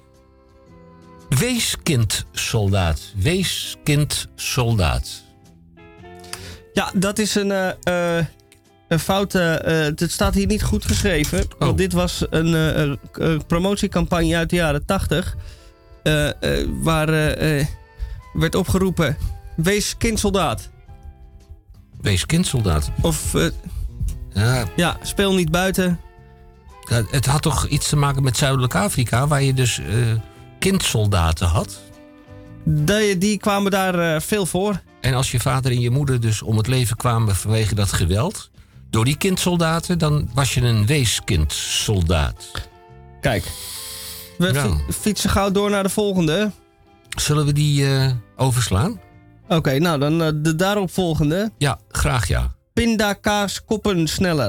Speaker 1: Weeskindsoldaat. Weeskindsoldaat.
Speaker 2: Ja, dat is een, uh, uh, een fout. Uh, het staat hier niet goed geschreven. Oh. Want dit was een uh, uh, promotiecampagne uit de jaren tachtig. Uh, uh, waar uh, uh, werd opgeroepen: wees kindsoldaat.
Speaker 1: Wees kindsoldaat.
Speaker 2: Of uh,
Speaker 1: ja.
Speaker 2: ja, speel niet buiten.
Speaker 1: Ja, het had toch iets te maken met Zuidelijk Afrika, waar je dus uh, kindsoldaten had?
Speaker 2: Die, die kwamen daar uh, veel voor.
Speaker 1: En als je vader en je moeder dus om het leven kwamen vanwege dat geweld, door die kindsoldaten, dan was je een weeskindsoldaat.
Speaker 2: Kijk, we
Speaker 1: ja.
Speaker 2: fietsen gauw door naar de volgende.
Speaker 1: Zullen we die uh, overslaan?
Speaker 2: Oké, okay, nou dan uh, de daaropvolgende.
Speaker 1: Ja, graag ja.
Speaker 2: Pindakaas koppen sneller.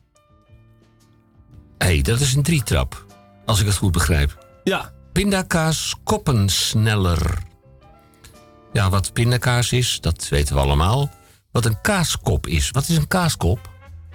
Speaker 1: Hé, hey, dat is een drietrap, als ik het goed begrijp.
Speaker 2: Ja.
Speaker 1: Pindakaas koppen sneller. Ja, wat pindakaas is, dat weten we allemaal. Wat een kaaskop is. Wat is een kaaskop?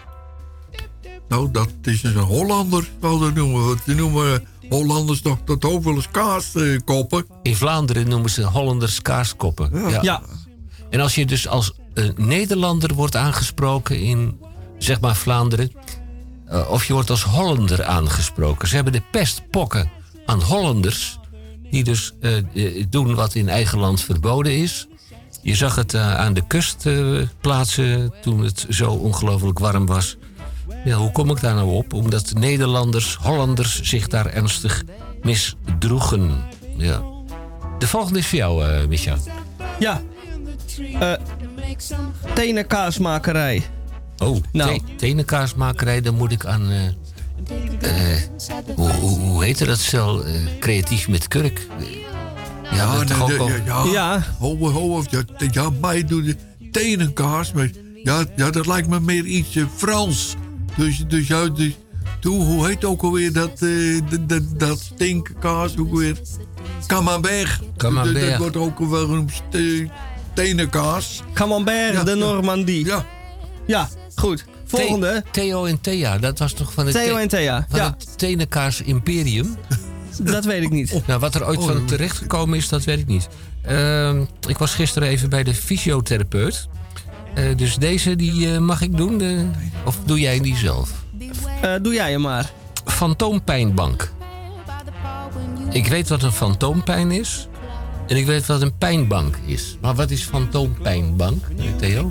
Speaker 17: Nou, dat is een Hollander. Nou, dat noemen we, die noemen Hollanders toch dat ook wel eens kaaskoppen.
Speaker 1: In Vlaanderen noemen ze Hollanders kaaskoppen.
Speaker 2: Ja. Ja. ja.
Speaker 1: En als je dus als uh, Nederlander wordt aangesproken in, zeg maar, Vlaanderen, Uh, of je wordt als Hollander aangesproken. Ze hebben de pestpokken aan Hollanders, die dus uh, uh, doen wat in eigen land verboden is. Je zag het uh, aan de kustplaatsen uh, toen het zo ongelooflijk warm was. Ja, hoe kom ik daar nou op? Omdat Nederlanders, Hollanders zich daar ernstig misdroegen. Ja. De volgende is voor jou, uh, Misha.
Speaker 2: Ja. Uh, tenenkaasmakerij.
Speaker 1: Oh,
Speaker 2: nou.
Speaker 1: te- tenenkaasmakerij, dan moet ik aan... Uh, uh, hoe, hoe, hoe heette dat stel? Uh, creatief met kurk. Ja,
Speaker 17: ja,
Speaker 1: dat
Speaker 17: nee,
Speaker 1: ook
Speaker 17: de,
Speaker 1: al...
Speaker 17: ja, ja.
Speaker 2: ja.
Speaker 17: Ho, ho, ja, ja, mij doet de tenenkaas. Maar ja, ja, dat lijkt me meer iets uh, Frans. Dus, dus ja, dus, toen, hoe heet ook alweer dat, uh, dat, dat, dat stinkkaas? Ook weer? Camembert.
Speaker 1: Camembert.
Speaker 17: Dat, dat wordt ook wel genoemd uh, tenenkaas.
Speaker 2: Camembert
Speaker 17: ja,
Speaker 2: de Normandie.
Speaker 17: Ja.
Speaker 2: Ja, goed. Volgende.
Speaker 1: The- Theo en Thea, dat was toch van het,
Speaker 2: Theo
Speaker 1: te-
Speaker 2: en Thea,
Speaker 1: van
Speaker 2: ja.
Speaker 1: het tenenkaas imperium?
Speaker 2: Dat weet ik niet.
Speaker 1: Nou, wat er ooit van terecht gekomen is, dat weet ik niet. Uh, ik was gisteren even bij de fysiotherapeut. Uh, dus deze, die uh, mag ik doen? De, of doe jij die zelf?
Speaker 2: Uh, doe jij hem maar.
Speaker 1: Fantoompijnbank. Ik weet wat een fantoompijn is. En ik weet wat een pijnbank is. Maar wat is fantoompijnbank, Theo?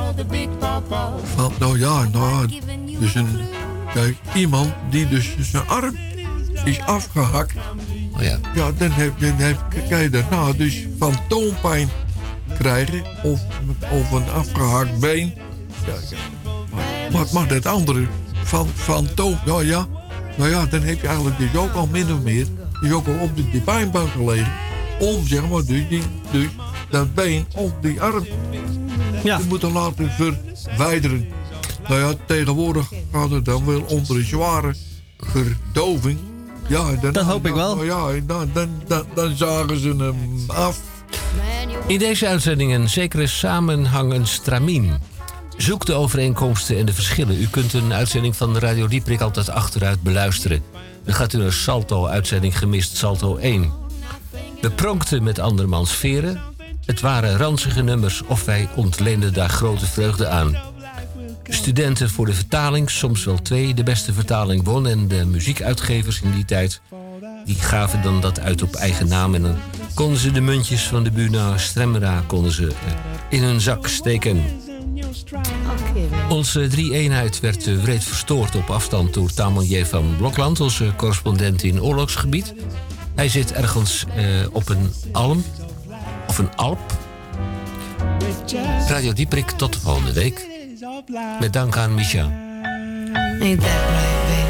Speaker 17: Van, nou ja, nou, dus een, kijk, iemand die dus zijn arm is afgehakt.
Speaker 1: Oh ja.
Speaker 17: Ja, dan heb, dan heb, kan je daarna dus fantoompijn krijgen. Of, of een afgehakt been. Ja, ja. Maar, maar dat andere, van, fantoom, nou ja. Nou ja, dan heb je eigenlijk dus ook al min of meer. Dus ook al op de, die pijnbank gelegen. Om, zeg maar, dus, die, dus dat been of die arm
Speaker 2: ja.
Speaker 17: te moeten laten verwijderen. Nou ja, tegenwoordig gaat het dan wel onder een zware verdoving. Ja, dan,
Speaker 2: Dat hoop ik wel.
Speaker 17: Dan, ja, dan, dan, dan, dan zagen ze hem af.
Speaker 1: In deze uitzending een zekere samenhang, een stramien. Zoek de overeenkomsten en de verschillen. U kunt een uitzending van Radio Dieprik altijd achteruit beluisteren. Dan gaat u naar Salto, uitzending gemist, Salto één. We pronkten met andermans veren. Het waren ranzige nummers of wij ontleenden daar grote vreugde aan. Studenten voor de vertaling, soms wel twee. De beste vertaling won en de muziekuitgevers in die tijd... die gaven dan dat uit op eigen naam. En dan konden ze de muntjes van de Buna Stremmera konden ze in hun zak steken. Onze drie-eenheid werd uh, wreed verstoord op afstand door Tamanje van Blokland, onze correspondent in oorlogsgebied. Hij zit ergens uh, op een alm, of een alp. Radio Dieprik, tot de volgende week. Met dank aan Misha.
Speaker 3: Ain't that right, baby?